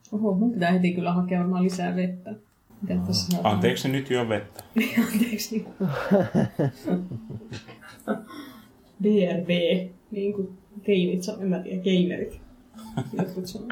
Oho, mun pitää heti kyllä hakea varmaan lisää vettä. Anteeksi, nyt juo vettä. Anteeksi. BRB, niin kuin teinit sanoo, en mä tiedä, gamerit. Jotkut sanoo.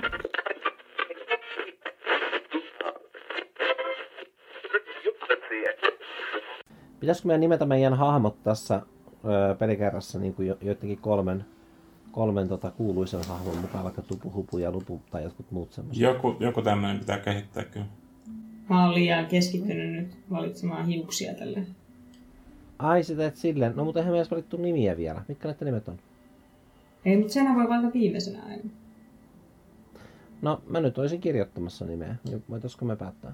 Pitäisikö meidän nimetä meidän hahmot tässä pelikerrassa niin kuin joidenkin kolmen kuuluisen hahmon mukaan, vaikka Tupu, Hupu ja Lupu tai jotkut muut semmoiset? Joku tämmöinen pitää kehittää kyllä. Mä oon liian keskittynyt nyt valitsemaan hiuksia tälle. Ai, sä teet silleen. No, mutta eihän me edes valittu nimiä vielä. Mitkä näitä nimet on? Ei, mutta senhän voi valita viimeisenä aina. No, mä nyt olisin kirjoittamassa nimeä. Voitaisko me päättää?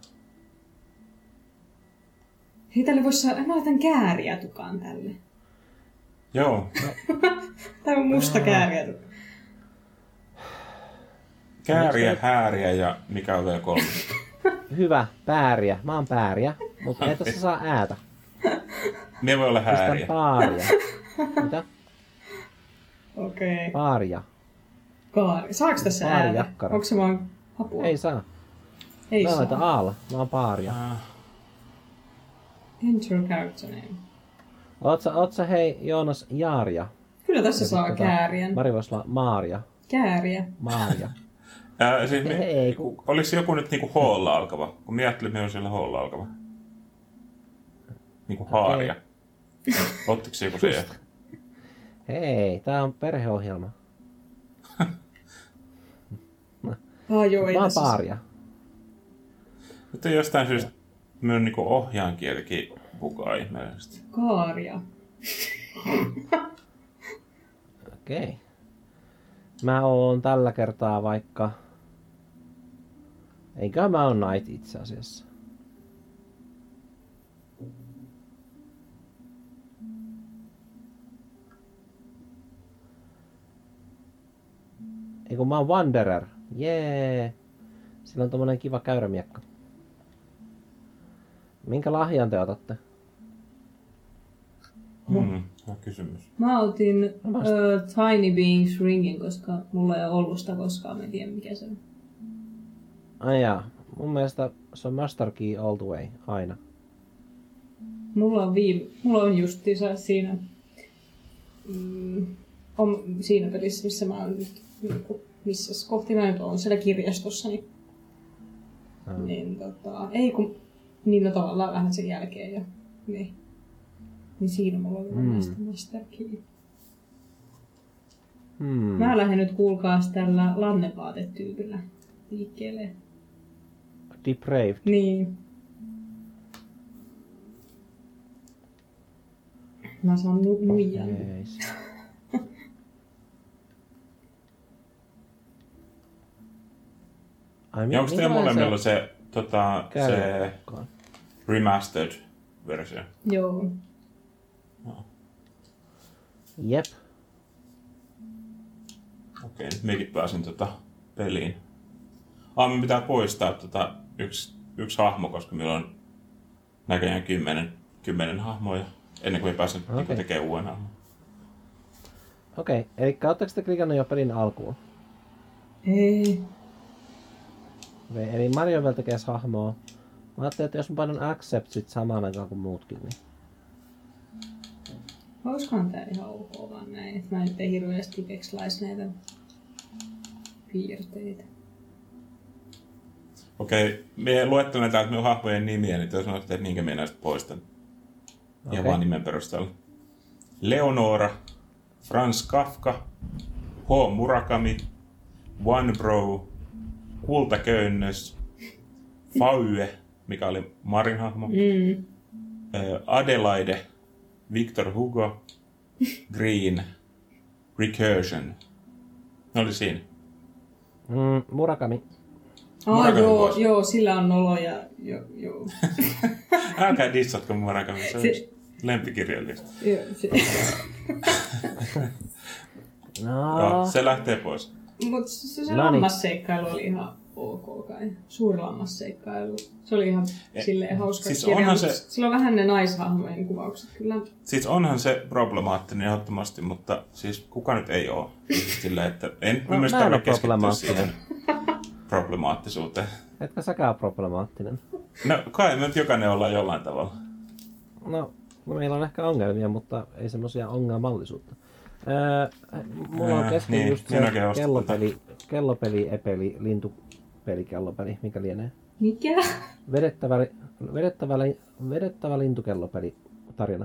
Hei, tälle voisi saada... Mä laitan kääriätukaan tälle. Joo. No. Tää on musta kääriätuka. Kääriä, hääriä ja mikä on vielä kolme? Hyvä, pääriä. Mä oon pääriä, mutta ei tässä saa äätä. Ne voi olla hääriä. Pistän paaria. Mitä? Okei. Okay. Paaria. Kaari. Saaks tässä äätä? Onko se vaan apua? Ei saa. Ei mä saa. laitan aalla. Mä oon paaria. Enter character name. Oot sä hei Joonas Jaaria? Kyllä tässä saa kääriän. Mari voisi olla Maaria. Kääriä. Maaria. Siis olisi joku nyt niinku H-lla alkava? Kun minä ajattelin, että me on siellä H-lla alkava. Niinku haaria. Ottiko se joku se? Hei, tää on perheohjelma. Joo, mä oon paaria. Nyt on jostain syystä minun niinku ohjaankielikin bukaa ihmeellisesti. Kaaria. Okei. Mä oon tällä kertaa vaikka... Eikä mä oon Knight itse asiassa. Eiku mä oon Wanderer. Jee. Sillä on tommonen kiva käyrämiekka. Minkä lahjan te otatte? Hyvä kysymys. Mä otin Tiny Beings Ringin, koska mulla ei ole ollut sitä koskaan. Mä en tiedä mikä se on. Ai jaa. Mun mielestä se on Master Key all the way. Aina. Mulla on justiinsa siinä siinä pelissä, missä mä oon nyt, missä kohti mä nyt oon siellä kirjastossa, niin ei kun, niin no tavallaan vähän sen jälkeen jo, niin siinä mulla oli Master Key. Mä lähden nyt kuulkaas tällä lannevaatetyypillä liikkeelle. Depraved. Niin. Mä saan nuijan. Ja onko teillä molemmilla se remastered versio? Joo. No. Jep. Okei, nyt mekin pääsin peliin. Me pitää poistaa yksi hahmo, koska meillä on näköjään 10 hahmoja ennen kuin me pääsen tekemään uuden hahmon. Okei, eli ootteko te klikannut jo pelin alkuun? Ei. Okei, eli Mario vielä tekee hahmoa. Mä ajattelin, että jos mä painan accept sit samaan aikaan kuin muutkin, niin... Olisikohan tää ihan ok vaan näin, että mä nyt ei hirveästi vekslaisi näitä piirteitä. Okei, me luettelen täältä minun hahmojen nimiä, niin te sanotte, että minkä minä näistä poistan. Ihan vaan nimen perusteella. Leonora, Franz Kafka, H. Murakami, One Bro, Kultaköynnös, Faue, mikä oli Marin hahmo, Adelaide, Victor Hugo, Green, Recursion. Ne oli siinä. Murakami. Joo, sillä on noloja. Joo. Älkää dissatko Murakami, se on lempikirjallista. No. Se lähtee pois. Mutta se lammasseikkailu oli ihan ok kai. Suuri lammasseikkailu. Se oli ihan silleen hauska siis kirja. Sillä on vähän ne naishahmojen kuvaukset kyllä. Siis onhan se problemaattinen ehdottomasti, mutta siis kuka nyt ei oo? Silleen, että en mielestäni tarvitse keskittyä siihen. problemaattisuuteen. Etkö säkään ole problemaattinen? No kai me nyt jokainen ollaan jollain tavalla. No, meillä on ehkä ongelmia, mutta ei semmoisia ongelmallisuutta. Mulla on kesken niin, just se minäkin ostin kellopeli, epeli, lintupeli, kellopeli, mikä lienee. Mikä? Vedettävä lintukellopeli tarina.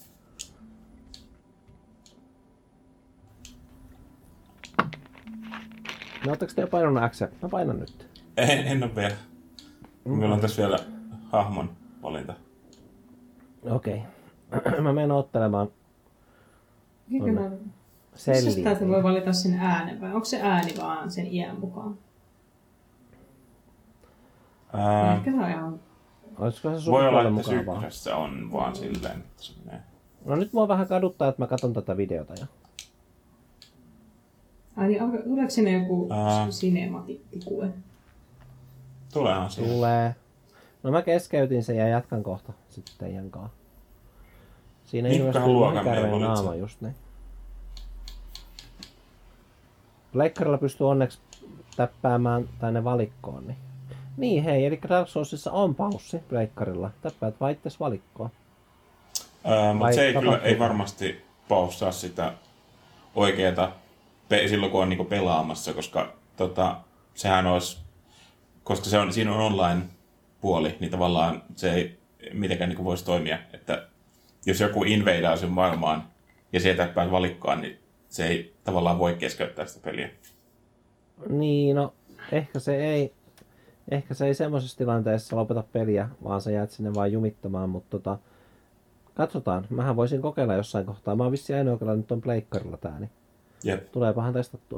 No, ootteko te jo painanut X? Mä painan nyt. En ole vielä. Meillä on tässä vielä hahmon valinta. Okei. Mä menen ottelemaan Missä täältä voi valita sen äänen vai onko se ääni vaan sen iän mukaan? Ehkä se on ihan... Olisiko se voi olla, että mukavaa? sykkössä on vaan silleen, että se menee. No nyt mua vähän kaduttaa, että mä katson tätä videota jo. Ai niin, tuleeko sinne joku sinematiiktikue? Tuleehan siihen. Tulee. No mä keskeytin sen ja jatkan kohta sitten teidän kanssa. Siinä ilmestyy Lohikärven naama just niin. Pleikkarilla pystyy onneksi täppäämään tänne valikkoon. Niin hei, eli Dark Soulsissa on paussi pleikkarilla. Täppäät vaan itses valikkoon. Mutta se ei varmasti paussaa sitä oikeeta silloin kun on niinku pelaamassa, koska sehän olisi, koska siinä on online puoli, niin tavallaan se ei mitenkään niinku voisi toimia, että jos joku inveidaa sen maailmaan ja sieltä päin valikkoon, niin se ei tavallaan voi keskeyttää sitä peliä. Niin, no ehkä se ei semmoisessa tilanteessa lopeta peliä, vaan sä jäät sinne vaan jumittamaan, mutta katsotaan. Mähän voisin kokeilla jossain kohtaa. Mä oon vissiin ainoa, joka nyt on pleikkarilla tää, niin Jep. tuleepahan testattua.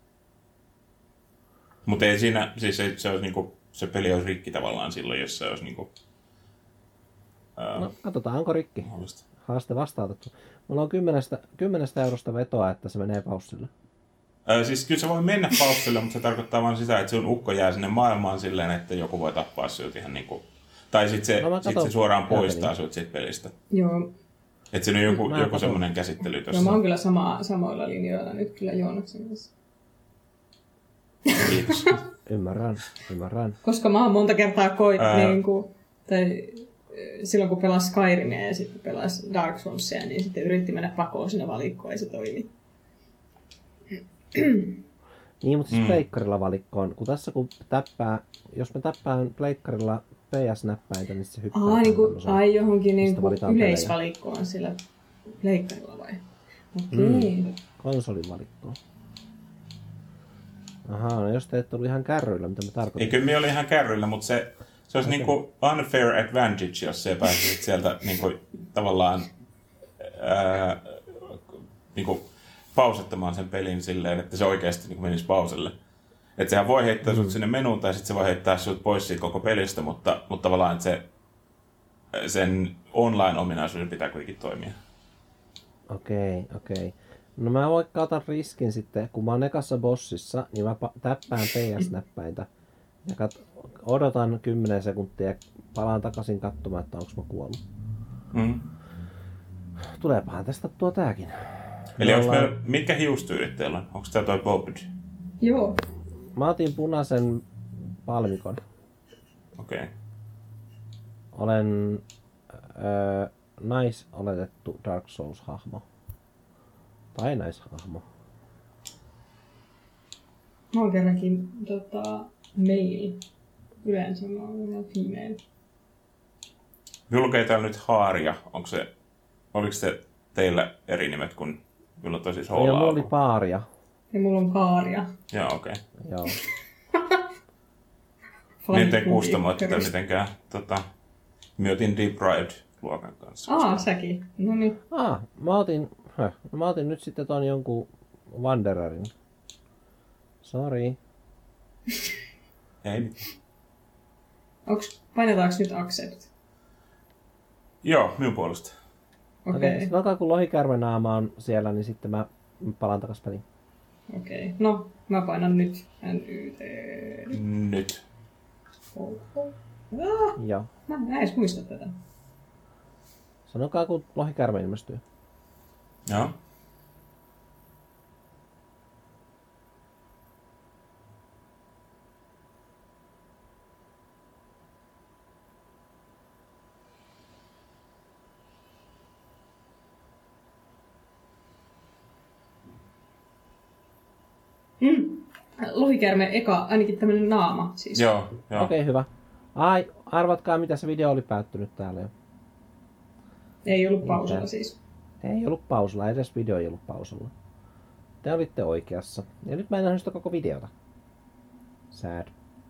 Mutta ei siinä, siis se olisi niinku, se peli olisi rikki tavallaan silloin, jos se olisi niinku... No, katsotaan, onko rikki. Mahdollista. Haaste vastautettu. Mulla on 10 eurosta vetoa, että se menee paussille. Siis kyllä se voi mennä paussille, mutta se tarkoittaa vaan sitä, että sun ukko jää sinne maailmaan silleen, että joku voi tappaa sut ihan niinku... Tai sit se suoraan poistaa sut siitä pelistä. Joo. Että siinä on joku semmoinen käsittely tossa. Joo, mä oon kyllä samoilla linjoilla nyt kyllä Joonaksen kanssa. Kiitos. Ymmärrän. Koska mä oon monta kertaa silloin kun pelasi Skyrimia ja sitten pelasi Dark Soulsia, niin sitten yritti mennä pakoon sinne valikkoon, ei se toimi. Niin, mutta siis pleikkarilla valikkoon. Jos me täppään pleikkarilla PS-näppäintä, niin se hyppää. Johonkin yleisvalikkoon sillä pleikkarilla vai? Okei. Konsolin valikkoon. Ahaa, no jos te ette ollut ihan kärryillä, mitä me tarkoitan. Eikö me oli ihan kärryillä, mutta se olisi niinku unfair advantage, jos se pääsisit sieltä niinku tavallaan niinku pausettamaan sen pelin silleen, että se oikeasti niinku menisi pauselle. Että sehän voi heittää sut sinne menuun tai sitten se voi heittää sut pois siitä koko pelistä, mutta tavallaan että sen online-ominaisuuden pitää kuitenkin toimia. Okei. No mä vaikka otan riskin sitten, kun mä oon ekassa bossissa, niin mä täppään PS-näppäintä ja odotan 10 sekuntia ja palaan takaisin katsomaan, että onko mä kuollut. Tuleepahan testattua tääkin. Eli mitkä hiustyylit teillä on? Onko tää toi Bobbed? Joo. Mä otin punaisen palmikon. Okei. Olen naisoletettu Dark Souls-hahmo. Tai naishahmo. Mä oon kerrankin male. Yleensä mä oon female. Minulla lukee täällä nyt Haaria. Oliko se teillä eri nimet kuin minulla tosi siis Joo, mulla oli Paaria. Ja mulla on Kaaria. Joo, okei. Joo. Miten kustamoit tätä mitenkään? Mä otin Deprived-luokan kanssa. Säkin. No niin. Mä otin nyt sitten ton jonkun Wandererin. Sori. Ei mitään. Painetaanko nyt accept? Joo, minun puolesta. Okei. Okay. Kun Lohikärmenaama on siellä, niin sitten mä palaan takas peliin. Okei. No, mä painan nyt NYT. Nyt. Joo. Mä en edes muista tätä. Sanokaa, kun Lohikärme ilmestyy. Joo. Lohikäärme eka, ainakin tämmönen naama siis. Joo. Okei, hyvä. Ai, arvatkaa mitä se video oli päättynyt täällä jo. Ei ollut pausalla siis. Ei ollut pausalla, edes video ei ollut pausalla. Te olitte oikeassa. Ja nyt mä en nähnyt sitä koko videota. Sad.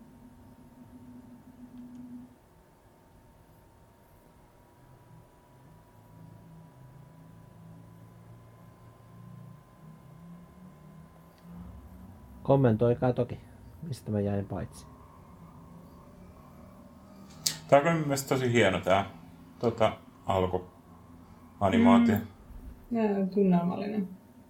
Kommentoikaa toki, mistä mä jäin paitsi. Tää on kyllä mielestäni tosi hieno tää alkuanimaatio. Nää on tunnelmallinen.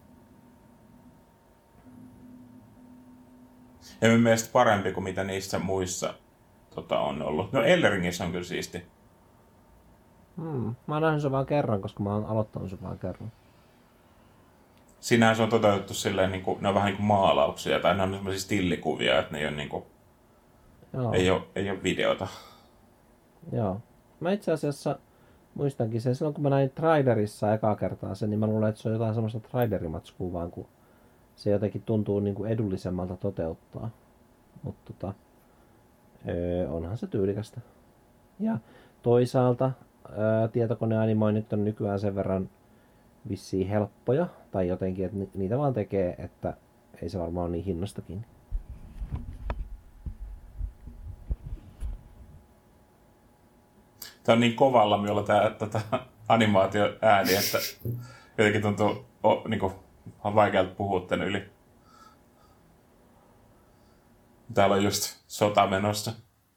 Ja minun mielestä parempi kuin mitä niissä muissa on ollut. No Elleringissä on kyllä siisti. Mä oon nähnyt sen vaan kerran, koska mä oon aloittanut sen vaan kerran. Siinähän se on toteutettu silleen, niin kuin, ne on vähän niin kuin maalauksia tai ne on sellaisia stillikuvia, että ne ei ole, niin kuin, ei ole videota. Joo. Mä itse asiassa muistankin sen, silloin kun mä näin trailerissa ekaa kertaa sen, niin mä luulen, että se on jotain semmoista trailerimatskua vaan, kun se jotenkin tuntuu niin kuin edullisemmalta toteuttaa. Mutta onhan se tyylikästä. Ja toisaalta tietokoneanimoinnit on nykyään sen verran vissiin helppoja, tai jotenkin, että niitä vaan tekee, että ei se varmaan ole niin hinnastakin. Tämä on niin kovalla minulla tämä animaatio ääni, että jotenkin tuntuu niin kuin, on vaikealta puhua tänne yli. Täällä on just sota menossa.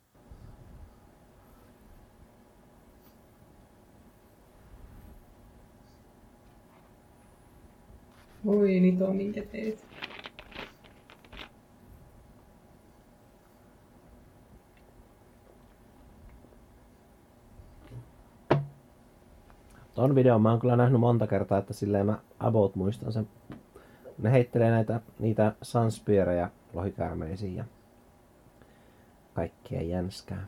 Oi, Nito, minkä teit? Ton videon mä oon kyllä nähnyt monta kertaa, että silleen mä about muistan sen. Ne heittelee niitä sunspeareja lohikäärmeisiin ja kaikkea jänskää.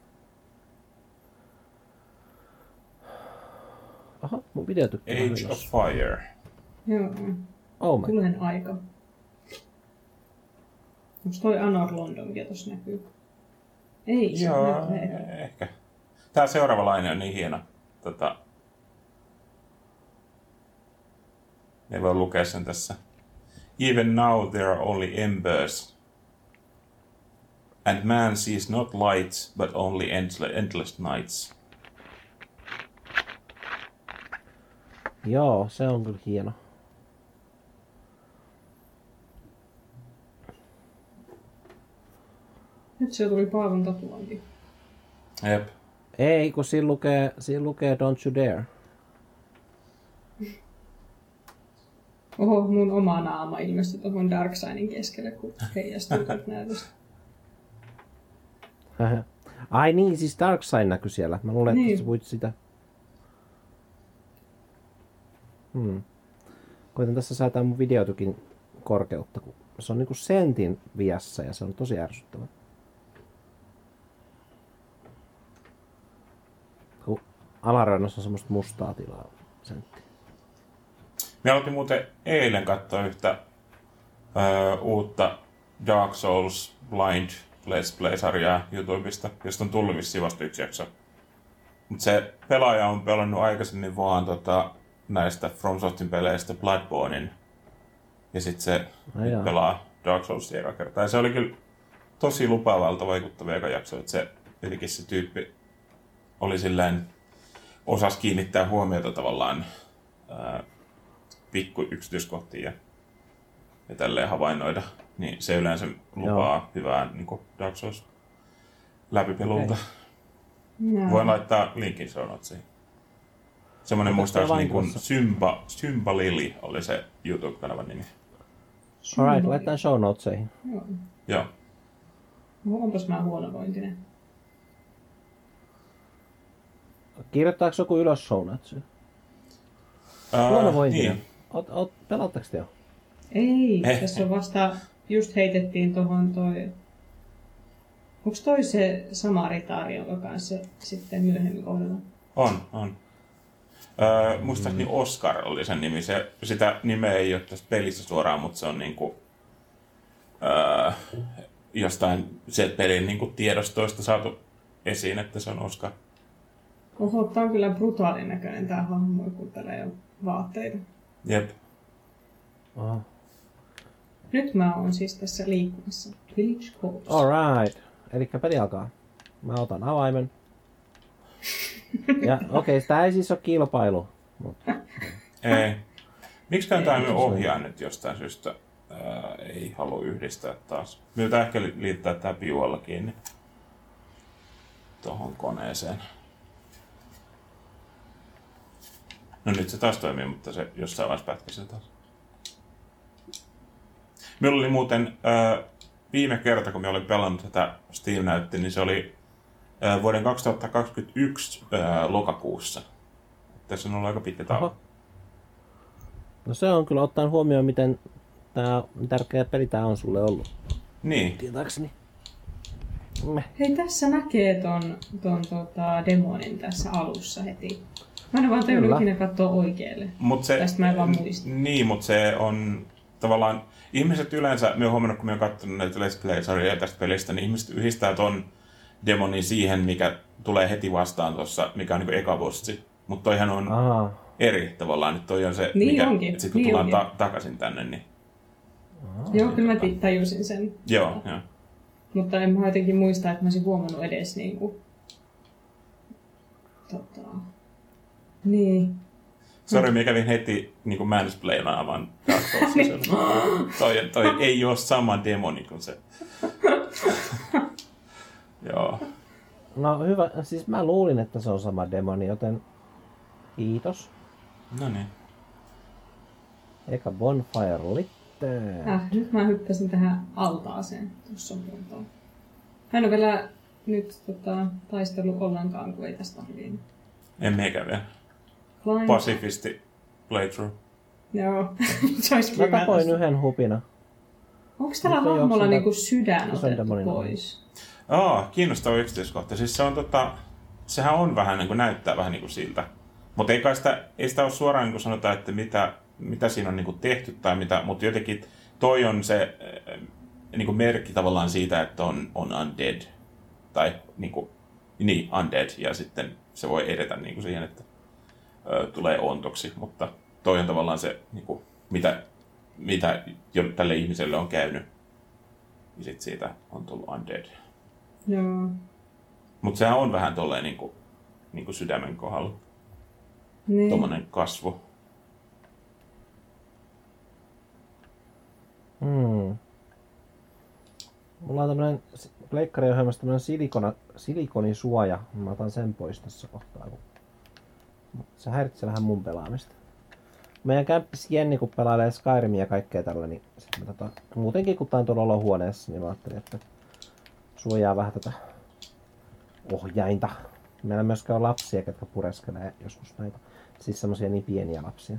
Aha, mun video tykkää. Age of Fire. Joo. Oh my. Tulen aika. Onks toi Anor London, mikä tossa näkyy? Ei, se Joo, on ehkä. Tää seuraava laine on niin hieno. Ei voi lukea sen tässä. Even now there are only embers. And man sees not lights, but only endless nights. Joo, se on kyllä hieno. Nyt se tuli Paavon tatuointi. Jep. Ei, kun siinä lukee Don't You Dare. Oho, mun oma naama ilmestyi tuohon Darkseidin keskelle, kun heijastuu näytöstä. Ai niin, siis Darkseid näkyi siellä. Mä luulen, että sä voit sitä. Koitan tässä säätää mun videotukin korkeutta, kun se on niinku sentin viässä ja se on tosi ärsyttävä. Kun alareunassa on semmoista mustaa tilaa sentti. Me aloitin muuten eilen katsoa yhtä uutta Dark Souls Blind Let's Play-sarjaa YouTubesta, josta on tullut vissiin vasta yksi jakso. Mutta se pelaaja on pelannut aikaisemmin vaan näistä FromSoftin peleistä Bloodbornein. Ja sitten se pelaa Dark Soulsia eka kertaa. Ja se oli kyllä tosi lupaavalta vaikuttava eka jakso, että se jotenkin se tyyppi oli silleen, osasi kiinnittää huomiota tavallaan pikku yksityiskohtiin ja tälleen havainnoida. Niin se yleensä lupaa hyvää niin kuin Dark Souls läpipelulta. Okay. Voin laittaa linkin show notesiin. Semmoinen muistaakseni niin kuin Symba Lily oli se YouTube-kanavan nimi. Alright, laitetaan show notesiin. Joo. Onpas mä huonovointinen. Kirjoittaako joku ylös show notesiin? Huonovointinen. Niin. Pelaatteko te jo? Ei, tässä on vasta just heitettiin tohon toi... Onks toi se sama ritaari, jonka kanssa sitten myöhemmin kohdalla? On. Muistaakseni Oscar oli sen nimi. Sitä nimeä ei ole tässä pelissä suoraan, mutta se on niinku jostain sieltä pelin niin kuin tiedostoista saatu esiin, että se on Oscar. Oho, tää on kyllä brutaalin näköinen tää hahmo, kun täällä ei ole vaatteita. Jep. Oho. Nyt mä oon siis tässä liikkumassa. Village Coast. Alright. Elikkä peli alkaa. Mä otan avaimen. Ja okei, tää ei siis ole kilpailu. Mutta... Ei. Miksikään tämä ohjaa nyt jostain syystä ei halua yhdistää taas. Miltä ehkä liittää tää piualla kiinni tohon koneeseen. No nyt se taas toimii, mutta se jossain vaiheessa pätkäsi taas. Minulla oli muuten viime kerta, kun me olin pelannut tätä Steam-näytti, niin se oli vuoden 2021 lokakuussa. Tässä on ollut aika pitkä tauko. No se on kyllä ottaen huomioon, miten tärkeä peli tää on sulle ollut. Niin. Tietääkseni. Hei, tässä näkee ton demonin tässä alussa heti. Mä en vaan tajunnut ikinä katsoa oikealle. Tästä mä en vaan muista. Niin, mutta se on tavallaan... Ihmiset yleensä, me oon huomannut, kun me oon katsonut näitä Let's Play-sarjoja tästä pelistä, niin ihmiset yhdistää ton demonin siihen, mikä tulee heti vastaan tuossa, mikä on niin kuin eka bossi. Mutta toihan on eri tavallaan, että toi on se, niin mikä onkin. kun tullaan takaisin tänne, niin... Joo, kyllä mä tajusin sen. Joo. Mutta en mä jotenkin muista, että mä olisin huomannut edes niinku... Niin. Sori, mä kävin heti niin mansplainaamaan toi ei ole sama demoni kuin se. Joo. No hyvä, siis mä luulin, että se on sama demoni, joten kiitos. No niin. Eka bonfire litte. Nyt mä hyppäsin tähän altaaseen. Tuossa on kuntoon. Hän on vielä nyt taistellut ollenkaan, kun ei tästä tarvii. En meikä vielä. Pasifisti playthrough. Joo. Se olisi mä tapoin yhden hupina. Onko tällä hahmolla niinku sydän otettu pois? Kiinnostava yksityiskohta. Siis se on sehän on vähän niin kuin näyttää vähän niin kuin siltä. Mutta ei sitä ole suoraan niin kuin sanotaan, että mitä siinä on niin kuin tehty tai mitä, mutta jotenkin toi on se niin kuin merkki tavallaan siitä, että on undead. Tai niin, undead. Ja sitten se voi edetä niin kuin siihen, että tulee ontoksi, mutta toi on tavallaan se, niin kuin, mitä jo tälle ihmiselle on käynyt. Ja sitten siitä on tullut undead. Joo. Mutta sehän on vähän tolleen niin kuin sydämen kohdalla. Niin. Tommonen kasvu. Mulla on tämmönen pleikkariohjelmassa tämmönen silikonisuoja. Mä otan sen pois tässä kohtaa. Se häiritsee vähän mun pelaamista. Meidän kämppis Jenni, kun pelailee Skyrimia ja kaikkea tällä, niin muutenkin kun tää on tuolla olohuoneessa, niin mä ajattelin, että suojaa vähän tätä ohjainta. Meillä myöskään on lapsia, jotka pureskelee joskus näitä. Siis semmosia niin pieniä lapsia.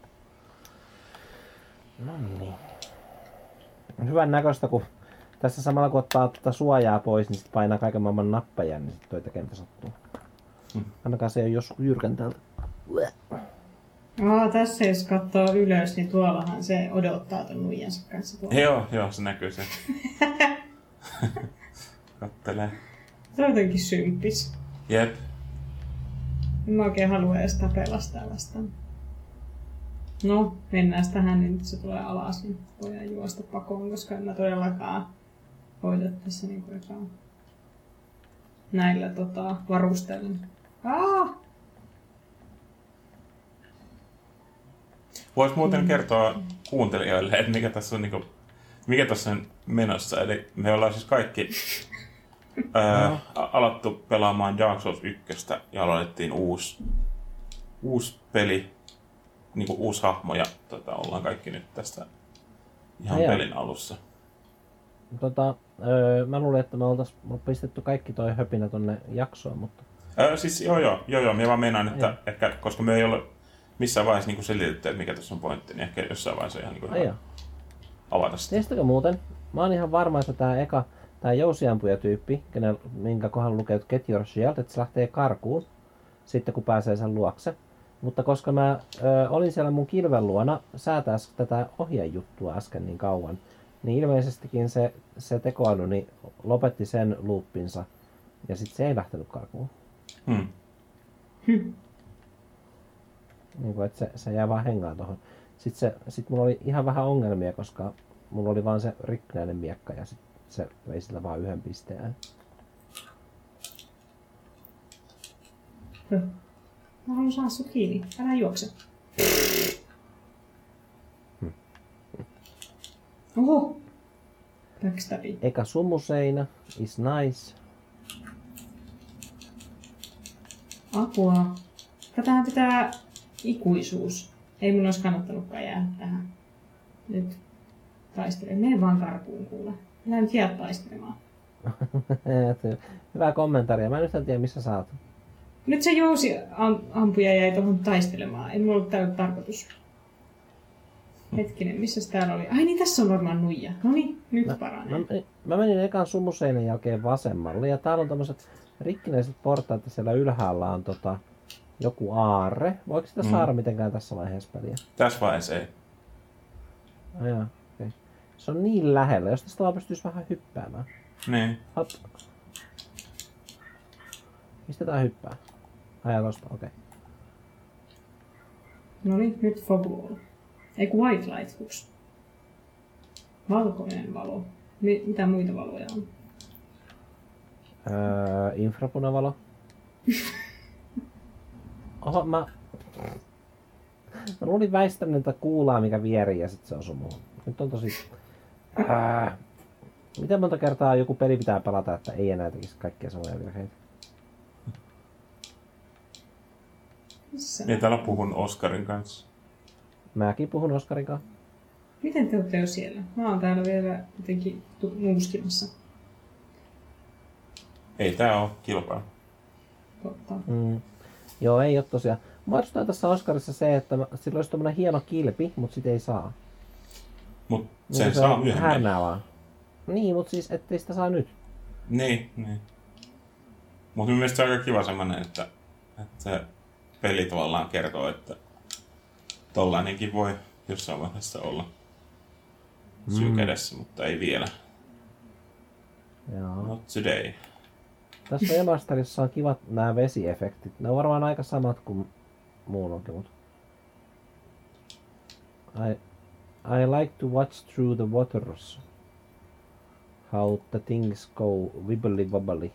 No niin. On hyvän näköistä, kun tässä samalla kun ottaa tätä suojaa pois, niin sit painaa kaiken maailman nappeja, niin sit toi tekee mitä sattuu. Ainakaan se ei ole joskus jyrkäntäältä. Tässä jos katsoo ylös, niin tuollahan se odottaa ton nuijansa kanssa tuolla. Joo, se näkyy se. Kattelee. Se on jotenkin symppis. Jep. En mä oikein halua edes tapella sitä vastaan. No, mennään tähän, niin nyt se tulee alas, niin voidaan juosta pakoon, koska en mä todellakaan hoida tässä niinku näillä varustellen. Vois muuten kertoa kuuntelijoille, että mikä tässä on menossa. Eli me ollaan siis kaikki alettu pelaamaan Dark Souls 1 ja aloitettiin uusi peli, niin kuin uusi hahmo ja ollaan kaikki nyt tästä ihan pelin alussa. Mä luulin, että me oltais pistetty kaikki toi höpinä tonne jaksoon, mutta... Siis joo, mä vaan meinaan, että ehkä, koska me ei ole missään vaiheessa niin selitetty, että mikä tässä on pointti, niin ehkä jossain vaiheessa ihan niin avata sitä. Tiesitkö muuten? Mä oon ihan varma, että tää jousiampuja-tyyppi, minkä kohdalla lukee Get Your Shield, että se lähtee karkuun sitten kun pääsee sen luokse. Mutta koska mä olin siellä mun kilven luona säätää tätä ohjejuttua äsken niin kauan, Niin ilmeisestikin se tekoäly niin lopetti sen loopinsa ja sitten se ei lähtenyt karkuun. Niin kuin, että se jää vaan hengaan tuohon. Sitten mulla oli ihan vähän ongelmia, koska mulla oli vaan se rikkinäinen miekka ja sit se vei sillä vaan yhden pisteen. Mä haluan saada sut kiinni. Älä juokse. Oho! Backstabi. Eka sumuseinä is nice. Apua. Tätähän pitää ikuisuus. Ei mun olisi kannattanutkaan jäädä tähän. Nyt taistele. Mene vaan karkuun kuule. Älä nyt jää taistelemaan. Hyvä kommentaari. Mä en yhtään tiedä missä sä oot. Nyt se ampuja jäi tuohon taistelemaan. Ei mulla ollut täällä tarkoitus. Hetkinen, missä täällä oli? Ai niin, tässä on varmaan nuija. Noniin, nyt paranee. Mä menin ekan sumuseinän jälkeen vasemmalle ja täällä on tämmöiset rikkinäiset portaat ja siellä ylhäällä on joku aarre. Voiko sitä saada mitenkään tässä vaiheessa peliä? Tässä vaiheessa ei. Ajaa, okay. Se on niin lähellä, jos tästä vaan pystyisi vähän hyppäämään. Niin. Hop. Mistä tää hyppää? Ajaa tosta, okei. Okay. Noniin, nyt Fog. Eiku White Light, hups. Valkoinen valo. Mitä muita valoja on? Infrapunavalo. Oho, mä luulin väistänyt tätä kuulaa, mikä vieri ja sit se osui muuhun. Nyt on tosi... Miten monta kertaa joku peli pitää pelata, että ei enää tekisi kaikkia samoja virheitä? Niin täällä puhun Oskarin kanssa. Mäkin puhun Oskarin kanssa. Miten te olette jo siellä? Mä oon täällä vielä jotenkin nuuskimassa. Ei tää oo kilpailu. Totta. Joo, ei oo tosiaan. Mä arvostan tässä Oscarissa se, että sillä olisi tommonen hieno kilpi, mut sit ei saa. Mut sen saa myöhemmin. Härnää vaan. Niin, mut siis ettei sitä saa nyt. Niin. Mut mun mielestä se on aika kiva semmonen, että se peli tavallaan kertoo, että tollainenkin voi jossain vaiheessa olla sykädessä, mutta ei vielä. Joo. Not today. Tässä remasterissa on kivat nämä vesiefektit. Ne on varmaan aika samat kuin muulloinkin, mutta... I like to watch through the waters. How the things go wibbly wobbly.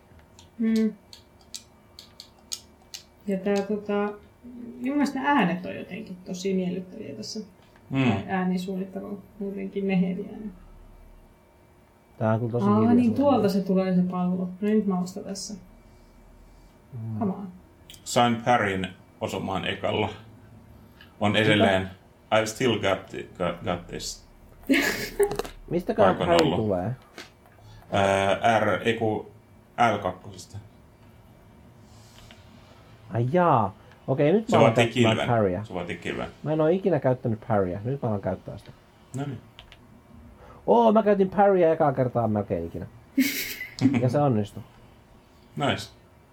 Ja tää mun mielestä ne äänet on jotenkin tosi miellyttäviä tässä. Äänisuunnittelu on muutenkin meheriä. Tää on kyllä tosi hiljaista. Niin tuolta se tulee se pallo. No nyt mä ostan tässä. Come on. Sain Parryn osumaan ekalla. On edelleen I still got this. Mistäkään Parry tulee? L2. Ai jaa. Okei, nyt mä alan käyttämään Parryä. Se vaatii kilven. Mä en oo ikinä käyttänyt Parryä. Nyt mä alan käyttää sitä. Noniin. Mä käytin Parryä ekaa kertaa melkein ikinä. Ja se onnistui. Nice.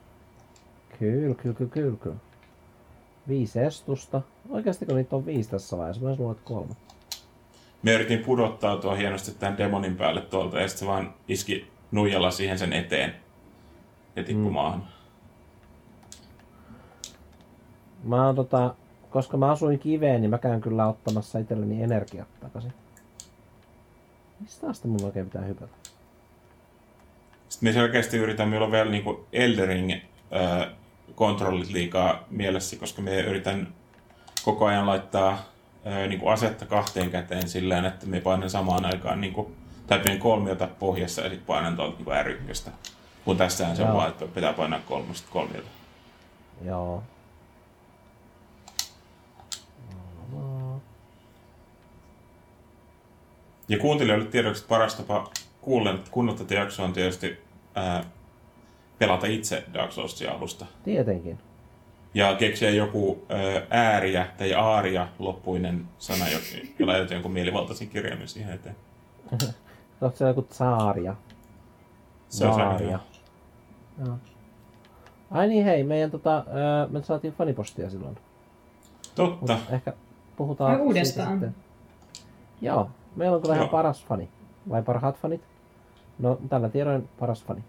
Kyllä. 5 estusta. Oikeasti kun niitä on 5 tässä vaiheessa, mä luulen 3. Me yritin pudottautua hienosti tämän demonin päälle tuolta ja sitten se vaan iski nuijalla siihen sen eteen. Ja tippui maahan. Mä oon koska mä asuin kiveen, niin mä käyn kyllä ottamassa itselleni energiat takaisin. Mistä asti mun oikein pitää hypätä? Sitten me selkeästi yritän, meillä on vielä niinku Eldering kontrollit liikaa mielessä, koska me yritän koko ajan laittaa niinku asetta 2 käteen silleen, että me painan samaan aikaan niinku, tai pidän kolmiota pohjassa ja sitten painan tuolta niinku R1. Kun tässähän se on vaan, että pitää painaa kolmiota. Joo. Ja kuuntelijoille tiedoksi, että paras tapa kuunnella tätä jaksoa on tietysti pelata itse Dark Soulsia alusta. Tietenkin. Ja keksiä joku ääriä tai aaria loppuinen sana, jolla jätetään jonkun mielivaltaisen kirjaimen siihen eteen. Onko se joku tsaaria? Se on Zaaria. Joo. Ai niin hei, me saatiin fanipostia silloin. Totta. Mut ehkä puhutaan uudestaan. siitä sitten. Joo, meillä on kyllä ihan paras fani. vai parhaat fanit? No, tällä tiedoin paras fani.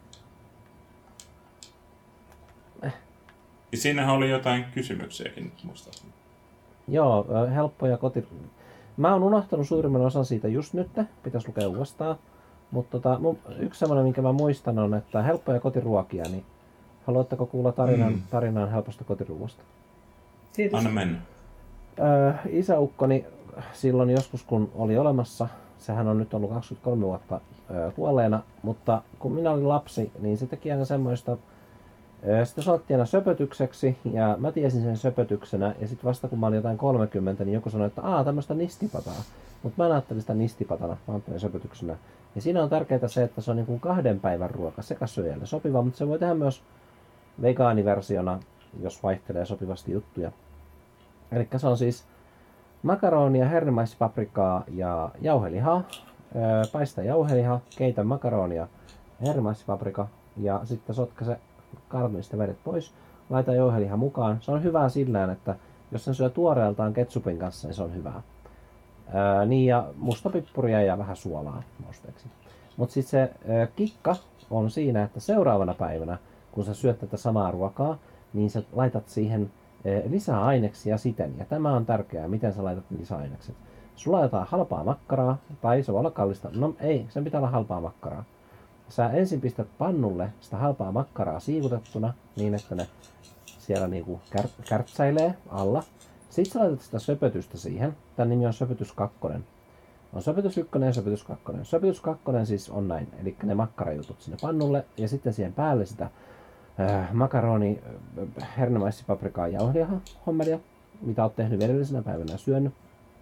Ja siinähän oli jotain kysymyksiäkin muistaakseni. Joo, helppoja Mä oon unohtanut suurimman osan siitä just nyt, pitäisi lukea uudestaan. Mutta yksi semmoinen, minkä mä muistan on, että helppoja kotiruokia, niin haluatteko kuulla tarinan helposta kotiruuasta? Anna mennä. Isäukkoni silloin joskus, kun oli olemassa, sehän on nyt ollut 23 vuotta kuolleena, mutta kun minä olin lapsi, niin se teki aina semmoista, sitä sanottiin aina söpötykseksi, ja mä tiesin sen söpötyksenä, ja sitten vasta kun mä olin jotain 30, niin joku sanoi, että tämmöistä nistipataa. Mutta mä en ajattelin sitä nistipatana, mä ajattelin söpötyksenä. Ja siinä on tärkeää se, että se on niin kuin 2 päivän ruoka sekasyöjälle sopiva, mutta se voi tehdä myös vegaaniversiona, jos vaihtelee sopivasti juttuja. Eli se on siis makaronia, hernemaissipaprikaa ja jauhelihaa. Paista jauhelihaa, keitä makaronia, hernemaissipaprika ja sitten sotka se kartonista vedet pois. Laita jauheliha mukaan. Se on hyvää sillään, että jos sen syö tuoreeltaan ketsupin kanssa, niin se on hyvää. Niin ja mustapippuria ja vähän suolaa mausteeksi. Mutta sitten se kikka on siinä, että seuraavana päivänä, kun sä syöt tätä samaa ruokaa, niin sä laitat siihen lisää aineksia siten. Ja tämä on tärkeää, miten sä laitat lisäainekset. Sulla laitetaan halpaa makkaraa, tai se voi olla kallista. No ei, sen pitää olla halpaa makkaraa. Sä ensin pistät pannulle sitä halpaa makkaraa siivutettuna, niin että ne siellä niinku kärtsäilee alla. Sitten sä laitat sitä söpötystä siihen. Tän nimi on söpötys 2. On söpötys 1 ja söpötys 2. Söpötys 2 siis on näin, eli ne makkarajutut sinne pannulle ja sitten siihen päälle sitä makaroni, hernemaissipaprikaa ja jauhelihaa hommelia, mitä oot tehnyt edellisenä päivänä ja syönyt.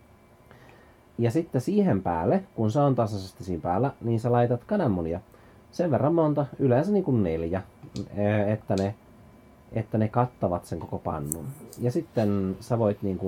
Ja sitten siihen päälle, kun se on tasaisesti siinä päällä, niin sä laitat kananmunia. Sen verran monta, yleensä niin kuin 4, että ne kattavat sen koko pannun. Ja sitten sä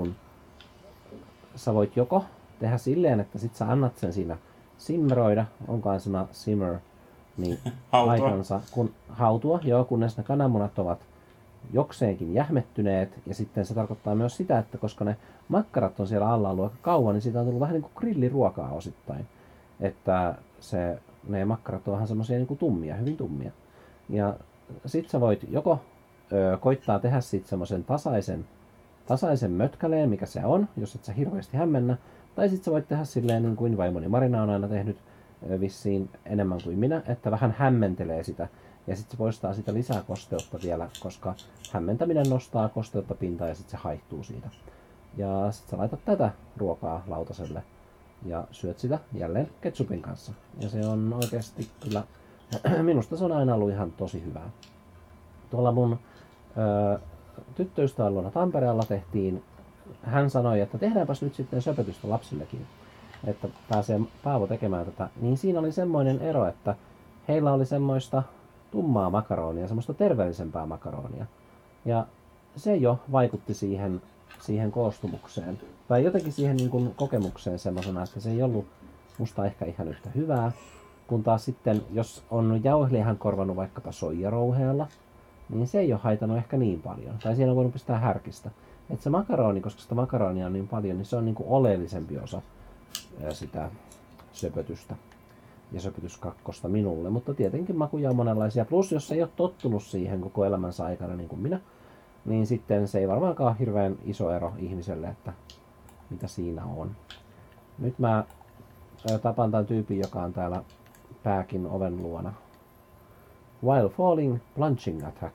voit joko tehdä silleen, että sit sä annat sen siinä simmeroida, onkaan sana simmer, niin aikansa, kun hautua, kunnes ne kananmunat ovat jokseenkin jähmettyneet. Ja sitten se tarkoittaa myös sitä, että koska ne makkarat on siellä alla ollut aika kauan, niin siitä on tullut vähän niin kuin grilliruokaa osittain. Että ne makkarat on vähän semmoisia niin kuin tummia, hyvin tummia. Ja sit sä voit joko koittaa tehdä siitä semmoisen tasaisen mötkäleen, mikä se on, jos et sä hirveästi hämmennä. Tai sit sä voit tehdä silleen, niin kuin vaimoni Marina on aina tehnyt vissiin enemmän kuin minä, että vähän hämmentelee sitä. Ja sit se poistaa sitä lisää kosteutta vielä, koska hämmentäminen nostaa kosteutta pintaan ja sit se haihtuu siitä. Ja sit sä laitat tätä ruokaa lautaselle ja syöt sitä jälleen ketsupin kanssa. Ja se on oikeasti kyllä, minusta se on aina ollut ihan tosi hyvää. Tuolla mun tyttöystävän luona Tampereella tehtiin, hän sanoi, että tehdäänpäs nyt sitten söpötystä lapsillekin, että pääsee Paavo tekemään tätä. Niin siinä oli semmoinen ero, että heillä oli semmoista tummaa makaronia, semmoista terveellisempää makaronia. Ja se jo vaikutti siihen koostumukseen. Tai jotenkin siihen niin kuin kokemukseen semmoisena, että se ei ollut musta ehkä ihan yhtä hyvää. Kun taas sitten, jos on jauhelihan korvannut vaikkapa soijarouheella, niin se ei ole haitannut ehkä niin paljon. Tai siinä on voinut pistää härkistä. Että se makaroni, koska sitä makaronia on niin paljon, niin se on niin kuin oleellisempi osa sitä söpötystä. Ja söpötys 2 minulle. Mutta tietenkin makuja on monenlaisia. Plus jos ei ole tottunut siihen koko elämänsä aikana niin kuin minä, niin sitten se ei varmaankaan ole hirveän iso ero ihmiselle, että mitä siinä on. Nyt mä tapan tämän tyypin, joka on täällä pääkin oven luona. While falling, plunging attack.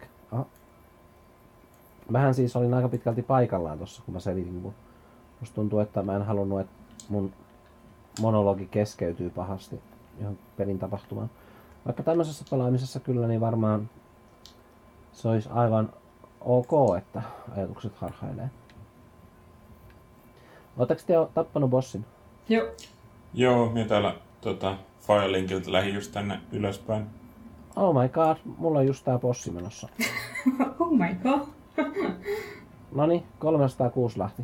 Mähän siis olin aika pitkälti paikallaan tossa, kun mä selitin, kun musta tuntuu, että mä en halunnut, että mun monologi keskeytyy pahasti johon pelin tapahtumaan. Vaikka tämmöisessä pelaamisessa kyllä, niin varmaan se olisi aivan ok, että ajatukset harhailee. Oletteko te jo tappanut bossin? Joo. Joo, minä täällä Firelinkiltä lähdin just tänne ylöspäin. Oh my god, mulla on just tää bossi menossa. Oh my god. Noniin, 306 lähti.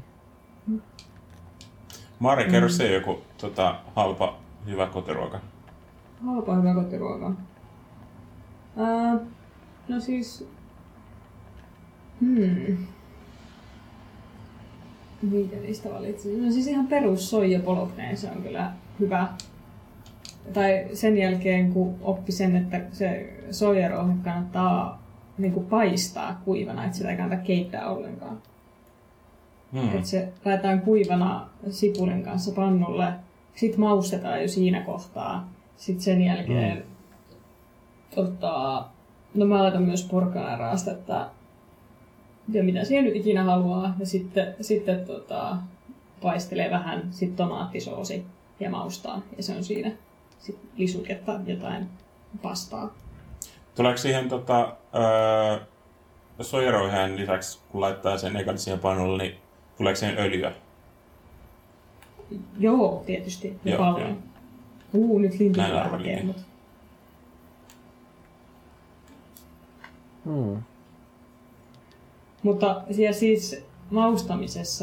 Mari, kerro se joku halpa, hyvä kotiruoka. Halpa, hyvä kotiruoka. No siis... Mitä niistä valitsin? No siis ihan perus soija bolognese on kyllä hyvä. tai sen jälkeen kun oppi sen, että se soijarouhe kannattaa niin kuin paistaa kuivana, että sitä ei kannata keittää ollenkaan. Että se laitetaan kuivana sipulin kanssa pannulle, sitten maustetaan jo siinä kohtaa. Sitten sen jälkeen no mä laitan myös porkkanaraastetta ja mitä siihen nyt ikinä haluaa. Ja sitten paistelee vähän sit tomaattisoosi ja maustaa. Ja se on siinä sitten lisuketta jotain pastaa. Tuleeko siihen soijarouheen lisäksi, kun laittaa sen ekan siihen pannulle, niin tuleeko siihen öljyä? Joo, tietysti. Ja paljon. Nyt lintu tulee hakee, mutta... Mutta siis maustamisessa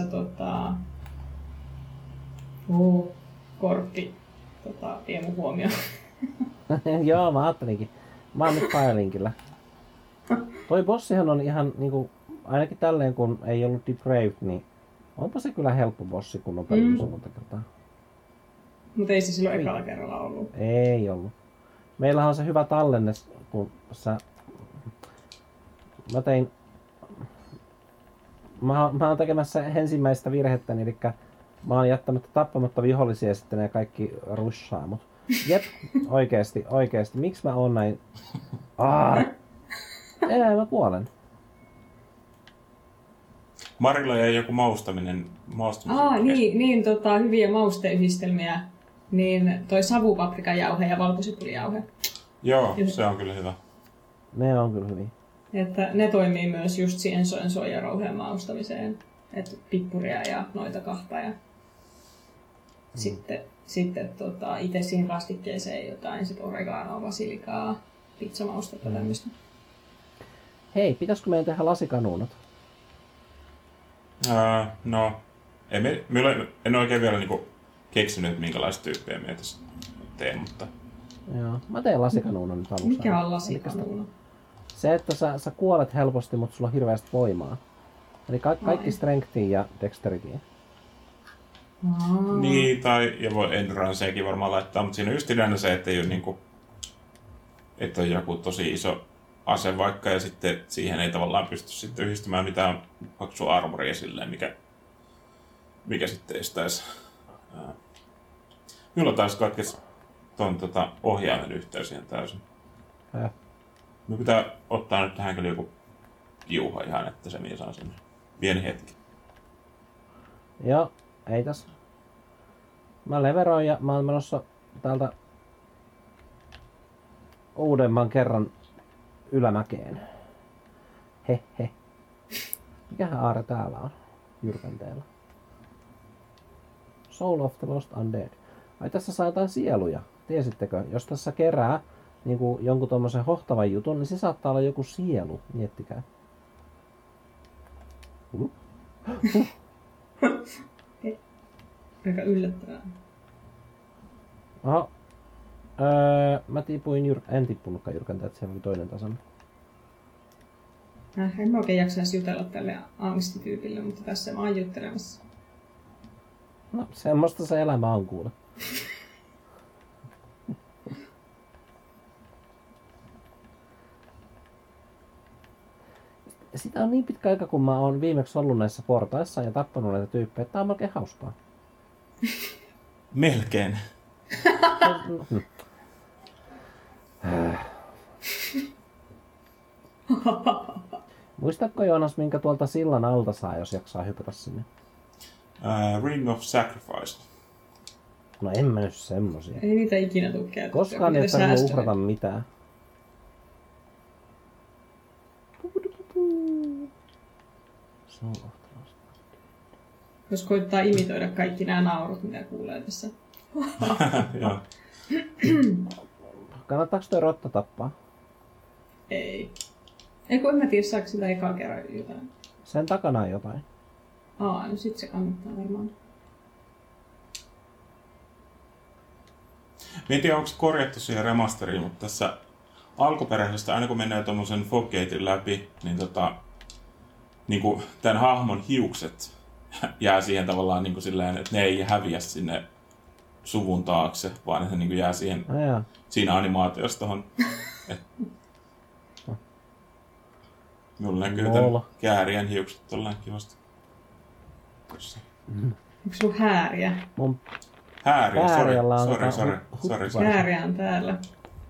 korppi vie mun huomioon. Joo, mä ajattelinkin. Mä oon nyt Firelinkillä. Toi bossihan on ihan niinku, ainakin tälleen kun ei ollut Depraved, niin onpa se kyllä helppo bossi, kun on pelannut sen monta kertaa. Mutta ei se silloin ekalla kerralla ollut. Ei ollut. Meillähän on se hyvä tallenne, kun mä oon tekemässä ensimmäistä virhettä, eli mä oon jättämättä tappamatta vihollisia ja sitten ne kaikki rushaa mut. Jep, oikeesti. Miksi mä oon näin? Ei, mä kuolen. Marilla jäi joku maustamisen niin, hyviä mausteyhdistelmiä. Niin toi savupaprikajauhe ja valkosipulijauhe. Joo, se on kyllä hyvä. Ne on kyllä hyviä. Että ne toimii myös just siihen soijarouheen maustamiseen. Että pippuria ja noita kahta ja sitten itse siihen vastikkeeseen jotain sit oreganoa, basilikaa, pizzamaustetta tämmöistä. Hei, pitäisikö meidän tehdä lasikanuunat? No, en oikein vielä niinku keksinyt, minkälaista tyyppiä me tässä teen, mutta... Joo, mä teen lasikanuunan nyt alussa. Mikä on lasikanuuna? Se, että sä kuolet helposti, mutta sulla on hirveästi voimaa. Eli kaikki strengthiin ja dexteritiin. Niin, ja voi enduranceakin varmaan laittaa, mutta siinä on just ideana se, että ei ole niinku... Että on joku tosi iso ase vaikka, ja sitten siihen ei tavallaan pysty sitten yhdistymään mitään paksua armoria silleen, mikä sitten estäisi. Minulla taisi katkesi tuon ohjaimen yhteys ihan täysin. Me pitää ottaa nyt tähän kyllä joku juuha ihan, että se mies saa sen pieni hetki. Joo, ei tässä. Mä leveroin ja mä oon menossa täältä uudemman kerran ylämäkeen. He. Mikähän aare täällä on jyrkänteellä? Soul of the Lost Undead. Ai tässä saa jotain sieluja. Tiesittekö? Jos tässä kerää niin kuin jonkun tommosen hohtavan jutun, niin se saattaa olla joku sielu. Miettikää. Aika yllättävää. Oho. Mä tipuin en tippunutkaan jyrkäntä, että siellä oli toinen tasan. En mä oikein jaksaisi jutella tälle angstityypille, mutta tässä mä oon juttelemassa. No, semmoista se elämä on kuule. Sitä on niin pitkä aika, kun mä oon viimeksi ollut näissä portaissa ja tappanut näitä tyyppejä, että tää on melkein hauskaa. Melkein. Muistatko Joonas, minkä tuolta sillan alta saa, jos jaksaa hypätä sinne? Ring of Sacrifice. No en mä nyt semmosia. Ei niitä ikinä tule käytettyä. Koskaan ei tarvinnut uhrata mitään. Jos koittaa imitoida kaikki nämä naurut, mitä kuulee tässä. Joo. Kannattaako toi rotta tappaa? Ei. Eikö en mä tiedä, saako sitä ekaa kerran jotain. Sen takana on jotain. No sit se kannattaa varmaan. Mä en tiedä, onko se korjattu siihen remasteriin, mutta tässä alkuperäisestä, aina kun mennään tommosen Foggatein läpi, niin niinku tämän hahmon hiukset jää siihen tavallaan niinku silleen, että ne ei häviä sinne suvun taakse, vaan että se niin kuin jää siihen, siinä animaatiossa tohon. Minulla näkyy tämän käärien hiukset tolleen kivasti. Onko sulla hääriä? Mun Hääriä, sori. Hääriä on täällä.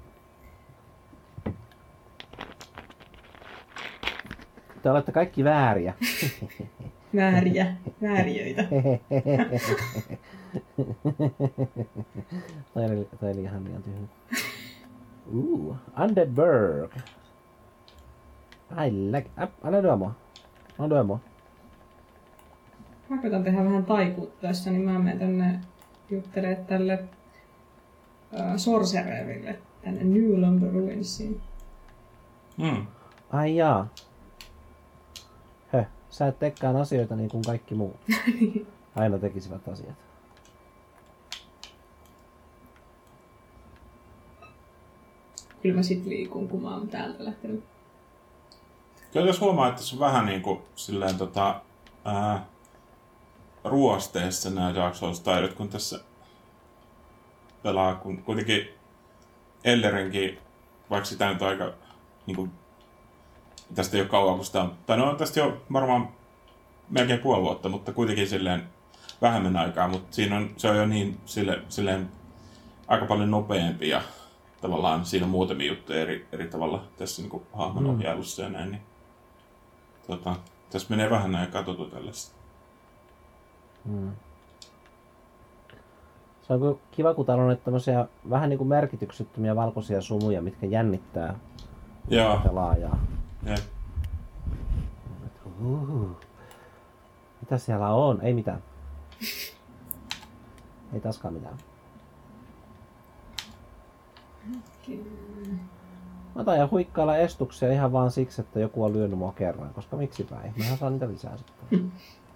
Te olette kaikki vääriä. Vääriöitä. Toi oli ihan liian tyhjä. Undead Burg. Älä lyö mua. Mä koitan tehdä vähän taikuutta tässä, niin mä menen tänne juttelemaan tälle sorcererille tänne New Lumber Ruinsiin. Ai jaa. Sä et teekään asioita niin kuin kaikki muut. Aina tekisivät asiat. Kyllä mä sit liikun, kun mä oon täältä lähtenyt. Kyllä jos huomaa, että se on vähän niin kuin silleen ruosteessa nämä Dark Souls-taidot, kun tässä pelaa, kun kuitenkin Elderinkin, vaikka sitä nyt aika niin kuin, tästä ei ole kauan, kun sitä on, tai no tästä jo varmaan melkein puoli vuotta, mutta kuitenkin silleen vähemmän aikaa, mutta se on jo niin silleen aika paljon nopeampi ja tavallaan siinä on muutamia juttuja eri tavalla tässä niin kuin hahmon ohjailussa ja näin, niin tässä menee vähän aikaa totutellessa. Se on kiva, kun täällä on tämmöisiä vähän niin kuin merkityksettömiä valkoisia sumuja, mitkä jännittää pelaajaa. Mitä siellä on? Ei mitään. Ei taaskaan mitään. Mä taidan huikkailla estuksia ihan vaan siksi, että joku on lyönyt mua kerran, koska miksipä ei. Mähän saan niitä lisää sitten.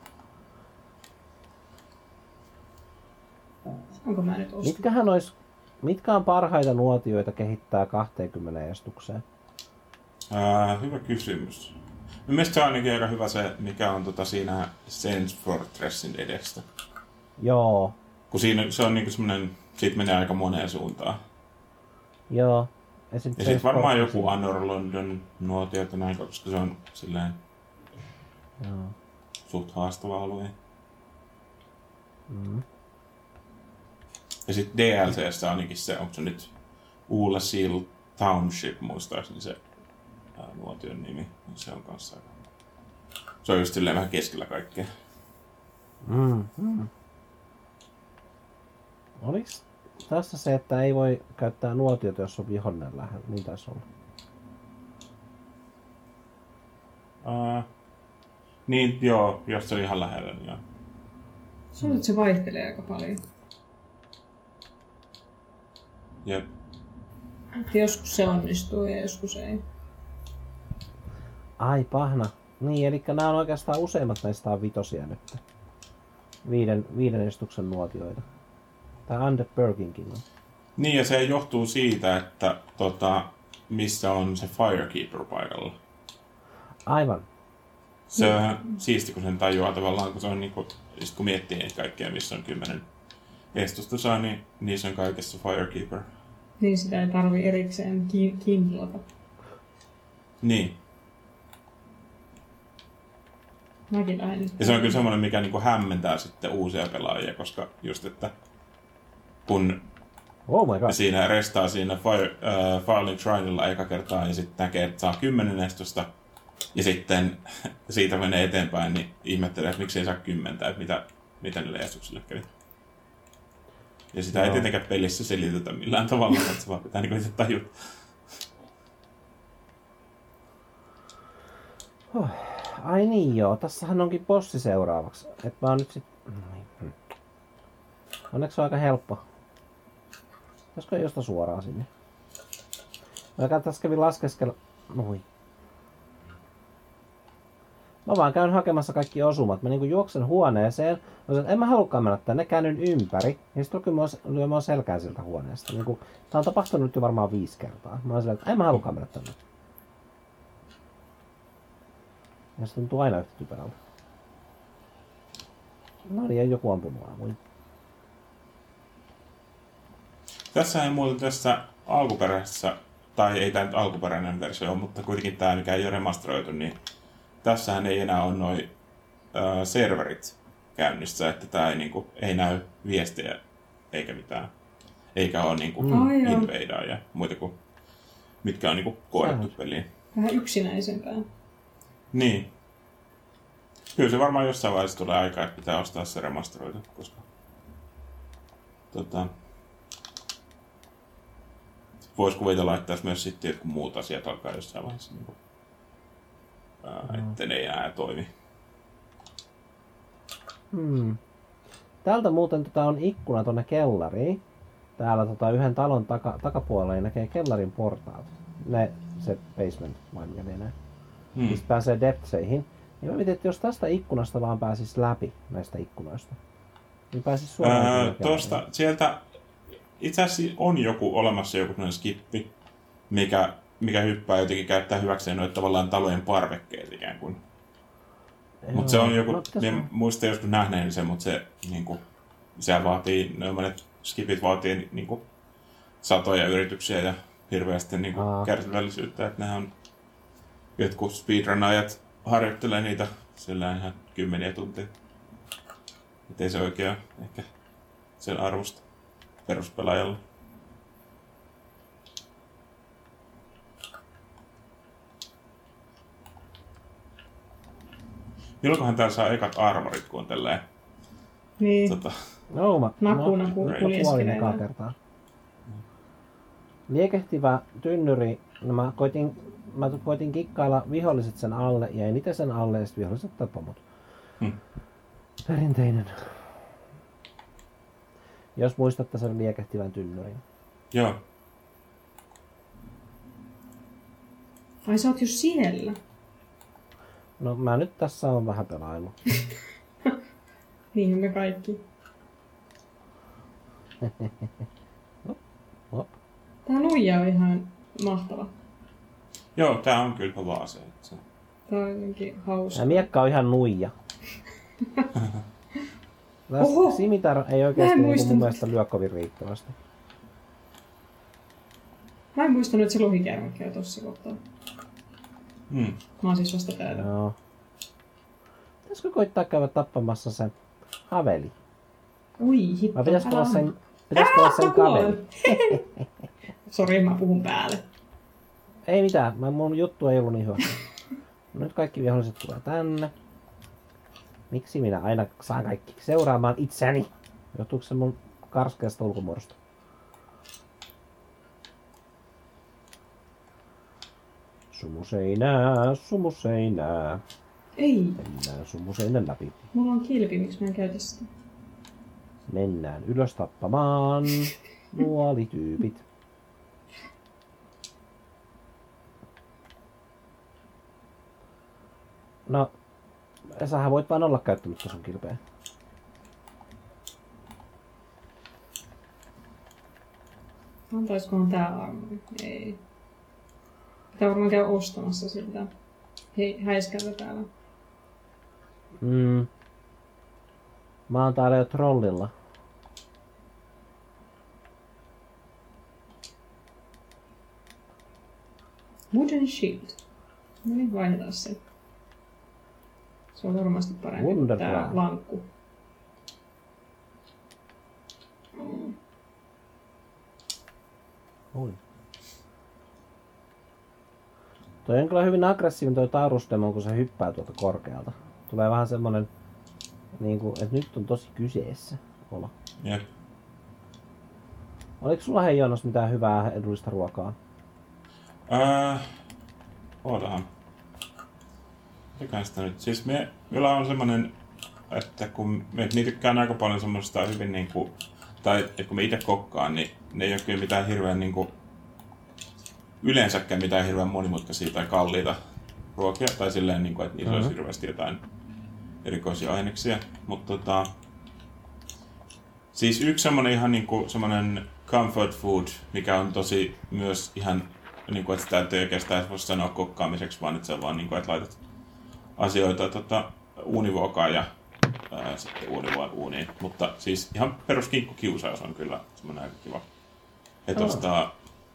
Onko mä nyt mitkä on parhaita nuotioita kehittää 20 estukseen? Hyvä kysymys. Mielestäni se on ainakin aika hyvä se, mikä on siinä Sense Fortressin edestä. Joo. Kun se on niinku semmonen, siitä menee aika moneen suuntaan. Joo. Ja sitten varmaan joku Anor London nuotio, koska se on silleen suht haastava alue. Ja sitten DLC:ssä ainakin se, onko se nyt Ula Seal Township, muistaakseni se nuotion nimi. Se on kanssa aika. Se on just silleen vähän keskellä kaikkea. Oliks tässä se, että ei voi käyttää nuotiota, jos on vihollinen lähellä? Niin taisi olla. Niin, joo, jos se on ihan lähellä, niin joo. Se vaihtelee aika paljon. Jep. Joskus se onnistuu ja joskus ei. Ai pahna. Niin, eli nämä on oikeastaan useimmat näistä on vitosia nyt. Viiden estuksen nuotioita. Tai Undead Burginkin on. Niin, ja se johtuu siitä, että missä on se Firekeeper paikalla. Aivan. Se on siisti, kun sen tajuaa tavallaan, kun se on niinku, just kun miettii kaikkea, missä on 10 estusta saa, niin niissä on kaikessa Firekeeper. Niin sitä ei tarvi erikseen kindlata. Niin. Mäkin lähden nyt. Ja se on kyllä semmoinen, mikä niinku hämmentää sitten uusia pelaajia, koska just, että kun siinä restaa siinä Falling Shrinella eka kertaa ja sitten näkee, että saa 10 estosta ja sitten siitä menee eteenpäin, niin ihmettelee, että miksi ei saa 10, että mitä niille estoksille kävi. Ja sitä ei tietenkään pelissä selitetä millään tavalla, mutta se vaan pitää niinku itse tajuta. Ai niin joo, tässähän onkin bossi seuraavaksi. Et mä oon nyt sit... Onneksi se on aika helppo. Pitäisikö josta suoraan sinne? Mä tässä kävin laskeskella... Noin. Mä vaan käyn hakemassa kaikki osumat. Mä niinku juoksen huoneeseen. Mä sanoin, että en mä halukaan mennä tänne, käännyn ympäri. Ja sit lyö mua selkään siltä huoneesta. Niinku, tää on tapahtunut nyt jo varmaan 5 kertaa. Mä oon silleen, että en mä halukaan mennä tänne. Ja se tuntuu aina yhtä typerältä. No niin, joku ampui mua. Tässä ei muuten tässä alkuperäisessä, tai ei tämä nyt alkuperäinen versio, mutta kuitenkin tämä, mikä ei ole remasteroitu, niin tässähän ei enää ole noi serverit käynnissä, että tämä ei näy viestejä eikä mitään. Eikä ole invadeja ja muita kuin mitkä on koodattu peliin. Vähän yksinäisempää. Niin. Kyllä se varmaan jossain vaiheessa tulee aikaa, että pitää ostaa se remasteroitu, koska voisi kuvitella, että tässä myös sitten jotkut muut asiat alkaa jossain vaiheessa, että ne ei enää toimi. Täältä muuten on ikkuna tonne kellariin. Täällä yhden talon takapuolella näkee kellarin portaat. Se basement vai mikä lienee. Mistä pääsee depthseihin. Ja mä mietin, että jos tästä ikkunasta vaan pääsis läpi näistä ikkunoista, niin pääsis suoraan. Sieltä itse asiassa on olemassa joku sellainen skippi, mikä hyppää jotenkin käyttää hyväkseen noita tavallaan talojen parvekkeet ikään kuin. Mutta se on joku, muistan joskus nähneen sen, mutta se sehän vaatii, monet skipit vaatii satoja yrityksiä ja hirveästi kärsivällisyyttä, että nehän on jotkut speedrun-ajat harjoittelee niitä sillä ihan kymmeniä tunteja. Että ei se oikein ehkä sen arvosta peruspelaajalla. Milloinkohan täällä saa ekat armorit, kun on tälleen? Niin. Nakuna kuulieskelee. Liekehtivä tynnyri. No mä koitin kikkailla viholliset sen alle, jäin itse sen alle ja sitten viholliset tappoi mut. Perinteinen. Jos muistatte sen liekehtivän tynnyrin. Joo. Ai sä oot jo siellä? No mä nyt tässä on vähän pelailu. Niin me kaikki. Tää nuija on ihan mahtava. Joo, tää on kyllä vaan se. Tää on jotenkin hauska. Ja miekka on ihan nuija. Simitar ei oikeesti mun mielestä lyö kovin riittävästi. Mä en muistanut, että se lohikäärme käy tossa kohtaa. Mä oon siis vasta täällä. Joo. Pitäisikö koittaa käydä tappamassa se haveli? Ui, hitto. Pitäisikö olla sen kaveri? Sori, mä puhun päälle. Ei mitään, mun juttu ei ollut niin hyvä. Nyt kaikki viholliset tulee tänne. Miksi minä aina saan kaikki seuraamaan itseäni? Johtuuko se mun karskeasta ulkomuodosta? Sumuseinää. Ei. Mennään sumuseinän läpi. Mulla on kilpi, miksi mä en käytä sitä? Mennään ylös tappamaan nuolityypit. No, sähän voit vaan olla käyttämättä sun kilpeä. Antaiskohan tää armori? Ei. Pitää varmaan käydä ostamassa siltä. Häiskältä täällä. Mä oon täällä jo trollilla. Wooden shield. No niin, vaihdetaan se. Se on varmasti parempi kuin tää lankku. Oi. Toi on kyllä hyvin aggressiivinen toi Taurus-demo, kun se hyppää tuolta korkealta. Tulee vähän semmonen, niinku, että nyt on tosi kyseessä olo. Jep. Oliko sulla hei Joonas mitään hyvää edullista ruokaa? Ootahan. Mikä sitä nyt? Siis meillä on semmonen, että kun me tykkään aika paljon semmoista hyvin niinku, tai että kun me itse kokkaan, niin ne ei ole kyllä mitään hirveän niinku, yleensäkään mitään hirveän monimutkaisia tai kalliita ruokia, tai silleen niinku, että niillä olisi hirveästi jotain erikoisia aineksia, mutta siis yksi semmonen ihan niinku semmonen comfort food, mikä on tosi myös ihan niinku, että sitä ei oikeastaan voisi sanoa kokkaamiseksi, vaan että se on vaan niinku, että laitat asioita uunivuokaan ja sitten uuniin. Mutta siis ihan perus kinkkukiusaus on kyllä semmoinen aika kiva. että ostaa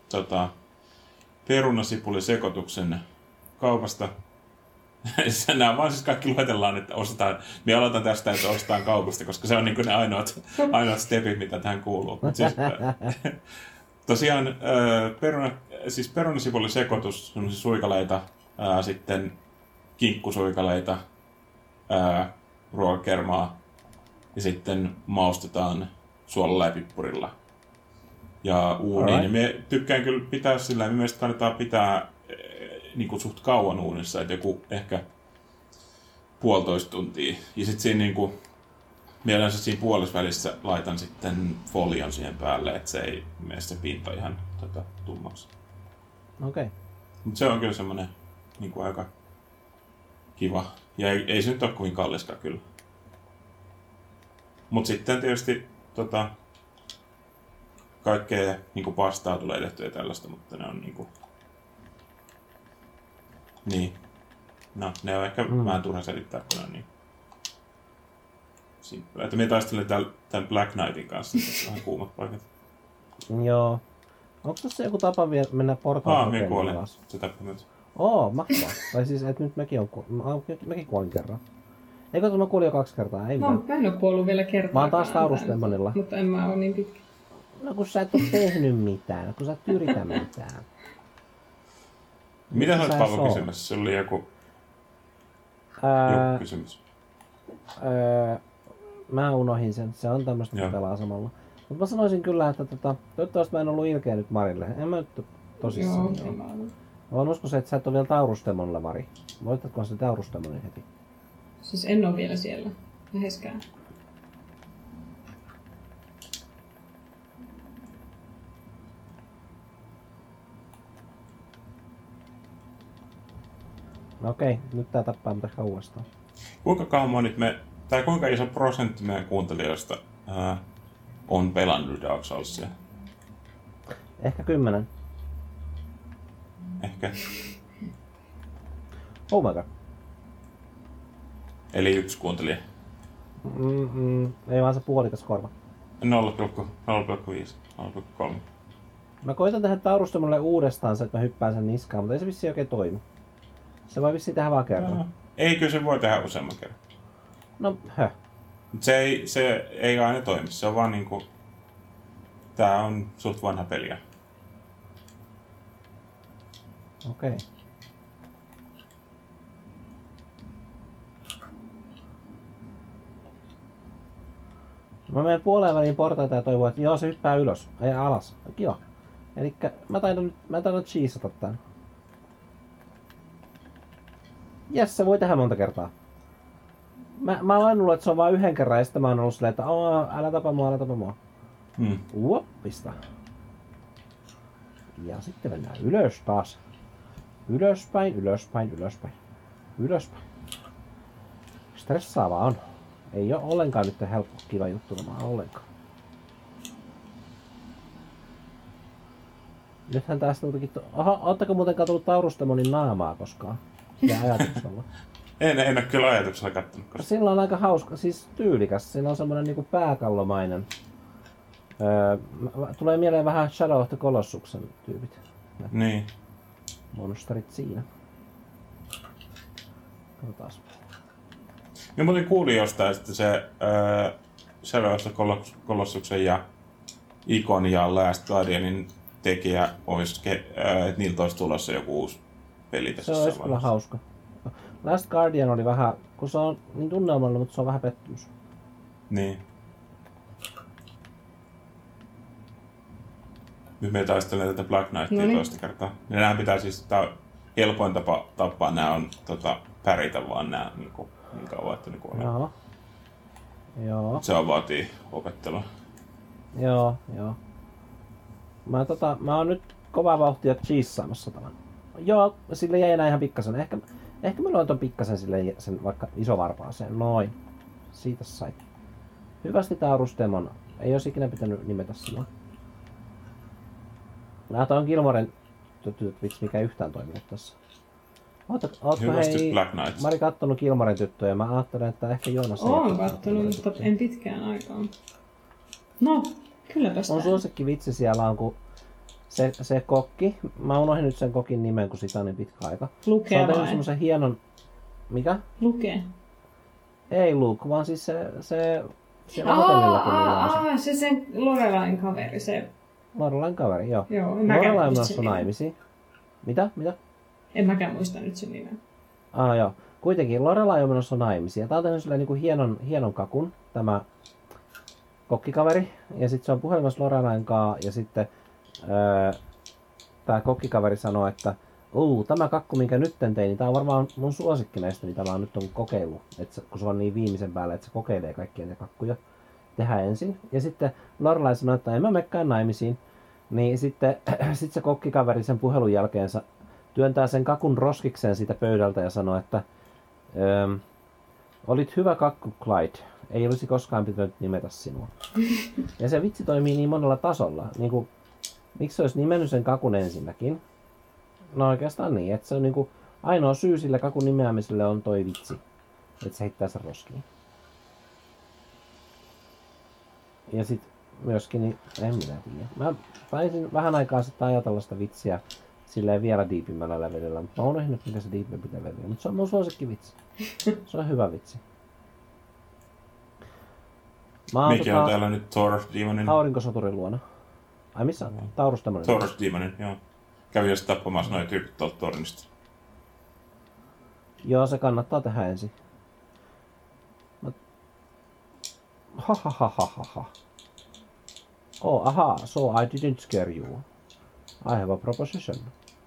perunasipulisekoituksen kaupasta. Nämä vaan siis kaikki luetellaan, että ostetaan. Minä aloitan tästä, että ostetaan kaupasta, koska se on niin kuin ne ainoat stepit, mitä tähän kuuluu. Siis, tosiaan perunasipulisekoitus, semmoisia suikaleita, sitten kinkkusuikaleita, ruokakermaa ja sitten maustetaan suolalla ja pippurilla ja uuniin. Ja me tykkään kyllä pitää sillä, ja mielestäni kannattaa pitää niin kuin suht kauan uunissa, että joku ehkä 1,5 tuntia. Ja sitten siinä niin kuin, mielensä siinä puolesvälissä laitan sitten folion siihen päälle, että se ei mene se pinta ihan tummaksi. Okei. Mutta se on kyllä semmoinen niin kuin aika kiva. Ja ei se nyt ole kovin kalliskaan kyllä. Mutta sitten tietysti kaikkea niin kuin pastaa tulee tehtyä ja tällaista, mutta ne on niin kuin... Niin. No, ne on ehkä vähän turha selittää, kun ne on niin simppelä. Että minä taistelen tämän Black Knightin kanssa, että vähän kuumat paikat. Joo. Onko tässä joku tapa vielä mennä portaan minä kuolin. Se tappoi myös. Mahtavaa. Tai siis, että nyt mäkin kuolin kerran. Eikö mä kuolin jo 2 kertaa? Ei mä en ole kuollut vielä kertaa. Mä oon taas Taurus-demonilla. Mutta en mä oo niin pitkä. No kun sä et oo tehnyt mitään, kun sä et yritä mitään. Mitä sä olet Paavo kysymässä? Se oli joku kysymys. Mä unohin sen. Se on tämmöstä, kun pelaa samalla. Mutta mä sanoisin kyllä, että toivottavasti mä en ollut ilkeä nyt Marille. En mä nyt tosissaan. Joo, mä uskoisin, että sä et ole vielä Taurus-demonilla, Mari. Voitatko sen Taurus-demonin heti? Siis en ole vielä siellä. Läheskään. No okei, nyt tää tappaa mut ehkä uudestaan. Kuinka iso prosentti meidän kuuntelijoista on pelannut Dark Soulsia? Ehkä 10. Ehkä. Oh my god. Eli 1 kuuntelija. Ei vaan se puolikas korva. 0,5, 0,3. Mä koitan tehdä Taurus-demonille uudestaan se, että mä hyppään sen niskaan, mutta ei se vissiin oikein toimi. Se voi vissiin tehdä vaan kerran. Ei, kyllä se voi tehdä useamman kerran. No, Se ei aina toimi. Se on vaan niinku... Tää on suht vanha peliä. Okei. Mä menen puoleen väliin portaita ja toivon, että joo, se hyppää ylös. Ei alas. Kiva. Elikkä mä taidan cheesata tän. Jes, se voi tehdä monta kertaa. Mä olen luullut, että se on vain 1 kerran ja sitten mä oon ollut silleen, että älä tapa mua. Uoppista. Ja sitten mennään ylös taas. Ylöspäin. Stressaavaa on. Ei oo ollenkaan nyt helppo kiva juttu ollenkaan. Nythän tästä tultakin... ootteko muuten katsellut Taurus-demonin naamaa koskaan? Ja ajatuksella. En ole kyllä ajatuksella kattonut. Koska... Sillä on aika hauska, siis tyylikäs. Sillä on semmonen niinku pääkallomainen. Tulee mieleen vähän Shadow of the Colossuksen tyypit. Niin. Monsterit siinä. Katsotaas. Minä muuten kuulin jostain, että se Shadow of the Colossuksen ja Icon ja Last Guardianin tekijä olisi, että niiltä olisi tulossa joku uusi peli tässä. Se olisi kyllä hauska. Last Guardian oli vähän, kun se on niin tunnelmallinen, mutta se on vähän pettymys. Niin. Nyt me taistelen tätä Black Knightia toista kertaa. Ja näähän pitää siis, tää on helpoin tapa tappaa, nää on päritä vaan nää niin kauan, että ne kuolee. Joo. Se on vaatii opettelua. Joo. Mä oon nyt kovaa vauhtia cheesaamassa tämän. Joo, sille jäi enää ihan pikkasen. Ehkä mä loin ton pikkasen sille sen vaikka isovarpaaseen. Noin. Siitä sai. Hyvästi Taurus-demon. Ei olisi ikinä pitänyt nimetä sillä. Toi on Gilmoren tytöt, mikä ei yhtään toiminut tässä. Ootko hei Mari kattonut Gilmoren tyttöjä? Mä ajattelen, että ehkä Joonas ei. Oon kattonut, mutta en pitkään aikaan. No, kylläpäs on suosikki vitsi siellä on, kun Se kokki, mä unohdin nyt sen kokin nimen, kun sitä on niin pitkä aika. Luke Se on tehnyt vai? semmosen hienon... Mikä? Luke. Ei Luke, vaan siis se siellä hotellilla kun niillä on se. Se sen Lorelain kaveri, se. Lorelain kaveri, joo. Joo, en mäkään Lorelai on muista menossa sen nimen. naimisiin. Mitä? En mäkään muista nyt sen nimen. Joo. Kuitenkin Lorelai on menossa naimisiin. Tää on tehnyt silleen niin hienon kakun, tämä kokkikaveri. Ja sitten se on puhelimessa Lorelain kanssa ja sitten tää kokkikaveri sanoo, että tämä kakku, minkä nyt tein, niin tää on varmaan mun suosikki näistä, mitä mä nyt on kokeillut. Kun se on niin viimeisen päällä, että se kokeilee kaikkia ne kakkuja. Tehdään ensin. Ja sitten Lorelai sanoo, että en mä menekään naimisiin. Niin sitten se kokkikaveri sen puhelun jälkeensä työntää sen kakun roskikseen siitä pöydältä ja sanoo, että olit hyvä kakku, Clyde. Ei olisi koskaan pitänyt nimetä sinua. Ja se vitsi toimii niin monella tasolla. Niin kuin, miksi se olisi nimennyt sen kakun ensinnäkin? No oikeastaan niin, että se on niin kuin, ainoa syy sille kakun nimeämiselle on toi vitsi. Että se heittää sen roskiin. Ja sit myöskin, niin en minä tiedä. Mä taisin vähän aikaa sitten ajatella sitä vitsiä silleen vielä diipimmällä levelillä, mutta mä unohdin nyt mikä se diipimpi leveli on. Mutta se on mun suosikki vitsi. Se on hyvä vitsi. Mikä on täällä nyt Taurus Demonin? Aurinkosoturin luona. Ai missä on? Taurus Demonin. Taurus Demonin, joo. Kävi just tappamassa noin tyypit tuolta tornista. Joo, se kannattaa tehdä ensin. Ha. Oh, aha, so I didn't scare you. I have a proposition.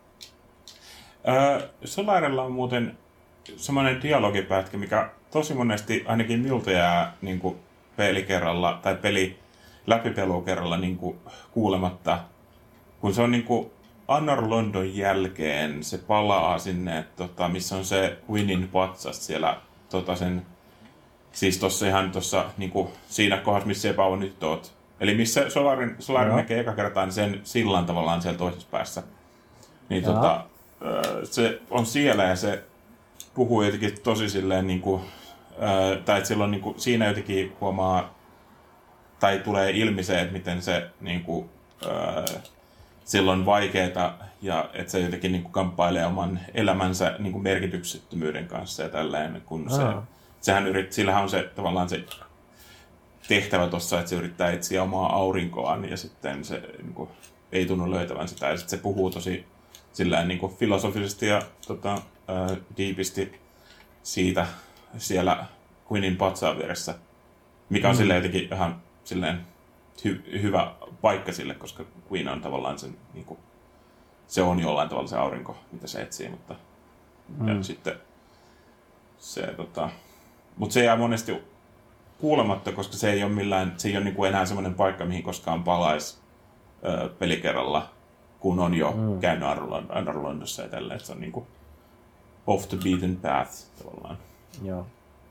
Solarilla on muuten semmoinen dialogipätkä, mikä tosi monesti ainakin minulta jää niin kuin pelikerralla tai läpipelukerralla niin kuin kuulematta. Kun se on niin kuin Anor London jälkeen, se palaa sinne, missä on se Queenin patsas siellä sen. Siis tossa ihan tossa niinku siinä kohdassa, missä Paavo nyt oot. Eli missä Solarin näkee eka kertaa, niin sen sillan tavallaan siellä toisessa päässä. Niin se on siellä ja se puhuu jotenkin tosi silleen niinku, tai että silloin niinku, siinä jotenkin huomaa, tai tulee ilmi se, että miten se niinku, silloin vaikeeta ja että se jotenkin niinku kamppailee oman elämänsä niinku merkityksettömyyden kanssa ja tälleen, kun sillähän on se tavallaan se tehtävä tossa, että se yrittää etsiä omaa aurinkoaan ja sitten se niinku, ei tunnu löytävän sitä ja sitten se puhuu tosi sillään niinku filosofisesti ja diipisti siitä siellä Queenin patsaan vieressä, mikä on silleen jotenkin ihan silleen hyvä paikka sille, koska Queen on tavallaan sen niinku, se on jollain tavalla se aurinko, mitä se etsii, mutta ja sitten se mutta se jää monesti kuulematta, koska se ei ole niinku enää semmoinen paikka, mihin koskaan palaisi pelikerralla, kun on jo käynyt Anor Londossa ja tälleen, että se on niinku off the beaten path tavallaan. Joo.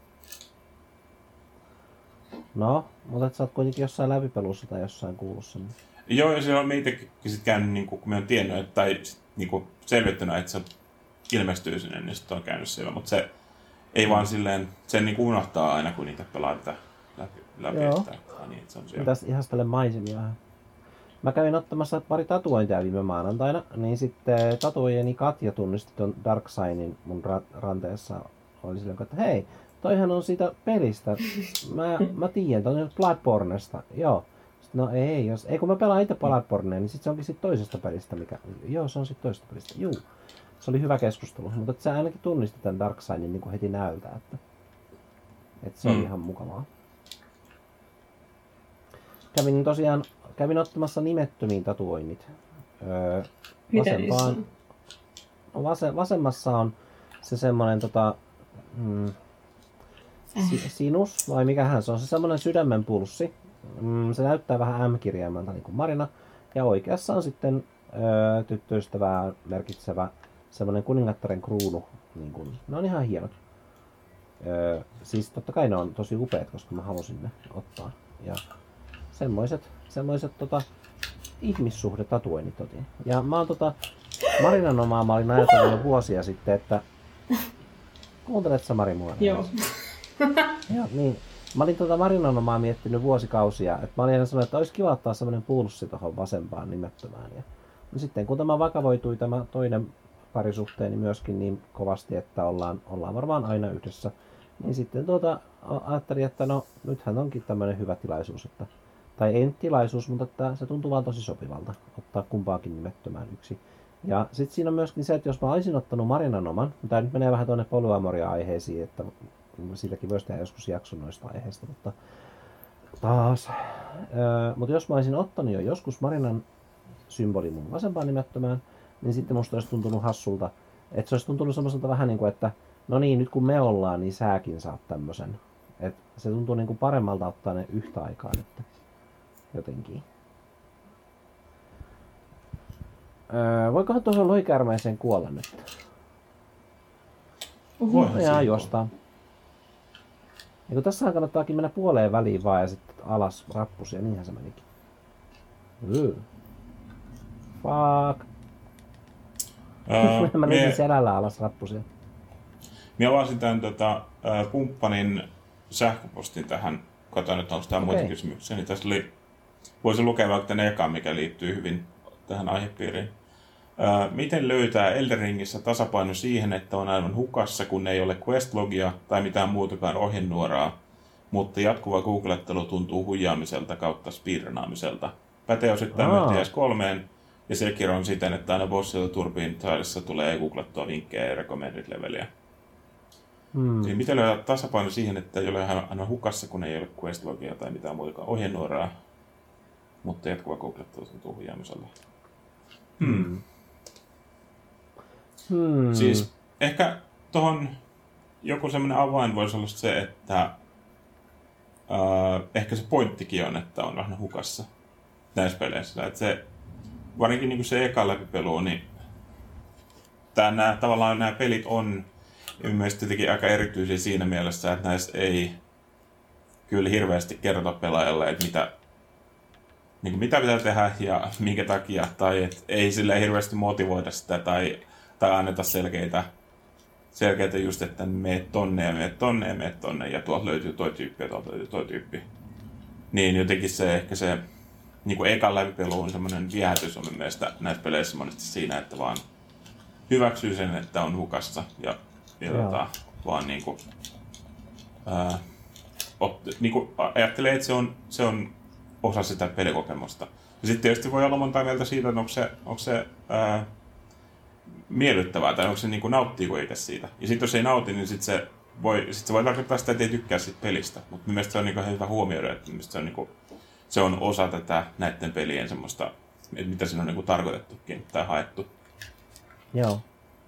No, mutta et sä oot kuitenkin jossain läpipelussa tai jossain kuullut sen. Joo, ja se on meitäkin sit käynyt, niinku, kun me on tiennyt, tai niinku selvittänyt, että se ilmestyy sinne, niin sitten on käynyt siellä, mutta se ei vaan silleen, sen niinku unohtaa aina, kun niitä pelaa tätä läpi Joo. niin, että se on siellä. Mitäs ihastele maisemia vähän. Mä kävin ottamassa pari tatuointia viime maanantaina, niin sitten tatuojeni Katja tunnisti ton Darksignin mun ranteessa. Oli silleen, että hei, toihan on siitä pelistä. Mä tiedän, toi on Bloodbornesta. Joo. Sitten, no ei kun mä pelaan itse Bloodbornea, niin sit se onkin sit toisesta pelistä, mikä... Joo, se on sit toisesta pelistä. Juu. Se oli hyvä keskustelu, mutta sä ainakin tunnistit tämän Darksignin niin kuin heti näöltä, että se oli ihan mukavaa. Kävin ottamassa nimettömiin tatuoinnit. Mitä niissä on? Vasemmassa on se semmonen sinus, vai mikähän se on, se semmonen sydämen pulssi. Se näyttää vähän M-kirjaimelta niin kuin Marina. Ja oikeassa on sitten tyttöystävää merkitsevä semmonen kuningattaren kruunu. Niin kuin, ne on ihan hienot. Siis totta kai ne on tosi upeat, koska mä halusin ne ottaa. Ja semmoiset ihmissuhdetatuoinnit otin. Ja mä oon Marinan omaa mä olin ajatellut jo vuosia sitten, että kuuntelet sä Mari mua? Joo. Joo, niin. Mä olin Marinan omaa miettinyt vuosikausia, että mä olin aina sanonut, että olisi kiva ottaa semmonen pulssi tohon vasempaan nimettömään. Ja No sitten kun tämä vakavoitui tämä toinen parisuhteeni myöskin niin kovasti, että ollaan varmaan aina yhdessä, niin sitten ajattelin, että no nythän onkin tämmöinen hyvä tilaisuus, että, tai ei nyt tilaisuus, mutta että se tuntuu vaan tosi sopivalta ottaa kumpaakin nimettömään yksi. Ja sitten siinä on myöskin se, että jos mä olisin ottanut Marinan oman, tämä nyt menee vähän tuonne polyamoria-aiheisiin, että siitäkin voisi tehdä joskus jakson noista aiheista, mutta taas. Mutta jos mä olisin ottanut jo joskus Marinan symboli mun vasempaan nimettömään, niin sitten musta olisi tuntunut hassulta. Että se olisi tuntunut semmoiselta vähän niin kuin, että no niin, nyt kun me ollaan, niin säkin saat tämmöisen. Että se tuntuu niin kuin paremmalta ottaa ne yhtä aikaa nyt. Jotenkin. Voikohan tuohon lohikäärmeeseen kuolla nyt? Ja juostaan. Ja kun tässähän kannattaakin mennä puoleen väliin vaan ja sitten alas rappusia, niinhän se menikin. Fuck. Mä menin selällä alas rappusia. Minä avasin tämän kumppanin sähköpostin tähän. Katsoin, että onko tämä muita kysymyksiä. Niin tässä voisi lukea vaikka tämän ekan, mikä liittyy hyvin tähän aihepiiriin. Miten löytää Elden Ringissä tasapaino siihen, että on aivan hukassa, kun ei ole questlogia tai mitään muutakaan ohjenuoraa, mutta jatkuva googlettelu tuntuu huijaamiselta kautta speedrunaamiselta. Pätee osittain myös DS3 ja Sekiro on siten, että aina bossilta turbiin saadessa tulee googlettua vinkkejä ja recommended leveliä. Siis miten löytää tasapaino siihen, että ei ole aina hukassa, kun ei ole questlogia tai mitään muutakaan ohjenuoraa, mutta jatkuva googlettelu tuntuu huijaamiselta. Siis ehkä tohon joku semmoinen avain voisi olla se, että ehkä se pointtikin on, että on vähän hukassa näissä peleissä. Että se, varsinkin niin kuin se eka läpipelu, niin tavallaan nämä pelit on ilmeisesti jotenkin aika erityisiä siinä mielessä, että näissä ei kyllä hirveästi kerrota pelaajalle, että mitä pitää tehdä ja minkä takia, tai et ei silleen hirveästi motivoida sitä tai anneta selkeitä just, että meet tonne ja meet tonne ja meet tonne ja tuolta löytyy toi tyyppi ja tuolta löytyy toi tyyppi. Niin jotenkin se ehkä se niin kuin ekan läpipelu on semmoinen viehätys on mielestäni näissä peleissä monesti siinä, että vaan hyväksyy sen, että on hukassa ja vaan ajattelee, että se on osa sitä pelikokemusta. Ja sitten tietysti voi olla monta mieltä siitä, että onko se miellyttävää tai onko se niin kuin, nauttiiko itse siitä. Ja sitten jos ei nauti, niin sitten se voi tarkoittaa sitä, että ei tykkää siitä pelistä. Mutta mielestäni se on niin hyvä huomioida, että se on osa tätä näiden pelien semmoista, että mitä siinä on niin tarkoitettukin tai haettu. Joo.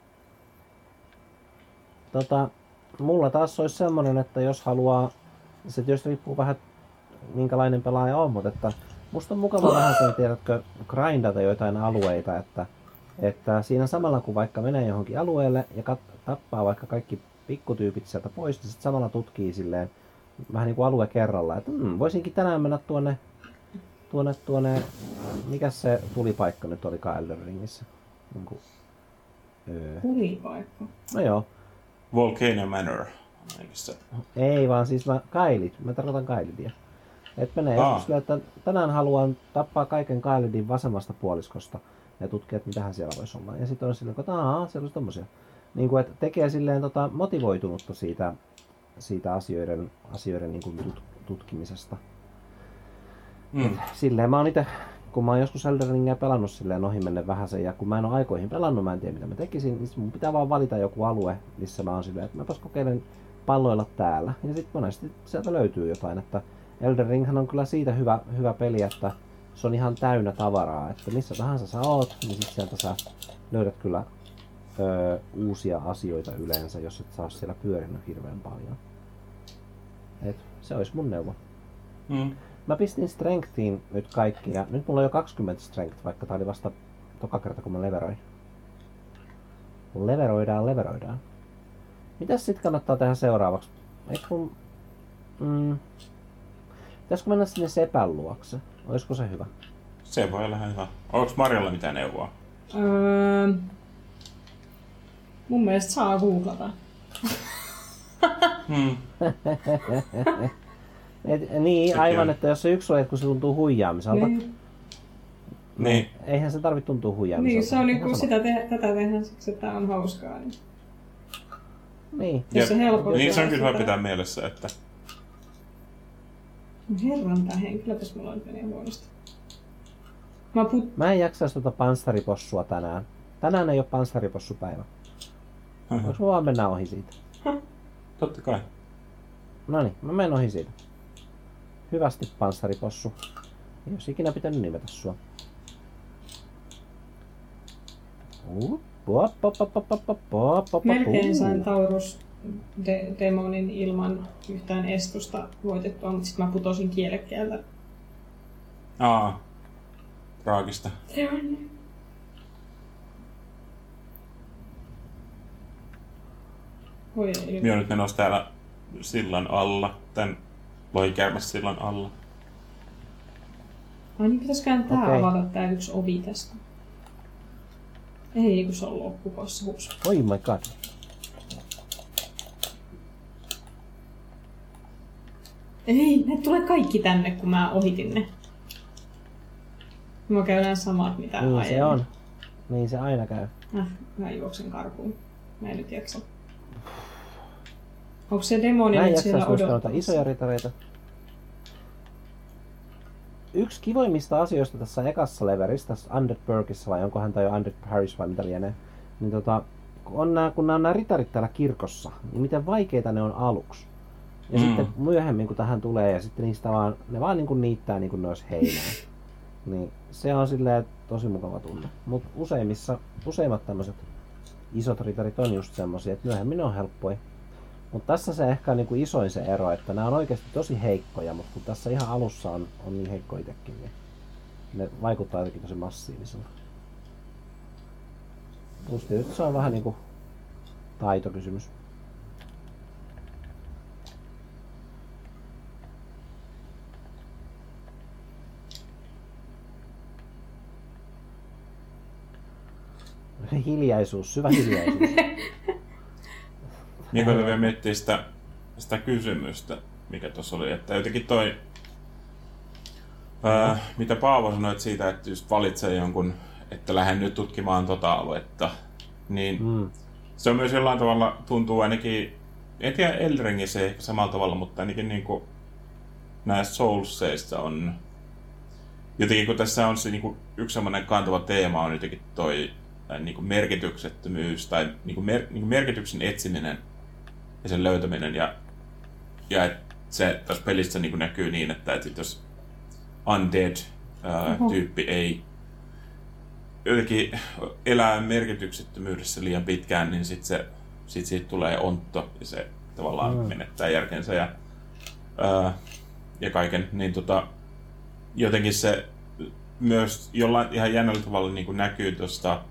Mulla taas olisi semmoinen, että jos haluaa, se tietysti riippuu vähän minkälainen pelaaja on, mutta että musta on mukava vähän sen, tiedätkö, grindata joitain alueita, että siinä samalla kun vaikka menee johonkin alueelle ja tappaa vaikka kaikki pikkutyypit sieltä pois, niin sitten samalla tutkii silleen vähän niin kuin alue kerrallaan, että voisinkin tänään mennä tuonne, mikä se tulipaikka nyt olikaan Elden Ringissä? Tulipaikka? No joo. Volcano Manor. Ei vaan siis mä tarkoitan Kaelidia. Että menee joskus silleen, että tänään haluan tappaa kaiken Kaelidin vasemmasta puoliskosta ja tutkia, että mitähän siellä voisi olla. Ja sitten on silleen, että siellä olisi tommosia. Niin kuin, että tekee silleen motivoitunutta siitä asioiden niin kuin tutkimisesta. Silleen mä oon itse, kun mä oon joskus Elden Ringia pelannut silleen ohimennen vähäsen ja kun mä en ole aikoihin pelannut, mä en tiedä mitä mä tekisin, niin mun pitää vaan valita joku alue, missä mä oon silleen, että mäpäs kokeilen palloilla täällä. Ja sitten monesti sieltä löytyy jotain, että Elden Ringhan on kyllä siitä hyvä peli, että se on ihan täynnä tavaraa, että missä tahansa sä oot, niin sit sieltä sä löydät kyllä uusia asioita yleensä, jos et saa siellä pyörinyt hirveän paljon. Et se olisi mun neuvo. Mä pistin strengthiin nyt kaikki ja nyt mulla on jo 20 strength, vaikka tää oli vasta toka kerta kun mä leveroin. Leveroidaan. Mitäs sit kannattaa tehdä seuraavaksi? Pitäisikö mennä sinne sepän luokse? Olisiko se hyvä? Se voi olla hyvä. Onko Marjalla mitään neuvoa? Mun mielestä saa googlata. Niin, aivan, että jos se yksi oli, kun se tuntuu huijaamiselta. Niin. Eihän se tarvitse tuntua huijaamiselta. Niin, se on Ihan niinku sama. tätä tehdään siksi, että on hauskaa. Niin. Niin. Jos se helpottaa Niin se on kyllä hyvä sitä. pitää mielessä, että Herran tähden, kylläpäs mulla nyt menee huonosti. Mä en jaksaisi tuota panssaripossua tänään. Tänään ei ole panssaripossupäivä. Voinko mä vaan mennä ohi siitä? totta kai. Noniin, mä menen ohi siitä. Hyvästi panssaripossu. Ei olisi ikinä pitänyt nimetä sua. Melkein sain Taurus demonin ilman yhtään estusta voitettua, mutta sitten mä putosin kielekkeeltä. Traagista. Voi ei. Minä nyt menossa täällä sillan alla, tän lohikäärmässillan alla. Ai niin, pitäisikään tää Okei. avata tää yksi ovi tästä. Ei, kun se on loppukossa, hups. Oi my god. Ei, ne tulee kaikki tänne, kun mä ohitin ne. Mä käydään samat, mitä Niin se aiemmin. on. Niin se aina käy. Mä juoksen karkuun. Mä en nyt jaksa. Onko se demoni Mä en nyt siellä jaksaisi myöskään noita odottamassa? isoja ritareita. Yksi kivoimmista asioista tässä ekassa leverissä, tässä Undead Burgissa vai onkohan tämä jo Undead Parish vai mitä lienee, niin kun nämä on nämä ritarit täällä kirkossa, niin miten vaikeita ne on aluksi. Ja sitten myöhemmin kun tähän tulee ja sitten niistä vaan, ne vaan niin kuin niittää niin kuin ne olisi heinää. Niin se on silleen tosi mukava tunne. Mutta useimmat tämmöiset isot ritarit on just semmosia, että myöhemmin ne on helppoja. Mutta tässä se ehkä on niinku isoin se ero, että nämä on oikeasti tosi heikkoja, mutta kun tässä ihan alussa on niin heikko itsekin, niin ne vaikuttaa jotenkin tosi massiiviselta. Musta nyt se on vähän niinku taitokysymys. Hiljaisuus, syvä hiljaisuus. Niin vielä miettii sitä kysymystä, mikä tuossa oli, että jotenkin toi, mitä Paavo sanoit siitä, että just valitsee jonkun, että lähden nyt tutkimaan tota aluetta, niin se on myös jollain tavalla, tuntuu ainakin, en tiedä Elden Ringissä ehkä samalla tavalla, mutta ainakin niinku näissä Soulsseissa on, jotenkin kun tässä on se niinku yksi semmoinen kantava teema on jotenkin toi niinku merkityksettömyys tai niinku merkityksen etsiminen ja sen löytäminen ja et se tässä pelissä niinku näkyy niin, että sit jos undead-tyyppi ei jotenkin elää merkityksettömyydessä liian pitkään, niin sit siitä tulee ontto ja se tavallaan menettää järkensä ja kaiken, niin jotenkin se myös jollain ihan jännällä tavalla niin kuin näkyy tuosta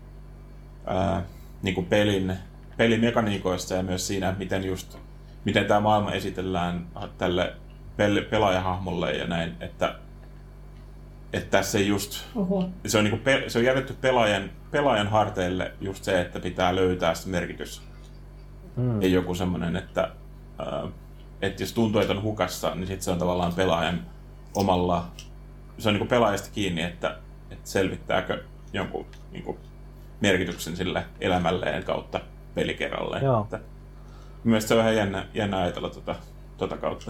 niin kuin pelimekaniikoista ja myös siinä, miten tämä maailma esitellään tälle pelaajahahmolle ja näin, että tässä just se on, niin kuin, se on jätetty pelaajan harteille just se, että pitää löytää se merkitys. Ja joku semmoinen, että jos tuntuu, että on hukassa, niin sitten se on tavallaan pelaajan omalla, se on niin kuin pelaajasta kiinni, että selvittääkö jonkun niin kuin merkityksen sille elämälleen kautta pelikerralleen. Mielestäni se on vähän jännä ajatella tota kautta.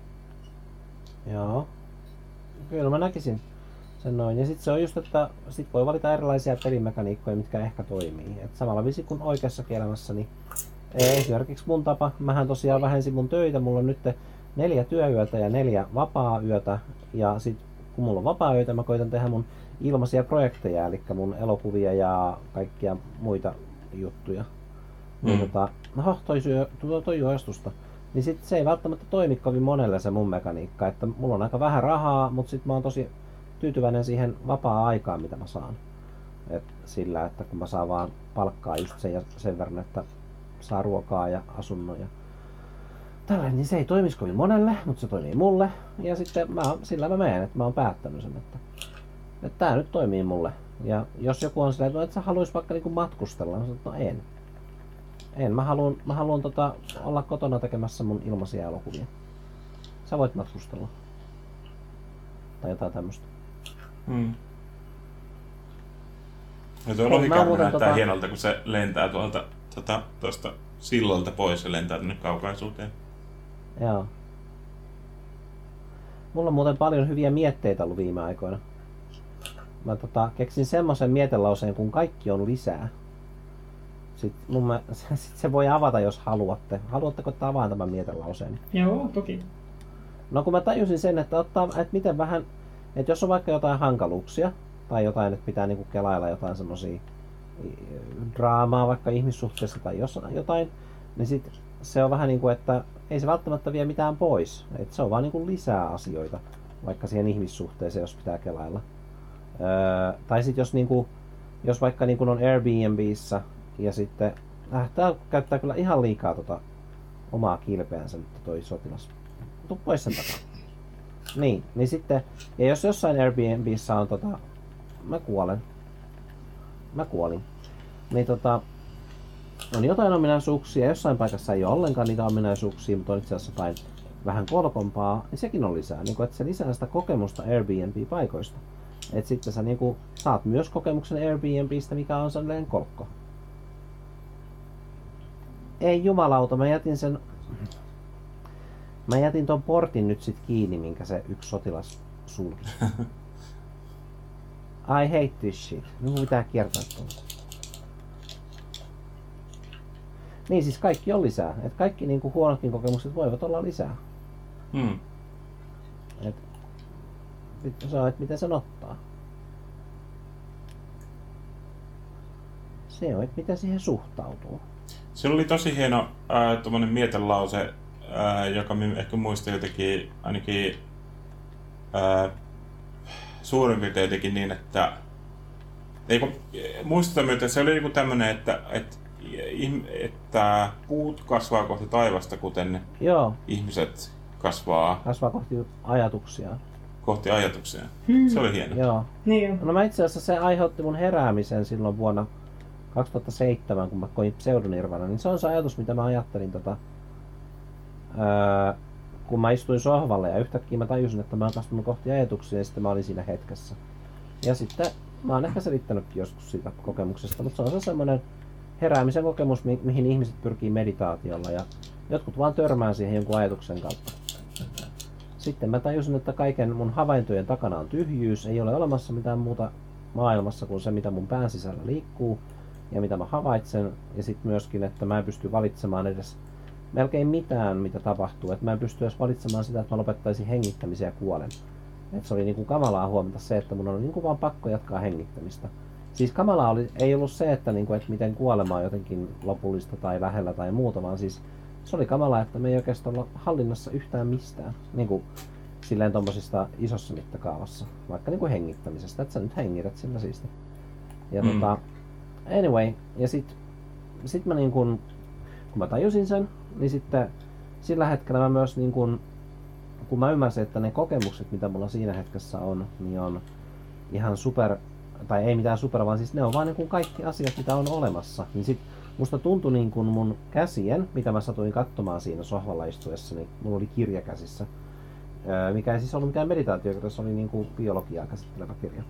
Joo. Kyllä mä näkisin sen noin. Ja sitten se on just, että sit voi valita erilaisia pelimekaniikkoja, mitkä ehkä toimii. Et samalla visi kuin oikeassakin elämässä, niin esimerkiksi mun tapa, mähän tosiaan vähensin mun töitä, mulla on nyt 4 työyötä ja 4 vapaa-yötä. Ja sit kun mulla on vapaa-yötä, mä koitan tehdä mun ilmaisia projekteja, eli mun elokuvia ja kaikkia muita juttuja. Niin toi juostusta. Niin sit se ei välttämättä toimi kovin monelle se mun mekaniikka, että mulla on aika vähän rahaa, mutta sit mä oon tosi tyytyväinen siihen vapaa-aikaan, mitä mä saan. Et sillä, että kun mä saan vaan palkkaa just sen verran, että saa ruokaa ja asunnon ja tällainen, niin se ei toimisi kovin monelle, mutta se toimii mulle. Ja sitten sillä mä menen, että mä oon päättänyt sen, että tää nyt toimii mulle. Ja jos joku on silleen, että sä haluais vaikka niinku matkustella, niin no en. Mä haluan olla kotona tekemässä mun ilmaisia elokuvia. Sä voit matkustella. Tai jotain tämmöstä. Ja tuo lohikäärme näyttää hienolta, kun se lentää tuosta sillalta pois ja lentää tänne kaukaisuuteen. Joo. Mulla on muuten paljon hyviä mietteitä ollut viime aikoina. Mä keksin semmoisen mietelauseen, kun kaikki on lisää. Sitten se voi avata, jos haluatte. Haluatteko, että avaan tämän mietelauseen? Joo, toki. No kun mä tajusin sen, että miten vähän, että jos on vaikka jotain hankaluuksia, tai jotain, että pitää niinku kelailla jotain semmosia draamaa vaikka ihmissuhteessa tai jotain, niin sit se on vähän niinku, että ei se välttämättä vie mitään pois. Et se on vaan niinku lisää asioita, vaikka siihen ihmissuhteeseen, jos pitää kelailla. Tai sit jos vaikka niinku on Airbnbissä ja sitten, tää käyttää kyllä ihan liikaa omaa kilpeänsä nyt toi sotilas. Tuu pois sen takaa. Niin sitten, ja jos jossain Airbnbissä on mä kuolin. Niin on jotain ominaisuuksia, jossain paikassa ei ole ollenkaan niitä ominaisuuksia, mutta on itse asiassa jotain vähän kolkompaa, niin sekin on lisää. Niin että se lisää sitä kokemusta Airbnb-paikoista. Et sitten sä saat myös kokemuksen Airbnbistä, mikä on sellainen kolkko. Ei jumalauta, mä jätin ton portin nyt sit kiinni, minkä se yksi sotilas sulki. I hate this shit. Nyt mun pitää kiertää tuolla. Niin siis kaikki on lisää. Et kaikki niinku huonotkin kokemukset voivat olla lisää. Se on, että miten sen ottaa. Se on, että miten siihen suhtautuu. Se oli tosi hieno tommonen mietelause, joka ehkä muistaa jotenkin ainakin suurin piirtein jotenkin niin, että muistutan myötä, että se oli joku tämmönen, että puut kasvaa kohti taivasta, kuten ihmiset kasvaa kohti ajatuksia. Kohti ajatuksia. Se oli hieno. Joo. Niin. No mä itse asiassa se aiheutti mun heräämisen silloin vuonna 2007, kun mä koin Pseudonirvana, niin se on se ajatus, mitä mä ajattelin kun mä istuin sohvalle ja yhtäkkiä mä tajusin, että mä oon kasvanut kohti ajatuksia ja sitten mä olin siinä hetkessä. Ja sitten mä oon ehkä selittänytkin joskus siitä kokemuksesta, mutta se on se semmoinen heräämisen kokemus, mihin ihmiset pyrkii meditaatiolla ja jotkut vaan törmää siihen jonkun ajatuksen kautta. Sitten mä tajusin, että kaiken mun havaintojen takana on tyhjyys, ei ole olemassa mitään muuta maailmassa kuin se, mitä mun pään sisällä liikkuu ja mitä mä havaitsen. Ja sitten myöskin, että mä en pysty valitsemaan edes melkein mitään, mitä tapahtuu. Että mä en pysty edes valitsemaan sitä, että mä lopettaisin hengittämisen ja kuolen. Että se oli niinku kamalaa huomata se, että mun on niinku vaan pakko jatkaa hengittämistä. Siis kamalaa ei ollut se, että miten kuolema on jotenkin lopullista tai lähellä tai muuta, vaan siis se oli kamalaa, että me ei oikeastaan olla hallinnassa yhtään mistään. Niinku silleen tommosista isossa mittakaavassa. Vaikka niinku hengittämisestä, että sä nyt hengität sillä siisti. Ja anyway, ja sit mä kun mä tajusin sen, niin sitten sillä hetkellä mä myös kun mä ymmärsin, että ne kokemukset, mitä mulla siinä hetkessä on, niin on ihan super, tai ei mitään super, vaan siis ne on vaan kaikki asiat, mitä on olemassa. Niin sit musta tuntui mun käsien, mitä mä satuin katsomaan siinä sohvalla istuessa, niin mulla oli kirja käsissä. Mikä ei siis ollut mikään meditaatiokirja, se oli biologiaa käsittelevä kirja.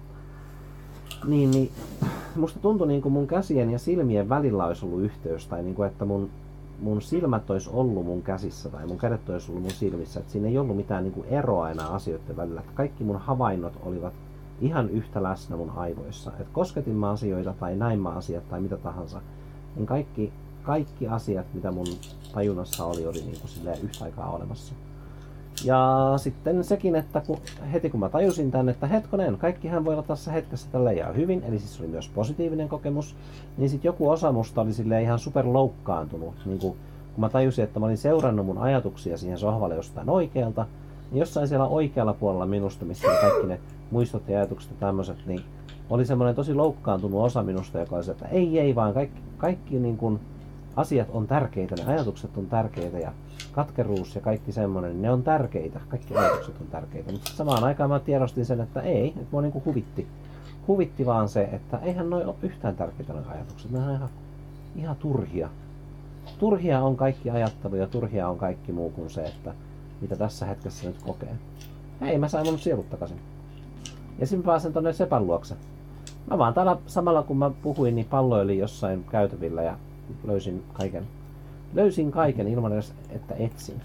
Niin musta tuntui mun käsien ja silmien välillä olisi ollut yhteys, tai että mun silmät olisi ollut mun käsissä tai mun kädet olisi ollut mun silmissä. Että siinä ei ollut mitään eroa enää asioiden välillä. Että kaikki mun havainnot olivat ihan yhtä läsnä mun aivoissa. Että kosketin mä asioita tai näin mä asiat tai mitä tahansa, niin kaikki asiat, mitä mun tajunnassa oli yhtä aikaa olemassa. Ja sitten sekin, että heti kun mä tajusin tän, että hetkonen, kaikkihan voi olla tässä hetkessä tälleen ihan hyvin, eli siis oli myös positiivinen kokemus, niin sitten joku osa musta oli silleen ihan super loukkaantunut. Kun mä tajusin, että mä olin seurannut mun ajatuksia siihen sohvalle jostain oikealta, niin jossain siellä oikealla puolella minusta, missä oli kaikki ne muistot ja ajatukset ja tämmöiset, niin oli semmoinen tosi loukkaantunut osa minusta, joka oli se, että ei vaan kaikki asiat on tärkeitä, ne ajatukset on tärkeitä ja katkeruus ja kaikki semmoinen, niin ne on tärkeitä, kaikki ajatukset on tärkeitä. Mutta samaan aikaan mä tiedostin sen, että ei, että mua huvitti vaan se, että eihän noi ole yhtään tärkeitä noi ajatukset, ne on ihan turhia. Turhia on kaikki ajattelu ja turhia on kaikki muu kuin se, että mitä tässä hetkessä nyt kokee. Hei, mä sain mun sielut takaisin. Ja sitten pääsen tonne Sepän luokse. Mä vaan täällä samalla kun mä puhuin, niin palloilin jossain käytävillä ja löysin kaiken. Löysin kaiken ilman edes, että etsin.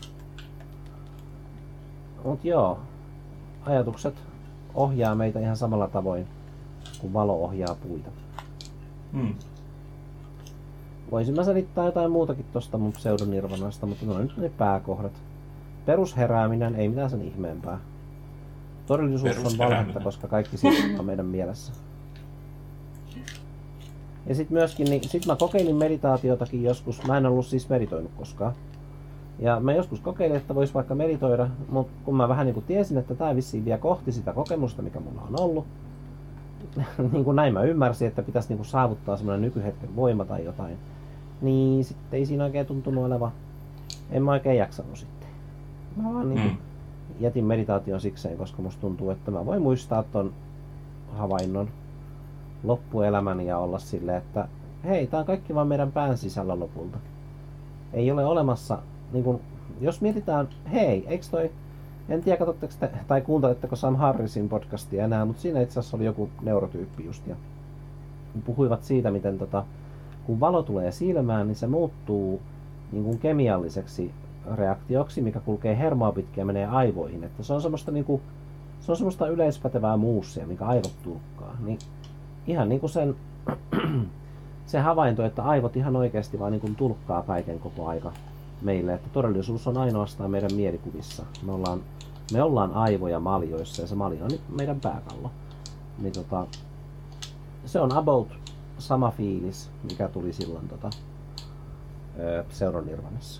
Mut joo, ajatukset ohjaa meitä ihan samalla tavoin kuin valo ohjaa puita. Voisin mä selittää jotain muutakin tosta mun pseudonirvanasta, mutta ne on nyt ne pääkohdat. Perusherääminen, ei mitään sen ihmeempää. Todellisuus on valhetta, koska kaikki siitä on meidän mielessä. Ja sit myöskin, niin sit mä kokeilin meditaatiotakin joskus. Mä en ollut siis meditoinut koskaan. Ja mä joskus kokeilin, että vois vaikka meditoida, mutta kun mä vähän niin kuin tiesin, että tää vissiin vie kohti sitä kokemusta, mikä mulla on ollut. Niin kuin näin mä ymmärsin, että pitäisi niin kuin saavuttaa semmoinen nykyhetken voima tai jotain. Niin sitten ei siinä oikein tuntunut olevan. En mä oikein jaksanut sitten. Mä vaan niin kuin jätin meditaation sikseen, koska musta tuntuu, että mä voin muistaa ton havainnon loppuelämäni ja olla silleen, että hei, tää on kaikki vaan meidän pään sisällä lopulta. Ei ole olemassa, niin kun, jos mietitään, hei, eikö toi, en tiedä katsotteko te, tai kuunteletteko Sam Harrisin podcastia enää, mutta siinä itse asiassa oli joku neurotyyppi just, ja puhuivat siitä, miten kun valo tulee silmään, niin se muuttuu niin kuin kemialliseksi reaktioksi, mikä kulkee hermoa pitkin ja menee aivoihin. Että se on semmoista, niin kuin, se on semmoista yleispätevää muussia, mikä aivot tulkkaa. Niin ihan niin kuin se havainto, että aivot ihan oikeasti vaan niin kuin tulkkaa kaiken koko aika meille. Että todellisuus on ainoastaan meidän mielikuvissa. Me ollaan aivoja maljoissa ja se maljo on meidän pääkallo. Niin se on about sama fiilis, mikä tuli silloin pseudonirvanassa.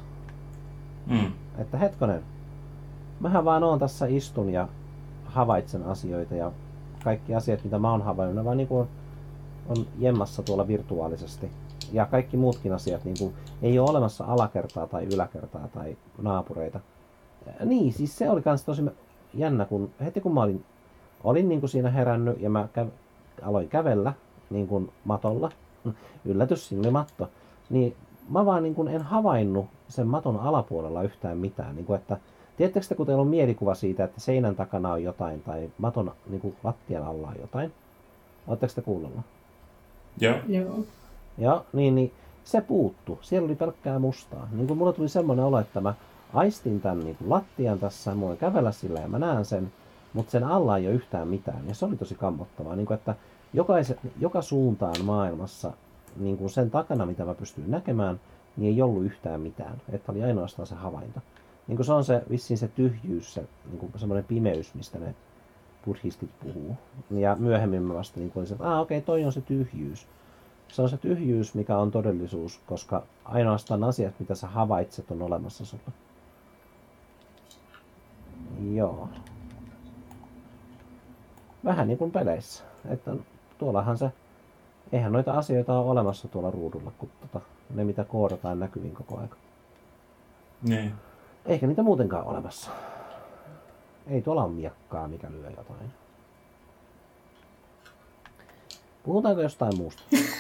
Että hetkonen, mähän vaan oon tässä istun ja havaitsen asioita ja kaikki asiat, mitä mä oon havainnut, ne vaan niin kuin on jemmassa tuolla virtuaalisesti. Ja kaikki muutkin asiat, niin kuin, ei ole olemassa alakertaa tai yläkertaa tai naapureita. Niin, siis se oli kans tosi jännä, kun heti kun mä olin niin kuin siinä herännyt ja mä aloin kävellä niin kuin matolla, yllätys, siinä oli matto, niin mä vaan niin kuin en havainnut sen maton alapuolella yhtään mitään. Niin kuin, että, tiedättekö te, kun teillä on mielikuva siitä, että seinän takana on jotain tai maton niin kuin lattian alla on jotain? Oletteko te kuulolla? Joo. Joo, niin se puuttu. Siellä oli pelkkää mustaa. Niin kuin mulla tuli semmoinen olo, että mä aistin tämän niin kuin lattian tässä, mä voin kävellä sillä ja mä näen sen, mutta sen alla ei ole yhtään mitään. Ja se oli tosi kammottavaa, niin kuin, että joka suuntaan maailmassa niin kuin sen takana, mitä mä pystyin näkemään, niin ei ollut yhtään mitään. Että oli ainoastaan se havainto. Niin kuin se on se, vissiin se tyhjyys, se niin kuin semmoinen pimeys, mistä ne buddhistit puhuu. Ja myöhemmin mä vasta niin olin se, että okei, toi on se tyhjyys. Se on se tyhjyys, mikä on todellisuus, koska ainoastaan asiat, mitä sä havaitset, on olemassa sulla. Joo. Vähän niin kuin peleissä. Että tuollahan se, eihän noita asioita ole olemassa tuolla ruudulla, kun ne mitä koodataan näkyviin koko aika. Niin. Eikä niitä muutenkaan olemassa. Ei tuolla ole miekkaa, mikä lyö jotain. Puhutaanko jostain muusta?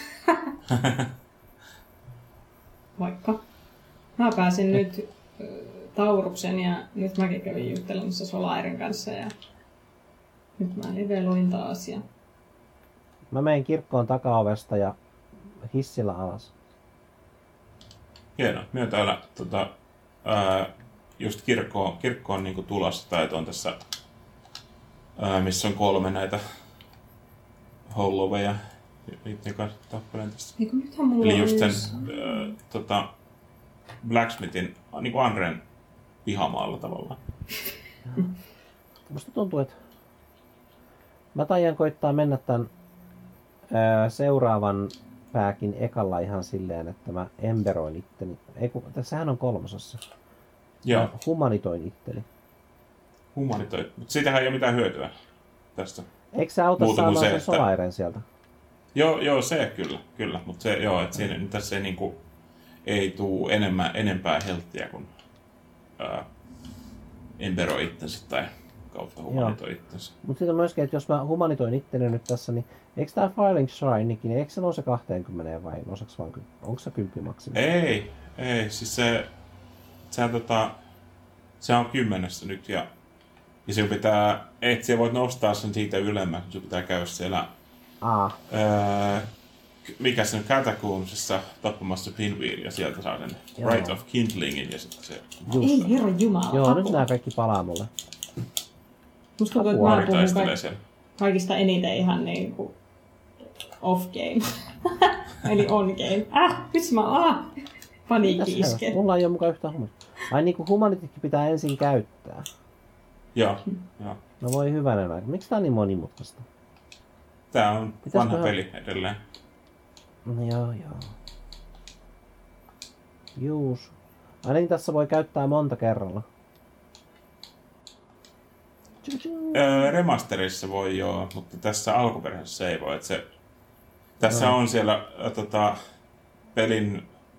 Vaikka. Mä pääsin nyt Tauruksen ja nyt mäkin kävin juttelemassa Solairin kanssa ja nyt mä liveluin taas. Ja... Mä menen kirkkoon takaovesta ja hissillä alas. Hienoa. Minä täällä just kirkkoon niinku tulossa, tai on tässä, missä on 3 näitä holloweja, niiden kanssa tappelen tässä. Niin nythän mulla eli just sen Blacksmithin, niinku Andren pihamaalla tavallaan. Musta tuntuu, että mä taian koittaa mennä tämän seuraavan pääkin ekalla ihan silleen, että mä emberoin itteni. Tässähän on 3. Joo. Mä humanitoin itteni. Humanitoi. Mutta siitähän ei ole mitään hyötyä tästä. Eikö se auta saamaan sen Solairen sieltä? Joo, se kyllä. Mutta se, joo, että siinä tässä ei, niinku, ei tule enempää helttiä kuin emberoi itsensä tai kautta humanitoi itsensä. Mutta sitten myöskin, että jos mä humanitoin itteni nyt tässä, niin eikö tää Filing Shrinekin, eikö se nouse 20 vai nouseeko vaan 10? Onko se 10 maksimi? Ei. Siis se on 10 nyt ja sinun pitää, et sä voit nostaa sen siitä ylemmäs, sinun pitää käydä siellä Mikä se on Catacombsissa tappamassa Pinwheel ja sieltä saa sen Joo. Right of Kindlingin ja sitten se... Ei herra jumala. Joo, nyt nämä kaikki palaa mulle. Musta tuntuu, että Apua. mä puhun taistelee siellä. kaikista eniten ihan niinku off-game. Eli on-game. Missä paniikki iskee. Mulla ei ole mukaan yhtään humanittia. Ai niinku humanititkin pitää ensin käyttää. Joo. No voi hyvänen aika. Miksi tää on niin monimutkaista? Tää on Pitäisikö vanha peli edelleen. No joo. Juus. Ainakin tässä voi käyttää monta kerralla. Remasterissa voi joo, mutta tässä alkuperäisessä ei voi. Tässä on siellä pelin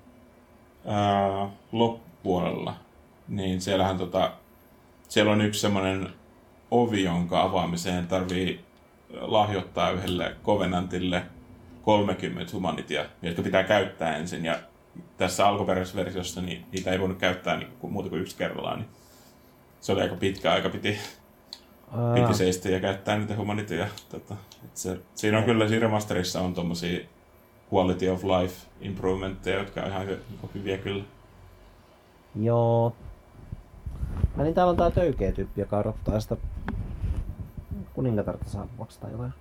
loppupuolella, niin siellähän siellä on yksi semmoinen ovi, jonka avaamiseen tarvii lahjoittaa yhdelle Covenantille 30 humanitia, jotka pitää käyttää ensin. Ja tässä alkuperäisessä versiossa niin niitä ei voinut käyttää muuta kuin yksi kerrallaan. Niin se oli aika pitkä aika, piti seistä ja käyttää niitä humanitia. Siinä on kyllä, siinä remasterissa on tommosia quality of life improvementteja, jotka on ihan hyviä kyllä. Joo. Niin täällä on tää töykeä tyyppi, joka odottaa sitä kuningatarta saapuvaksi tai jotain.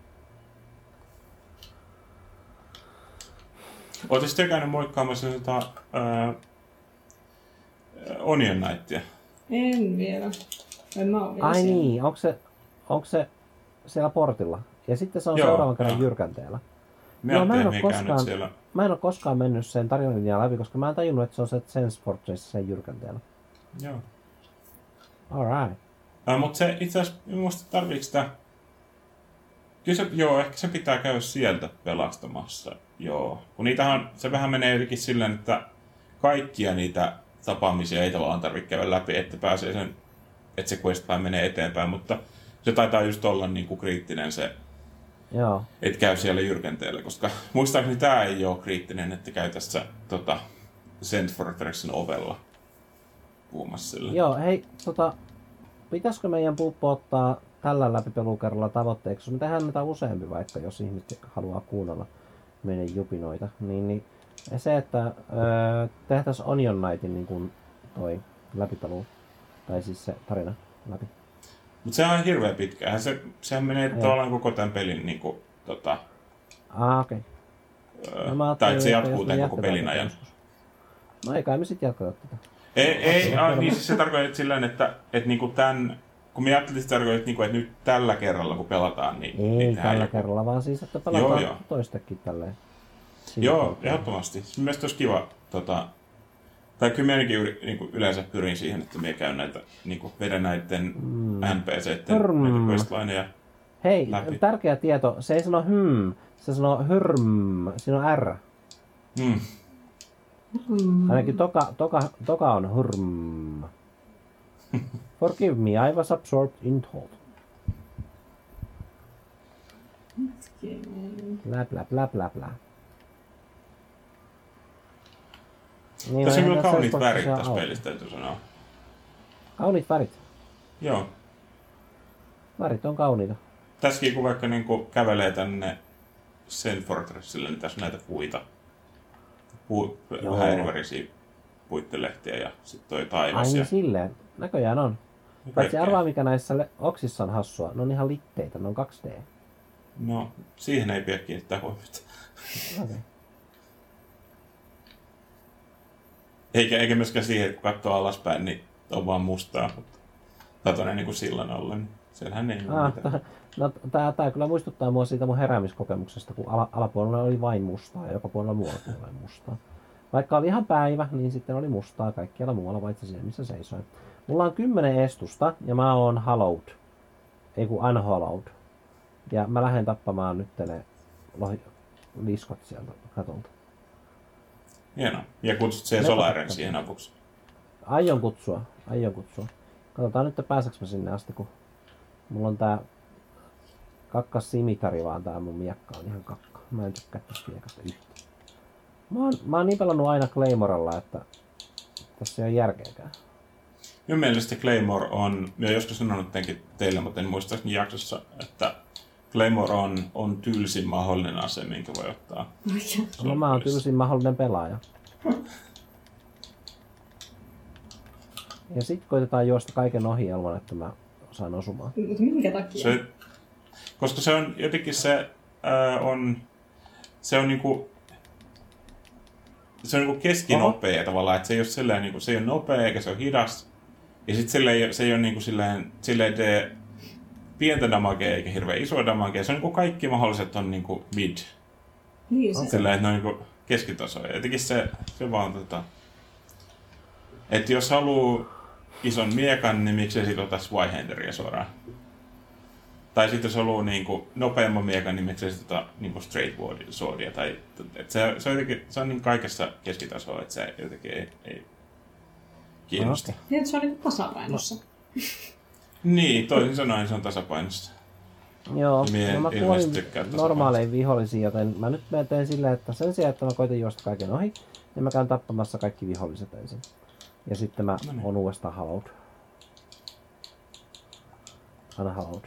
Oletko sitten käynyt moikkaamassa Onion Knightia? En vielä. En mä ole vielä Ai siellä. niin, onko se siellä portilla? Ja sitten se on Joo, seuraavan kerran joo. jyrkänteellä. Me Joo, käynyt siellä. Mä en ole koskaan mennyt sen tarinanlinjaa läpi, koska mä en tajunnut, että se on se Sense Fortress sen jyrkänteellä. Joo. Alright. Mutta se itse asiassa, minusta tarviiko sitä... Kyllä ehkä se pitää käydä sieltä pelastamassa. Joo. Kun se vähän menee jotenkin silleen, että kaikkia niitä tapaamisia ei tavallaan tarvitse käydä läpi, että pääsee sen, että se quest vaan menee eteenpäin, mutta se taitaa just olla niin kuin kriittinen se, Joo. että käy siellä jyrkänteellä, koska muistaakseni tämä ei ole kriittinen, että käy tässä Sense Fortressin ovella puhumassa sille. Joo, hei, pitäisikö meidän puppo ottaa tällä läpipelukerralla tavoitteeksi, jos me tehdään näitä useampi vaikka, jos ihmiset haluaa kuunnella meidän jupinoita, niin se, että tehtäisiin Onion Knightin niin kuin toi läpipelu, tai siis se tarina läpi. Mutta sehän on hirveän pitkä. Sehän menee tavallaan koko tämän pelin niin kuin, okei. tai että se jatkuu tämän koko pelin ajan. No ei kai me sitten jatketa tätä. Niin siis se tarkoittaa silleen, että niinku tämän, kun me ajattelin, että se tarkoittaa, että nyt tällä kerralla kun pelataan, niin Ei tehdään tällä joku. kerralla, vaan siis, että pelataan Joo. toistakin tälleen. Joo, ehdottomasti. Mielestäni olisi kiva, tai kyllä minäkin niinku yleensä pyrin siihen, että minä käyn näitä, niinku vedän näiden NPC:iden näitä questlineja Hei, läpi. tärkeä tieto. Se ei sano se sanoo hyrm. Siinä on R. Ainakin toka on hyrm. Forgive me, I was absorbed in thought. Blä blä blä blä blä. Niin, Tässä on kyllä näissä kauniit Salesforcessa värit on tässä auki. pelissä, täytyy sanoa. Kauniit värit. Joo. Värit on kauniita. Tässäkin kun vaikka niinku kävelee Sense Fortressille, niin tässä on näitä puita. Vähän erivärisiä puittelehtiä ja sitten toi Ai taivas. niin Ja silleen. Näköjään on. Paitsi arvaa mikä näissä oksissa on hassua. Ne on ihan litteitä, ne on 2D. No, siihen ei pidä kiinnittää huomiota. Okay. Eikä myöskään siihen, että kun katsoo alaspäin, niin on vaan mustaa. Tai tuonne niin kuin sillan alle, niin siellähän ei ole mitään. No, tää kyllä muistuttaa mua siitä mun heräämiskokemuksesta, kun alapuolella oli vain mustaa ja joka puolella muualla oli mustaa. Vaikka oli ihan päivä, niin sitten oli mustaa kaikkialla muualla, paitsi siellä missä seisoin. Mulla on 10 estusta ja mä oon hallowed. Ei kun unhallowed. Ja mä lähden tappamaan nyt ne liskot sieltä katolta. Hienoa. Ja kutsut siihen Solaren siihen avuksi. Aion kutsua. Katsotaan nyt, pääseekö mä sinne asti, kun mulla on tää kakkas simitari, vaan tää mun miekka on ihan kakka. Mä en tykkää tästä miekasta yhtään. Mä oon niin pelannut aina Claymorella, että tässä ei ole järkeäkään. Minun mielestä Claymore on, minä joskus sanonut teille, mutta en muistaakseni jaksossa, että Claymore on tylsin mahdollinen ase, minkä voi ottaa. No mä oon tylsin mahdollinen pelaaja. Ja sit koitetaan juosta kaiken ohi ilman, että mä saan osumaan. Mutta minkä takia? Koska se on jotenkin se on niinku keskinopea tavallaan, että se ei ole silleen niinku, se ei ole nopea eikä se ole hidas. Ja sit se ei ole niinku silleen tee pientä damagea eikä hirveän isoa damagea. Se on niinku kaikki mahdolliset on niinku mid. Niin se. Silleen, että ne on niinku keskitasoja. Jotenkin se vaan että jos haluu ison miekan, niin miksei sit ota Swyhanderia suoraan. Tai sitten jos haluaa niinku nopeamman miekan, niin miksei sit ota niinku straight swordia. Tai, se on jotenkin, se on niin kaikessa keskitasoa, että se jotenkin ei kiinnosta. Okay. Niin, että se on niinku tasapainossa. Niin, toisin sanoen se on tasapainossa. Joo, Ja mä kuolin normaaleihin vihollisiin, joten mä nyt teen silleen, että sen sijaan, että mä koitan juosta kaiken ohi, niin mä käyn tappamassa kaikki viholliset ensin. Ja sitten mä oon uudestaan hallowed. Unhallowed.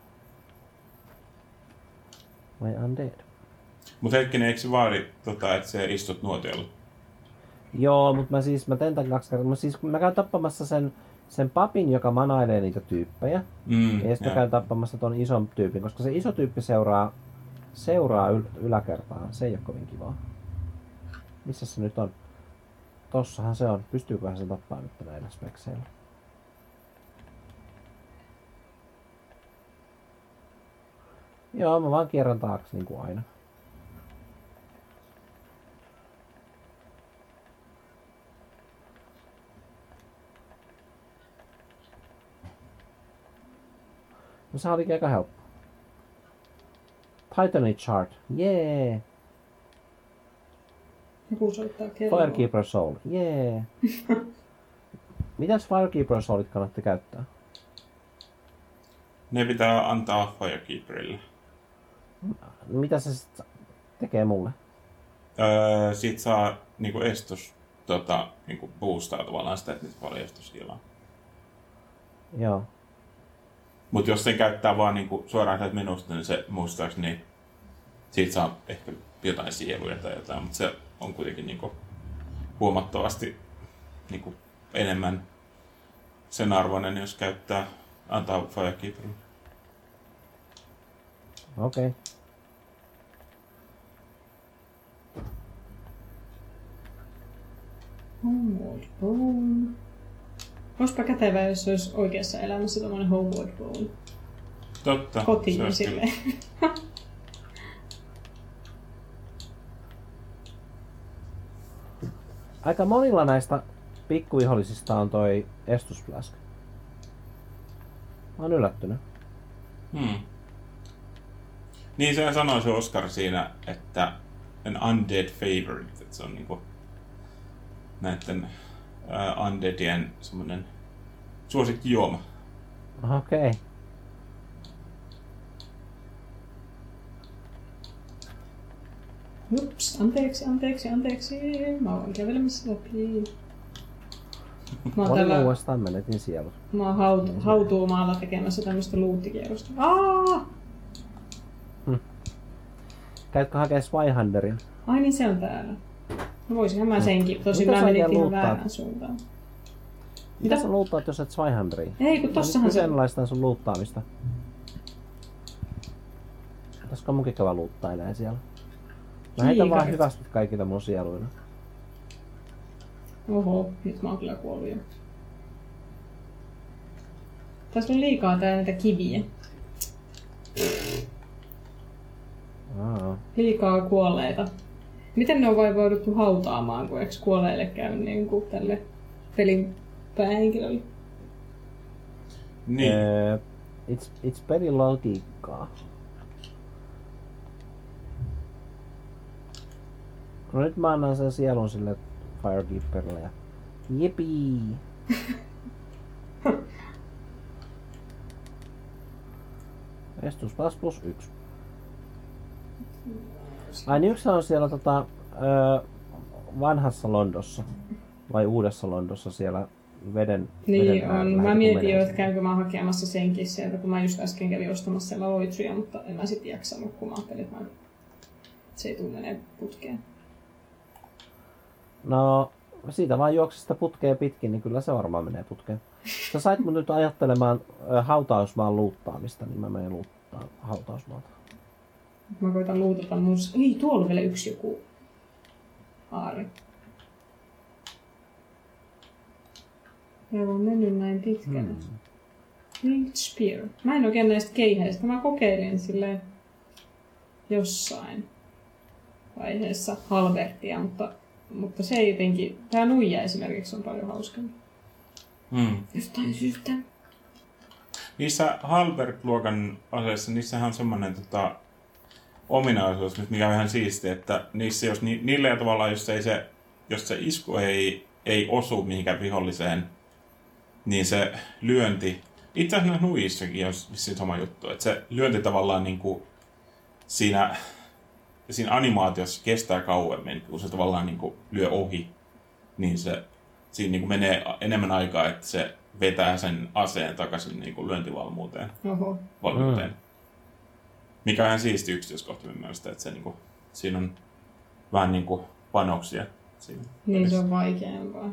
Vai undead? Mut hetkinen, eikö se vaadi, että se istut nuotiolla? Joo, mutta mä teen tän 2 kertaa. Mä käyn tappamassa sen papin, joka manailee niitä tyyppejä. Ja sitten mä käyn tappamassa ton ison tyypin, koska se iso tyyppi seuraa yläkertaa. Se ei ole kovin kivaa. Missä se nyt on? Tossahan se on. Pystyyköhän se tappaa nyt näillä spekseillä? Joo, mä vaan kierrän taakse niin kuin aina. No se olikin aika helppo. Titanite Chart. Jee! Joku soittaa kelloa. Firekeeper Soul. Jee! Mitäs Firekeeper Soulit kannatti käyttää? Ne pitää antaa Firekeeperille. Mitä se sit tekee mulle? Siitä saa niinku estus niinku boostaa tavallaan sitä, että niitä paljastustilaa. Joo. Mut jos sen käyttää vaan niinku suoraan sieltä menusta, niin se muistaakseni siitä saa ehkä jotain sieluja tai jotain, mutta se on kuitenkin niinku huomattavasti niinku enemmän sen arvoinen, jos käyttää antaa Firekeeperille. Okei. Okay. Homeward Bone. Olisipa kätevää, jos olisi oikeassa elämässä tommonen Homeward Bone. Totta. Kotiin silleen. Aika monilla näistä pikkuvihollisista on toi Estusflask. Mä oon yllättynyt. Niin se sanoi se Oscar siinä, että an undead favorite, että se on niinku näitten undeadien semmonen suosikkijuoma. Okei. Okay. Jups, anteeksi. Mä oon kävelemässä läpi. Olin uudestaan menetin sielut. Mä oon hautuumaalla tekemässä tämmöstä luuttikierrosta. Käytkö hakea Swyhanderin? Ai niin, se on täällä. No voisinhan mä senkin. Tosin mä menin ihan väärään suuntaan. Mitä sä luuttaat, jos et Swyhanderiin? Ei, kun tossahan se... Kyseenalaistan sun luuttaamista. Olisiko munkin käydä luuttailee siellä? Mä heitän vaan hyvästi kaikille mun sieluille. Oho, nyt mä oon kyllä kuollut jo. Tässä on liikaa täällä näitä kiviä. Liikaa kuolleita. Miten ne on voiduttu hautaamaan, kun eikö kuolleille käy niin kuin tälle pelin päähenkilölle? Niin. It's pelilogiikkaa. No nyt mä annan sen sielun sille Firekeeperille ja jepii! Estus plus 1. Ai niin yksi on siellä vanhassa Londossa vai uudessa Londossa siellä veden Niin äärellä on. heti, Mä kun mietin menee jo, että sinne. käynkö mä hakemassa senkin sieltä, kun mä just äsken kävin ostamassa siellä loitsuja, mutta en mä sit jaksanut, kun mä ajattelin, että se ei tule menee putkeen. No, siitä vaan juoksi sitä putkea pitkin, niin kyllä se varmaan menee putkeen. Sä sait mut nyt ajattelemaan hautausmaan luuttaamista, niin mä menen luuttaa hautausmaata. Mä koitan luutata Ei, tuolla on vielä yksi joku aari. Meillä on mennyt näin pitkälle. Winged Spear. Mä en oikein näistä keihäistä. Mä kokeilin silleen jossain vaiheessa halbertia, mutta se ei jotenkin... Tää nuija esimerkiksi on paljon hauskempi. Jostain syystä. Niissä Halbert-luokan aseissa, niissähän on semmoinen ominaisuus, mikä on ihan siistiä, että niissä, jos niille tavallaan, jos se isku ei osu mihinkään viholliseen, niin se lyönti, itse asiassa nuijissakin on vissiin sama juttu, että se lyönti tavallaan niin kuin siinä animaatiossa kestää kauemmin, kun se tavallaan niin kuin lyö ohi, niin siinä niin kuin menee enemmän aikaa, että se vetää sen aseen takaisin niin kuin lyöntivalmiuteen. Oho. Mikä on ihan siisti yksityiskohta mielestäni, että se, niin kuin, siinä on vähän niin kuin panoksia. Siinä Niin se on vaikeampaa.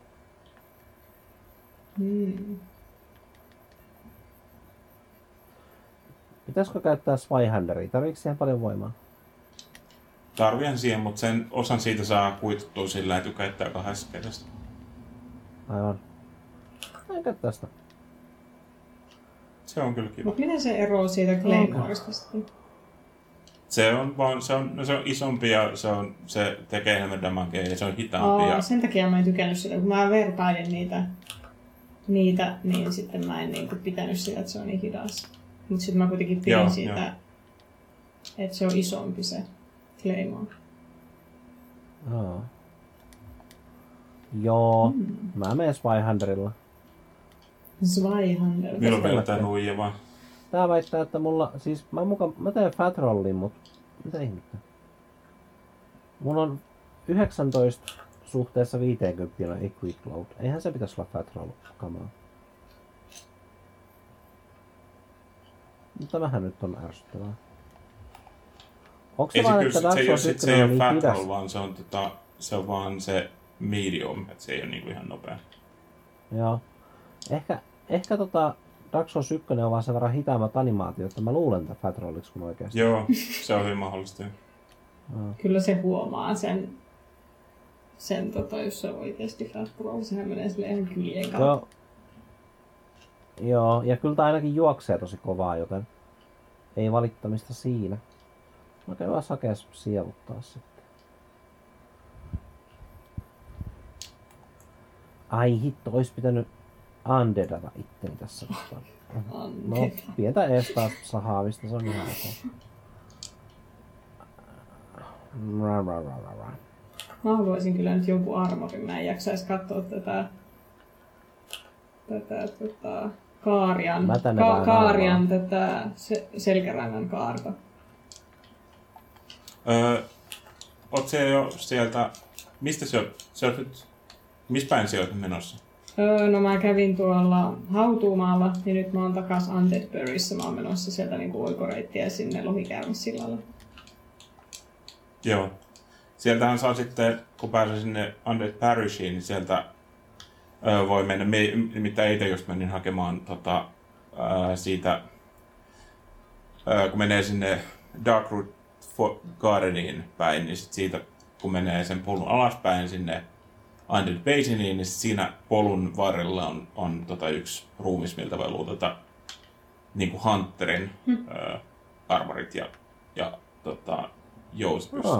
Pitäisikö käyttää Swyhanderia? Tarviiko siihen paljon voimaa? Tarvian siihen, mutta sen osan siitä saa kuituttua sillä, että käyttää 2 kerrasta. Aivan. Ei käyttää sitä. Se on kyllä kiva. Mutta miten se eroaa siitä Claymoresta sitten? Se on isompi ja se tekee enemmän damagea ja se on hitaampi. Sen takia mä en tykännyt sitä. Kun mä vertailin niitä niin sitten mä en niinku pitänyt sitä, että se on niin hidas. Mutta sitten mä kuitenkin pidin siitä, että se on isompi se Claymore. Joo. Mä menen Swyhanderilla. Swyhander. Milloin vielä tää nuija vaan? Tää väittää, että mulla... Siis mä teen fat rollin, mut... Mitä ihmettä? Mulla on 19 suhteessa 50 on equip load. Eihän se pitäisi olla fat roll kamaa. Mutta vähän nyt on ärsyttävää. Onko se vaan, että Dark Souls 1 se ei on ole niin fat hidas? roll, vaan se on vaan se medium, että se ei ole niinku ihan nopea. Joo. Ehkä Dark Souls 1 on vaan sen verran hitaammat animaatiot, että mä luulen tätä fat rolliksi kun oikeasti. Joo, se on hyvin mahdollista. Kyllä se huomaa sen jos se on oikeasti fat roll, sehän menee silleen ihan kyljen kautta. Joo, ja kyllä tää ainakin juoksee tosi kovaa, joten ei valittamista siinä. Mä käyn vaan sakeas sieluttaa sitten. Ai hitto, ois pitänyt undeadata itteni tässä kohtaa. No, pientä ees taas sahaavista, se on ihan ok. Mä haluaisin kyllä nyt jonkun armorin. Mä en jaksais katsoa tätä Kaarian tätä selkärangan kaarta. Oot se jo sieltä, mistä sä oot nyt, missä päin sä oot menossa? No mä kävin tuolla Hautuumaalla ja nyt mä oon takas Undeadburyssä. Mä oon menossa sieltä niinku oikoreittiä sinne Lohikäärmesillalle. Joo. Sieltähän saa sitten, kun pääsee sinne Undead Parishiin, niin sieltä voi mennä. Nimittäin itse just menin hakemaan siitä, kun menee sinne Darkroot Gardeniin päin, niin sit siitä, kun menee sen polun alaspäin sinne Undead Basiniin, niin siinä polun varrella on yksi ruumis, miltä voi luutata niin kuin Hunterin armorit ja jousipyssä.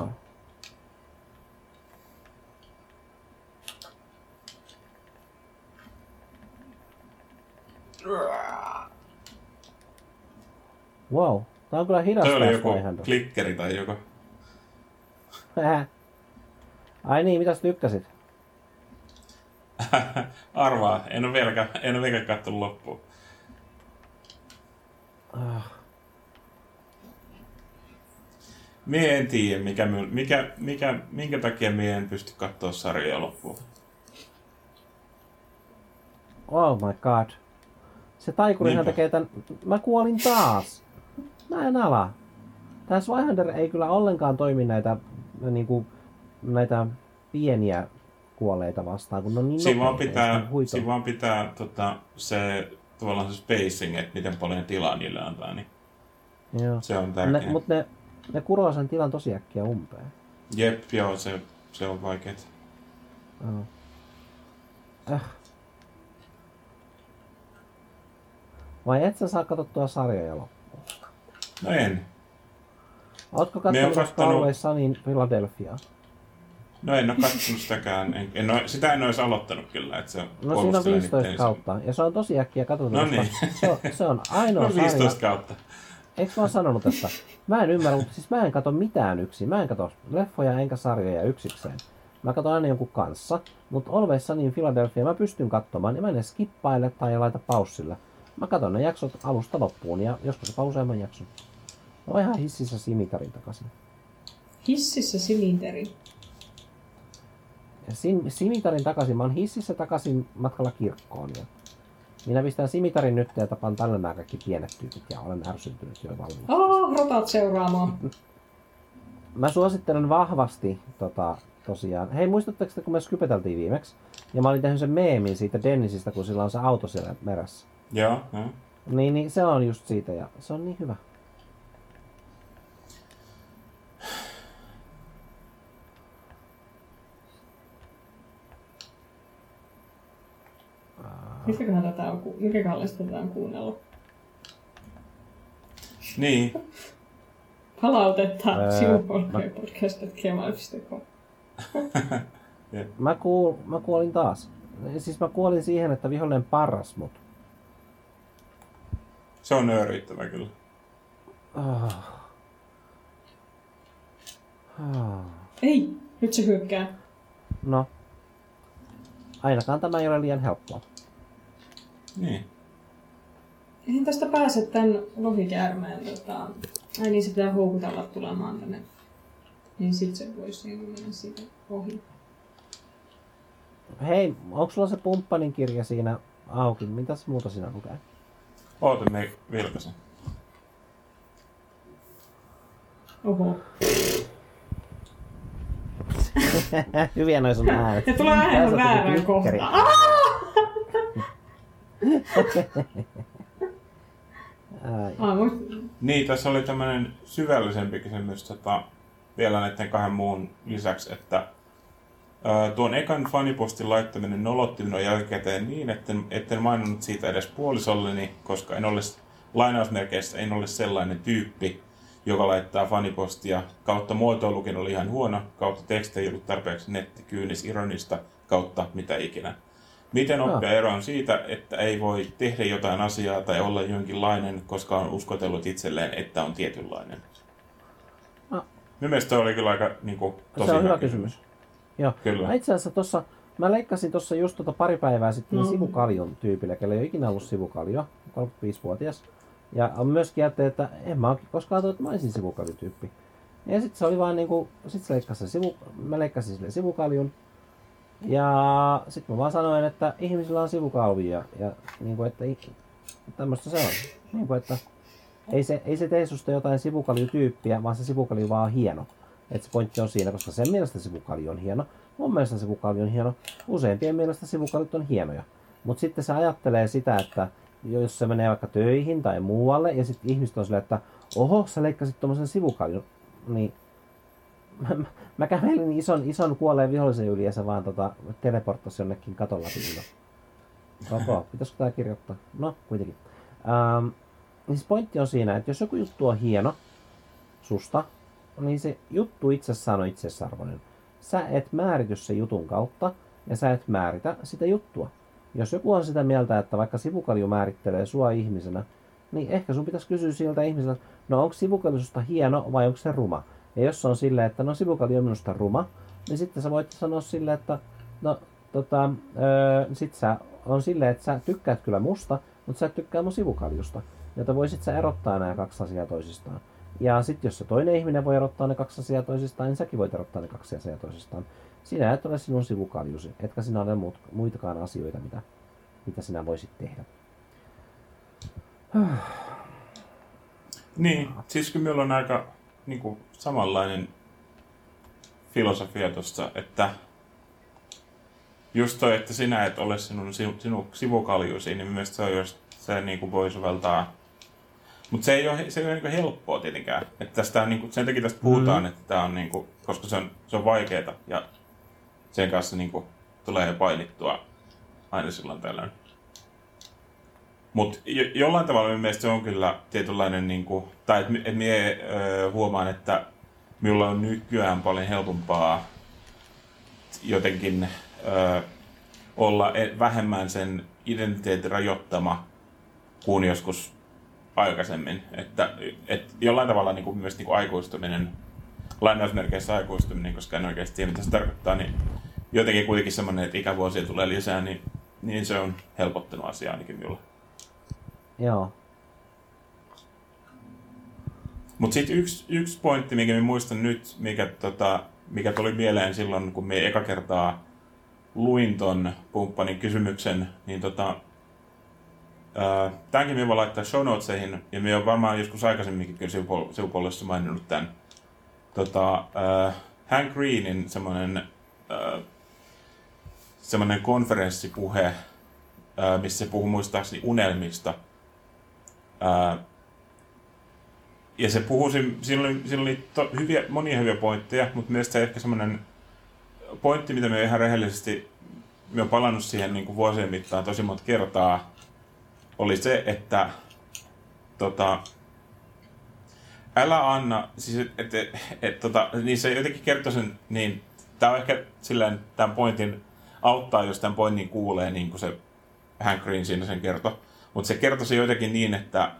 Wow, tää on kyllä hidas. Se oli joku klikkeri tai joku. Ai niin, mitäs tykkäsit? Arvaa, en ole vieläkään katsonut loppuun. Mie en tiedä, minkä takia mie en pysty katsoa sarjaa loppuun. Oh my god. Se taikurihan Niinpä. tekee tän... Mä kuolin taas. Mä en ala. Tää Zweihander ei kyllä ollenkaan toimi näitä pieniä kuolleita vastaan, kun ne on niin Siinä vaan nopeita, pitää, ja se on huito. siinä vaan pitää se tavallaan se spacing, että miten paljon tilaa niille antaa, niin Joo. se on tärkeää. Mut ne kuroo sen tilan tosi äkkiä umpeen. Jep, joo, se on vaikeet. Joo. Vai et sä saa katsottua sarjoja loppuun? No en. Ootko Me oon katsonut Always Sunnyin Philadelphia? No en oo kattonut sitäkään. Sitä en olisi aloittanut kyllä. Että se No siinä on puolustelee 15 itteensä. kautta. Ja se on tosi äkkiä katsottu. No niin. Se on ainoa No sarja. 15 kautta. Eikö mä oon sanonut, että mä en ymmärrä, mutta siis mä en katso mitään yksin. Mä en katso leffoja enkä sarjoja yksikseen. Mä katson aina jonkun kanssa, mutta Always Sunny Philadelphia mä pystyn katsomaan, ja mä en edes skippaile tai laita paussille. Mä katson ne jaksot alusta loppuun, ja joskus jopa useamman jakson. Mä oon ihan hississä Simitarin takaisin. Hississä silinteri. Ja Simitarin takaisin, mä oon hississä takaisin matkalla kirkkoon. Ja minä pistän Simitarin nyt ja tapaan tällä nämä kaikki pienet tyypit, ja olen ärsyntynyt jo valmiiksi. Rotat seuraamaan. Mä suosittelen vahvasti tosiaan. Hei, muistatteko te, kun me skypeteltiin viimeksi? Ja mä olin tehnyt sen meemin siitä Dennisistä, kun sillä on se auto siellä meressä. Joo. Niin se on just siitä, ja se on niin hyvä. Mikä kallista tätä on kuunnellut? Niin. Palautetta sivupolkkeipodcast.gmail.com. Mä kuolin taas. Siis mä kuolin siihen, että vihollinen parras mut. Se on nöyryyttävä kyllä. Ei, nyt se hyökkää. No. Ainakaan tämä ei ole liian helppoa. Niin. Eihän tästä pääse tän lohikäärmeen. Ai niin, se pitää houkutella tulemaan tänne. Niin sit se voisi mennä siitä ohi. Hei, onko sulla se Pumppanin kirja siinä auki? Mitäs muuta siinä lukee? Oota, me vilkaisen. Oho. Hyviä nois on äänet. Ja tulee aivan väärään kohtaan. Niin, tässä oli tämmöinen syvällisempi kysymys vielä näiden kahden muun lisäksi, että tuon ekan fanipostin laittaminen nolotti minua jälkikäteen niin, etten maininnut siitä edes puolisolleni, koska en ole lainausmerkeissä en ole sellainen tyyppi, joka laittaa fanipostia. Kautta muotoilukin oli ihan huono, kautta teksti ei ollut tarpeeksi nettikyynis, ironista, kautta mitä ikinä. Miten oppia eroon siitä, että ei voi tehdä jotain asiaa tai olla jonkinlainen, koska on uskotellut itselleen, että on tietynlainen? Mielestäni oli kyllä aika tosi se on hyvä kysymys. Joo. Kyllä. Mä itse asiassa mä leikkasin tuossa just pari päivää sitten sivukaljon tyypille, kelle ei ole ikinä ollut sivukaljo, 35-vuotias. Ja on myöskin ajattelin, että en mä koskaan ajatellut, että mä olisin sivukaljotyyppi. Ja sitten se oli vaan sit se leikkasi mä leikkasin sille sivukaljun. Ja sitten mä vaan sanoin, että ihmisillä on sivukalvia ja että tämmöistä se on. Että ei se tee susta jotain sivukaljutyyppiä, vaan se sivukalju vaan on hieno. Että se pointti on siinä, koska sen mielestä sivukalju on hieno. Mun mielestä sivukalju on hieno. Useimpien mielestä sivukaljut on hienoja. Mutta sitten se ajattelee sitä, että jos se menee vaikka töihin tai muualle ja sitten ihmiset on silleen, että oho, sä leikkasit tommosen sivukaljun, niin mä kävelin ison kuolleen vihollisen yli ja se vaan teleporttasi jonnekin katon läpi. Koko, pitäisikö tää kirjoittaa? No, kuitenkin. Siis pointti on siinä, että jos joku juttu on hieno susta, niin se juttu itsessään on itsesarvoinen. Sä et määrity sen jutun kautta ja sä et määritä sitä juttua. Jos joku on sitä mieltä, että vaikka sivukalju määrittelee sua ihmisenä, niin ehkä sun pitäisi kysyä siltä ihmiseltä, no onko sivukalju susta hieno vai onko se ruma? Ja jos se on silleen, että no sivukalju on minusta ruma, niin sitten sä voit sanoa silleen, että no sit sä on silleen, että sä tykkäät kyllä musta, mutta sä et tykkää mun sivukaljusta. Jota voisit sä erottaa nämä kaksi asiaa toisistaan. Ja sitten jos se toinen ihminen voi erottaa ne kaksi asiaa toisistaan, niin säkin voit erottaa ne kaksi asiaa toisistaan. Sinä et ole sinun sivukaljusi, etkä sinä ole muitakaan asioita, mitä mitä sinä voisit tehdä. Niin, siis kyllä meillä on aika niin kuin, samanlainen filosofia tuossa, että just toi, että sinä et ole sinun sivukaljusi, niin myös se on just, se niin kuin voi soveltaa. Mutta se ei ole niin kuin helppoa tietenkään. Että tästä, niin kuin, sen takia tästä puhutaan, että tämä on, niin kuin, koska se on vaikeaa ja sen kanssa niin kuin, tulee painittua aina silloin tällöin. Mutta jollain tavalla mielestäni se on kyllä tietynlainen, niin kuin, tai että minä huomaan, että minulla on nykyään paljon helpompaa jotenkin olla vähemmän sen identiteetin rajoittama kuin joskus aikaisemmin. Että jollain tavalla niin kuin, myös niin kuin aikuistuminen, lainausmerkeissä aikuistuminen, koska en oikeasti tiedä mitä se tarkoittaa, niin jotenkin kuitenkin semmoinen, että ikävuosia tulee lisää, niin se on helpottanut asiaa ainakin minulla. Joo. Mutta sitten yksi pointti, mikä minä muistan nyt, mikä tuli mieleen silloin, kun minä eka kertaa luin ton pumppanin kysymyksen, niin tämänkin minä voin laittaa show notesihin, ja minä olen varmaan joskus aikaisemminkin kyllä sivupollossa maininnut tämän. Hank Greenin semmoinen konferenssipuhe, missä se puhui muistaakseni unelmista. Ja se puhui, siinä oli monia hyviä pointteja, mutta myös se ehkä semmoinen pointti, mitä me ihan rehellisesti, me on palannut siihen niin kuin vuosien mittaan tosi monta kertaa, oli se, että älä anna, siis niin se jotenkin kertoi sen, niin tämä on ehkä silleen, tämän pointin auttaa, jos tämän pointin kuulee, niin kuin se Hank Green siinä sen kertoi. Mutta se kertoi se jotenkin niin, että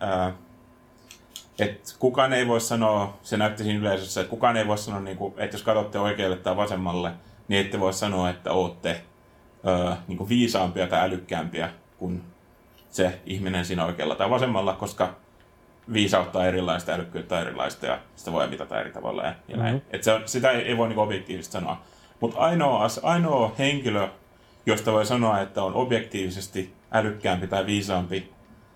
kukaan ei voi sanoa, se näytti siinä yleisössä, että kukaan ei voi sanoa, niin kuin, että jos katsotte oikealle tai vasemmalle, niin ette voi sanoa, että olette niin kuin viisaampia tai älykkäämpiä kuin se ihminen siinä oikealla tai vasemmalla, koska viisautta on erilaista, älykkyyttä on erilaista ja sitä voi mitata eri tavalla ja näin. Että sitä ei voi niin kuin objektiivisesti sanoa. Mutta ainoa henkilö, josta voi sanoa, että on objektiivisesti älykkäämpi tai viisaampi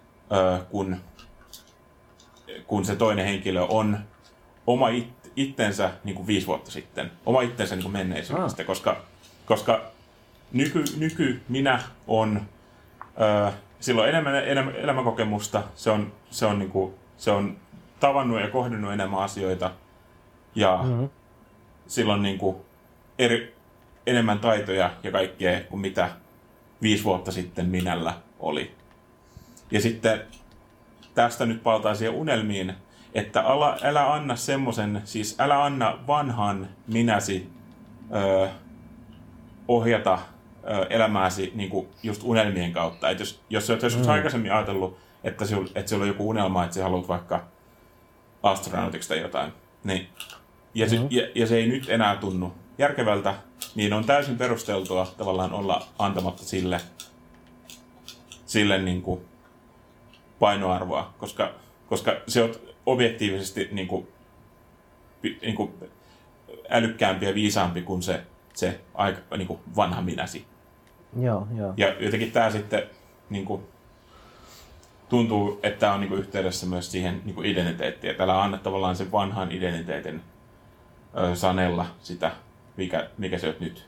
kun se toinen henkilö on oma itsensä niin kuin 5 vuotta sitten, oma itsensä niin kuin menneisyydestä, koska minä on silloin enemmän elämänkokemusta, se on tavannut ja kohdannut enemmän asioita ja silloin niin kuin enemmän taitoja ja kaikkea kuin mitä 5 vuotta sitten minällä oli. Ja sitten tästä nyt palataan siihen unelmiin, että älä anna semmoisen, siis älä anna vanhan minäsi ohjata elämääsi niin kuin just unelmien kautta. Et jos olet joskus aikaisemmin ajatellut, että sulla on joku unelma, että sä haluat vaikka astronautiksi tai jotain, niin, ja se ei nyt enää tunnu järkevältä, niin on täysin perusteltua tavallaan olla antamatta sille niin kuin painoarvoa, koska se on objektiivisesti niin kuin älykkäämpi ja viisaampi kuin se aika, niin kuin vanha minäsi. Joo. Ja jotenkin tämä sitten niin kuin, tuntuu, että tämä on niin kuin yhteydessä myös siihen niin kuin identiteettiin. Että älä anna tavallaan sen vanhan identiteetin sanella sitä, mikä se on nyt.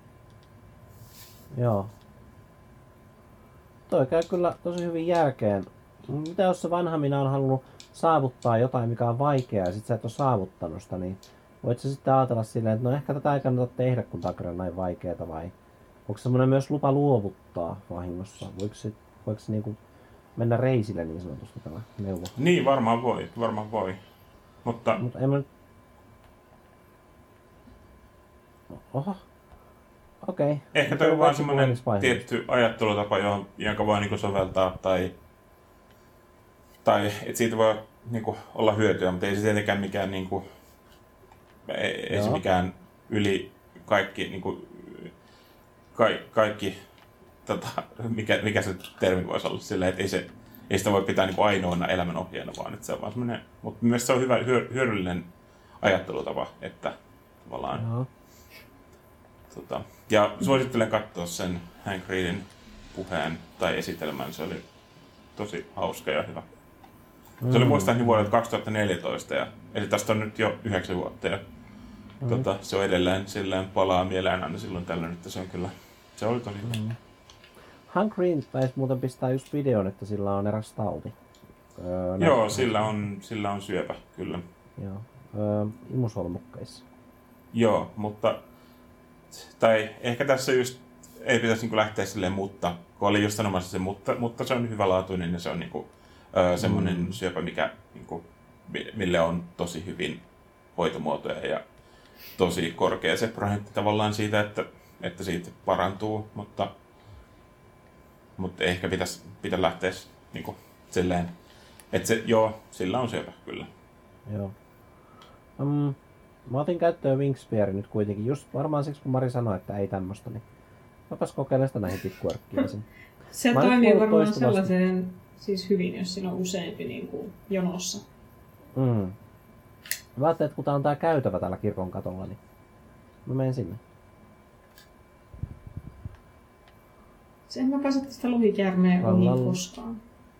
Joo. Toi käy kyllä tosi hyvin järkeen. Mitä jos se vanha minä on halunnut saavuttaa jotain, mikä on vaikeaa, ja sit sä et ole saavuttanut sitä, niin voit sä sitten ajatella silleen, että no ehkä tätä ei kannata tehdä, kun takana on näin vaikeaa, vai onko semmoinen myös lupa luovuttaa vahingossa? Voiko se niinku mennä reisille niin sanotusti tämä neuvo? Niin, varmaan voi. Mutta en mä nyt... Oho. Okei. Okay. Ehkä toi on vaan semmoinen tietty ajattelutapa, jonka voi niinku soveltaa, tai että siitä voi niinku olla hyötyä, mutta ei se tietenkään mikään niinku, ei se mikään yli kaikki niinku, kaikki mikä se termi voisi olla silleen, että ei sitä voi pitää niinku ainoana elämänohjeena, vaan että se on vaan semmoinen, mutta myös se on hyvä hyödyllinen ajattelutapa, että tavallaan ja suosittelen katsoa sen Hank Greenin puheen tai esitelmän. Se oli tosi hauska ja hyvä. Se oli muistaakseni vuodelta 2014, eli tästä on nyt jo 9 vuotta. Ja, se on edelleen silleen palaa mieleen aina silloin tällöin, että se oli tosi hyvä. Hank Green taisi muuten pistää just videon, että sillä on eräs tauti. Joo, sillä on syöpä, kyllä. Joo, imusolmukkeissa. Joo, mutta tai ehkä tässä just ei pitäisi niinku lähteä silleen mutta, kun oli just sanomassa se mutta se on hyvälaatuinen ja se on niinku, semmoinen syöpä, mikä, niinku, mille on tosi hyvin hoitomuotoja ja tosi korkea se prosentti tavallaan siitä, että siitä parantuu, mutta ehkä pitäisi lähteä niinku, silleen, että sillä on syöpä kyllä. Joo. Mä otin käyttöön Wingspearin nyt kuitenkin, just varmaan siksi kun Mari sanoi, että ei tämmöstä, niin mäpäs kokeilen sitä näihin pikkuerkkiin. Se toimii varmaan sellaiseen siis hyvin, jos siinä on useampi niin kuin jonossa. Mä ajattelin, että kun tää on tää käytävä täällä kirkon katolla, niin mä menen sinne. En mä pääse tästä lohikäärmeen ohi koskaan.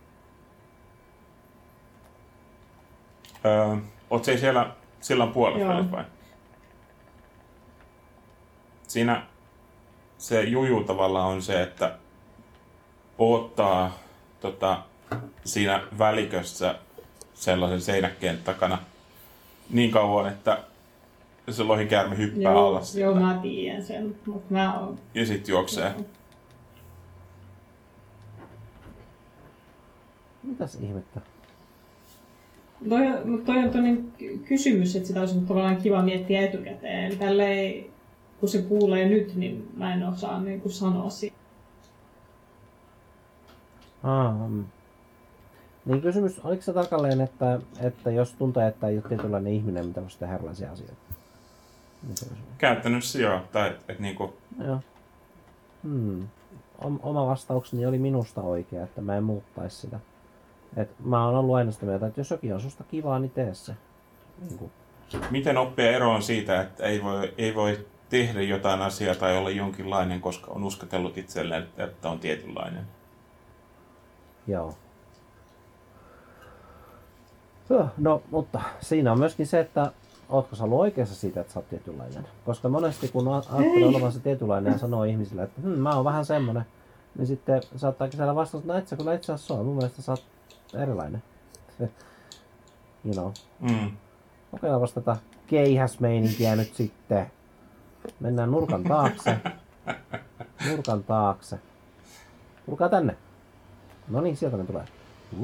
Oot se siellä sillan puolella vai? Siinä se juju tavallaan on se, että odottaa siinä välikössä sellaisen seinäkkeen takana niin kauan, että se lohikäärme hyppää alas. Joo, mä tiedän sen, mutta mä oon... Ja sit juoksee. Joo. Mitäs ihmettä? Toi on toinen kysymys, että sitä olisi tavallaan kiva miettiä etukäteen. Eli tälleen, kun se kuulee nyt, niin mä en osaa niin kuin sanoa siitä. Niin kysymys, oliko se tarkalleen, että jos tuntee, että ei ole tietynlainen ihminen, mitä voisi tehdä erilaisia asioita? Käytännössä joo, tai et niinku... Joo. Oma vastaukseni oli minusta oikea, että mä en muuttaisi sitä. Et mä oon ollut aina sitä mieltä, että jos jokin on susta kivaa, niin tee se. Niin miten oppia eroon siitä, että ei voi tehdä jotain asiaa tai olla jonkinlainen, koska on uskotellut itselleen, että on tietynlainen? Joo. No, mutta siinä on myöskin se, että ootko sä ollut oikeassa siitä, että sä oot tietynlainen. Koska monesti kun ajattelee olevansa tietynlainen ja sanoo ihmisille, että mä oon vähän semmonen, niin sitten saattaakin siellä vastata, että no et sä kyllä itse asiassa ole. Mun mielestä sä oot erilainen. You know. Kokeillaan vastata keihäsmeininkiä nyt sitten. Mennään nurkan taakse. Nurkan taakse. Tulkaa tänne. No niin, sieltä ne tulee.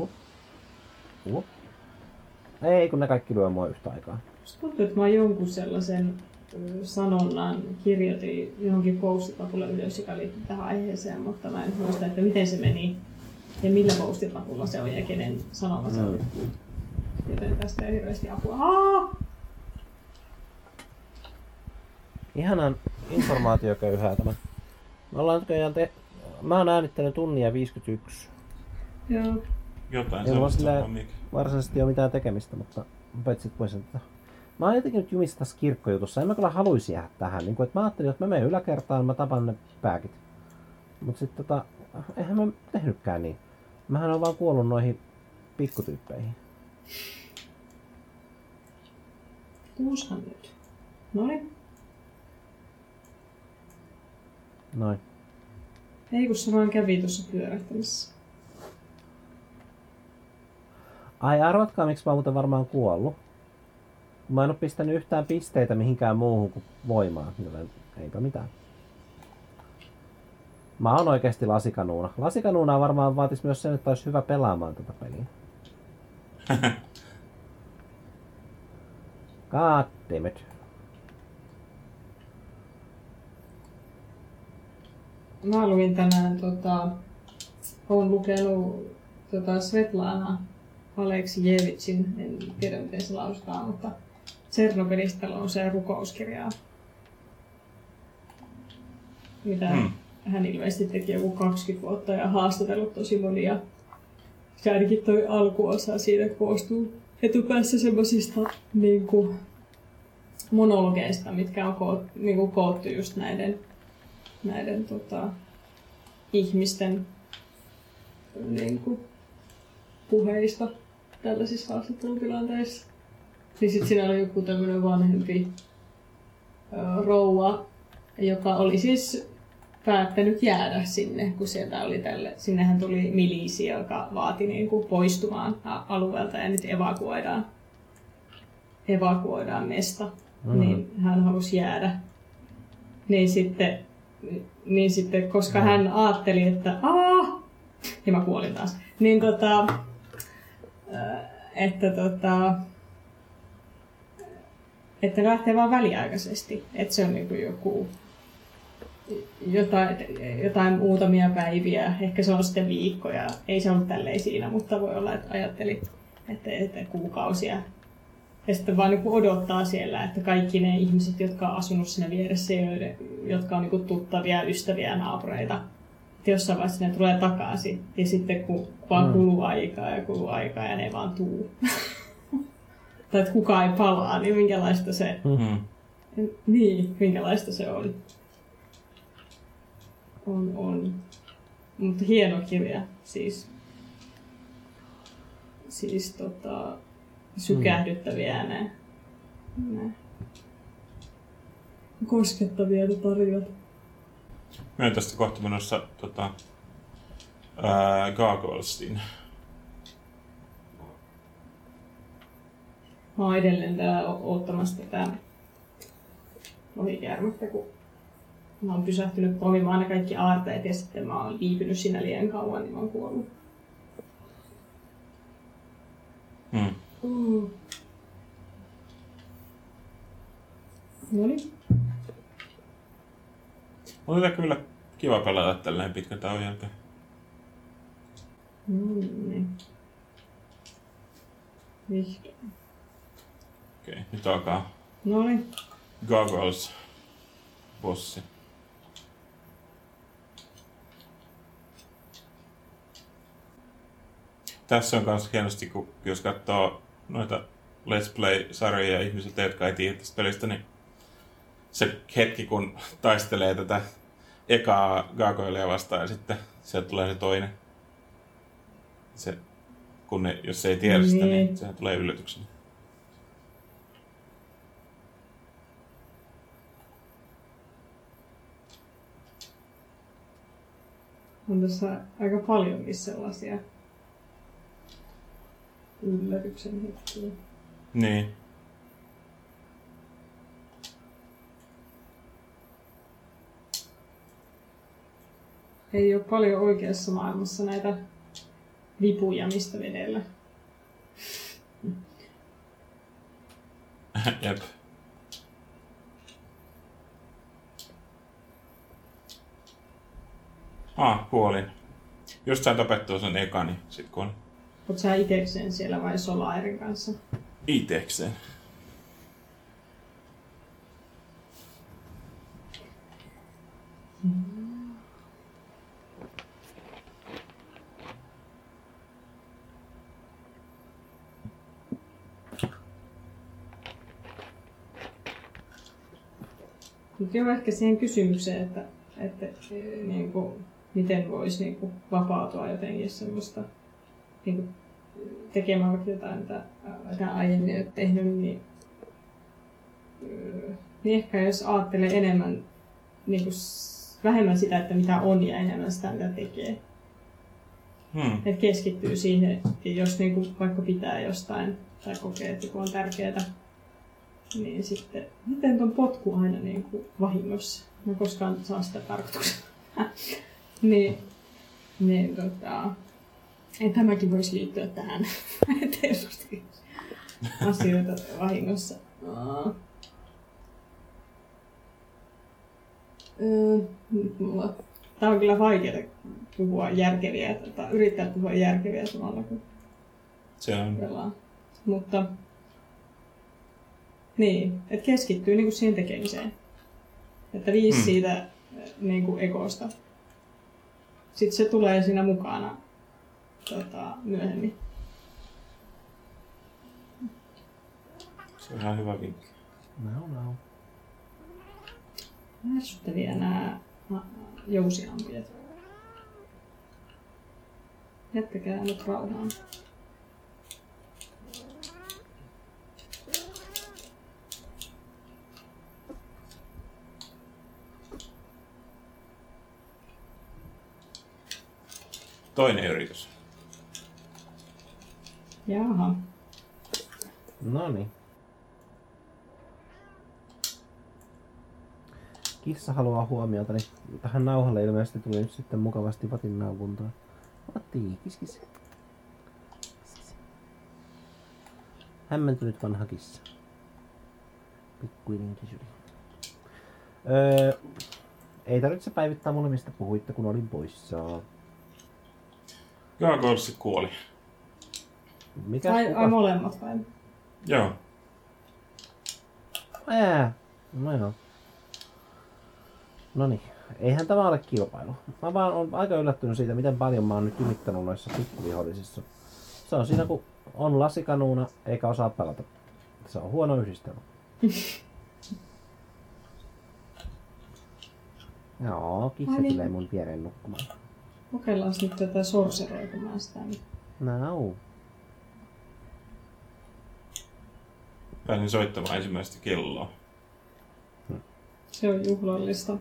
Ei, kun ne kaikki lyö mua yhtä aikaa. Musta tuntuu, että mä jonkun sellaisen sanonnan kirjoitin johonkin postipapulle ylös, joka liittyy tähän aiheeseen, mutta mä en muista, että miten se meni ja millä postipapulla se on ja kenen sanoma se oli. Joten tästä ei hirveästi apua. Ihanan informaatioköyhää tämä. Me ollaan mä oon äänittänyt tunnin ja 51. Joo. Jotain ei mulla sellaista varsinaisesti ole mitään tekemistä, mutta paitsi voisin tätä. Mä oon jotenkin nyt jumissa tässä kirkkojutussa. En mä kyllä haluisi jäädä tähän. Niin kun, että mä ajattelin, että mä menen yläkertaan, mä tapan ne pääkit. Mut sit eihän mä tehnytkään niin. Mähän on vaan kuollut noihin pikkutyyppeihin. Kuushan nyt. Noin. Noin. Ei kun se vaan kävi tuossa pyörähtämässä. Ai arvatkaa, miksi mä oon muuten varmaan kuollut. Mä en oo pistänyt yhtään pisteitä mihinkään muuhun kuin voimaan, joten eipä mitään. Mä oon oikeesti lasikanuuna. Lasikanuunaa varmaan vaatis myös sen, että olisi hyvä pelaamaan tätä peliä. God damn it. Mä luin tänään, oon lukenut Svetlana Aleksijevitsin, en tiedä miten se lausutaan, mutta Tsernobylistä on se rukouskirjaa, mitä hän ilmeisesti teki joku 20 vuotta ja haastatellut tosi monia. Ja ainakin toi alkuosa siitä koostuu etupäässä semmosista niinku monologeista, mitkä on koottu just näiden ihmisten niin kuin, puheista tällaisissa haastattelutilanteissa. Niin sit siinä oli joku tämmönen vanhempi rouva, joka oli siis päättänyt jäädä sinne, kun sieltä oli sinnehän tuli miliisi, joka vaati niin kuin poistumaan alueelta ja nyt evakuoidaan mesta. Niin hän halusi jäädä. Niin sitten koska hän ajatteli, että ja mä kuolin taas, niin että lähtee vaan väliaikaisesti, että se on niin kuin joku jotain muutamia päiviä, ehkä se on sitten viikkoja, ei se ollut tälleen siinä, mutta voi olla, että ajatteli, että kuukausia. Ja sitten vaan niin kuin odottaa siellä, että kaikki ne ihmiset, jotka on asunut siinä vieressä, jotka on niin kuin tuttavia, ystäviä, naapureita, että jossain vaiheessa ne tulee takaisin. Ja sitten kun vaan kuluu aikaa ja ne ei vaan tuu. Tai että kukaan ei palaa, niin minkälaista se, minkälaista se oli. On. Mutta hieno kirja, siis sykähdyttäviä ne koskettavia ne tarinat. Mä oon tästä kohta menossa Gargoylestiin. Mä oon edelleen täällä oottamassa tätä lohikäärmettä, kun mä oon pysähtynyt poimimaan ne kaikki aarteet ja sitten mä oon viipynyt siinä liian kauan, niin mä oon kuollut. Noniin. On tätä kyllä kiva pelata tälleen pitkän tauon jälkeen. Niin. Vihdoin. Okei, nyt alkaa Noniin. Gargoyles bossi. Tässä on myös hienosti, kun jos katsoo noita Let's Play-sarjoja ihmisiltä, jotka ei tiedä tästä pelistä, niin se hetki, kun taistelee tätä ekaa Gargoylea vastaan ja sitten sieltä tulee se toinen. Se, jos ei tiedä sitä, niin sehän tulee yllätyksenä. On tässä aika paljonkin sellaisia yllätyksen hetkiä. Niin. Ei ole paljon oikeassa maailmassa näitä vipuja, mistä vedellä. Jep. Kuolin. Just sain tapettua sen ekani, sit kuolin. Oot sä itekseen siellä vai Solairin kanssa? Itekseen. Mutta joo, ehkä siihen kysymykseen, että niin kuin, miten voisi niin kuin, vapautua jotenkin semmoista niin kuin, tekemään vaikka jotain, mitä aiemmin ei ole tehnyt, niin ehkä jos ajattelee enemmän, niin kuin, vähemmän sitä, että mitä on ja enemmän sitä, mitä tekee. Että keskittyy siihen, jos niin kuin, vaikka pitää jostain tai kokee, että joku on tärkeää, niin sitten, miten tuon potkuu aina niin kuin vahingossa? Mä koskaan saa sitä tarkkaan. niin, tämäkin voisi liittyä tähän asioita vahingossa. Tämä on kyllä vaikeaa puhua järkeviä, yrittää puhua järkeviä samalla kun se on. Pelaa. Mutta niin, että keskittyy niinku siihen tekemiseen. Että viisi siitä niinku ekosta. Sitten se tulee siinä mukana myöhemmin. Se on ihan hyvä vinkki. No. Ärsyttäviä nämä jousiampiat. Jättäkää nyt rauhaan. Toinen yritys. Jaha. Noniin. Kissa haluaa huomiota, niin tähän nauhalle ilmeisesti tuli nyt sitten mukavasti Vatin naukuntaa. Vatti, kis. Hämmentynyt vanha kissa. Pikkuinen kisuli. Ei tarvitse päivittää mulle, mistä puhuitte, kun olin poissa. Gargoylesi kuoli. Mikä? Ai molemmat vai? Joo. No joo. Noniin, eihän tämä ole kilpailu. Mä vaan on aika yllättynyt siitä, miten paljon mä oon nyt jumittanut noissa pikkuvihollisissa. Se on siinä, kun on lasikanuuna eikä osaa pelata. Se on huono yhdistelmä. Joo, kissa Ai niin. tulee mun viereen nukkumaan. Kokeillaan nyt tätä sorceroa, kun mä sitä nyt. No. Pääsin soittamaan ensimmäistä kelloa. Se on juhlallista.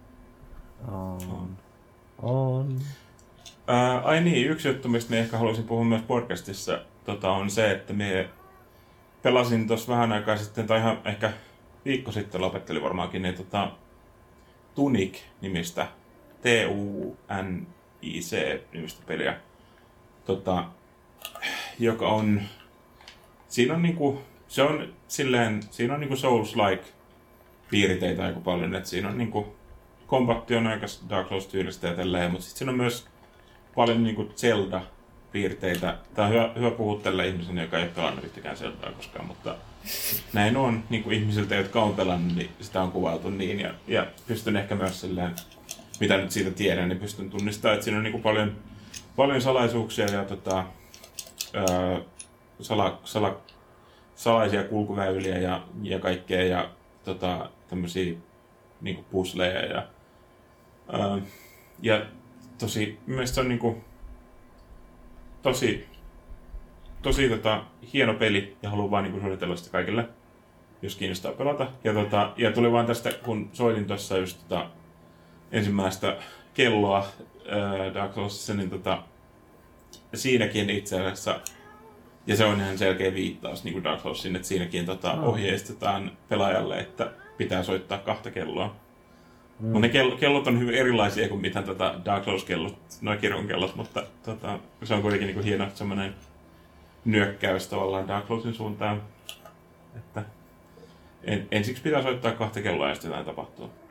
On. Ai niin, yksi juttu, mistä ehkä haluaisin puhua myös podcastissa, on se, että me pelasin tuossa vähän aikaa sitten, tai ihan ehkä viikko sitten lopettelin varmaankin, niin Tunic-nimistä, TUNIC-nimistä peliä, joka on, siinä on niinku, se on silleen, siinä on niinku Souls-like piirteitä aika paljon, että siinä on niinku, kombatti on aika Dark Souls-tyylistä ja tälleen, mutta sitten siinä on myös paljon niinku Zelda-piirteitä. Tää on hyvä puhua tällä ihmisenä, joka ei ole pelannut yhtäkään Zeldaa koskaan, mutta näin on niinku ihmisiltä, jotka on pelannut, niin sitä on kuvailtu niin. Ja pystyn ehkä myös silleen, mitä nyt siitä tiedän, niin pystyn tunnistamaan, että siinä on niinku paljon salaisuuksia ja salaisia kulkuväyliä ja kaikkea ja tämmösiä niinku puzzleja ja mielestäni se on niinku tosi hieno peli ja haluan vaan niinku suositella sitä kaikille, jos kiinnostaa pelata. Ja tuli vaan tästä, kun soitin tuossa just ensimmäistä kelloa Dark Soulsissa, niin siinäkin itse asiassa, ja se on ihan selkeä viittaus niin kuin Dark Soulsiin, että siinäkin ohjeistetaan pelaajalle, että pitää soittaa 2 kelloa. Mutta ne kellot on hyvin erilaisia kuin mitä Dark Souls-kellot, nuo kirkon kellot, mutta se on kuitenkin niinku hieno semmoinen nyökkäys tavallaan Dark Soulsin suuntaan. Että ensiksi pitää soittaa 2 kelloa ja sitten jotain tapahtuu.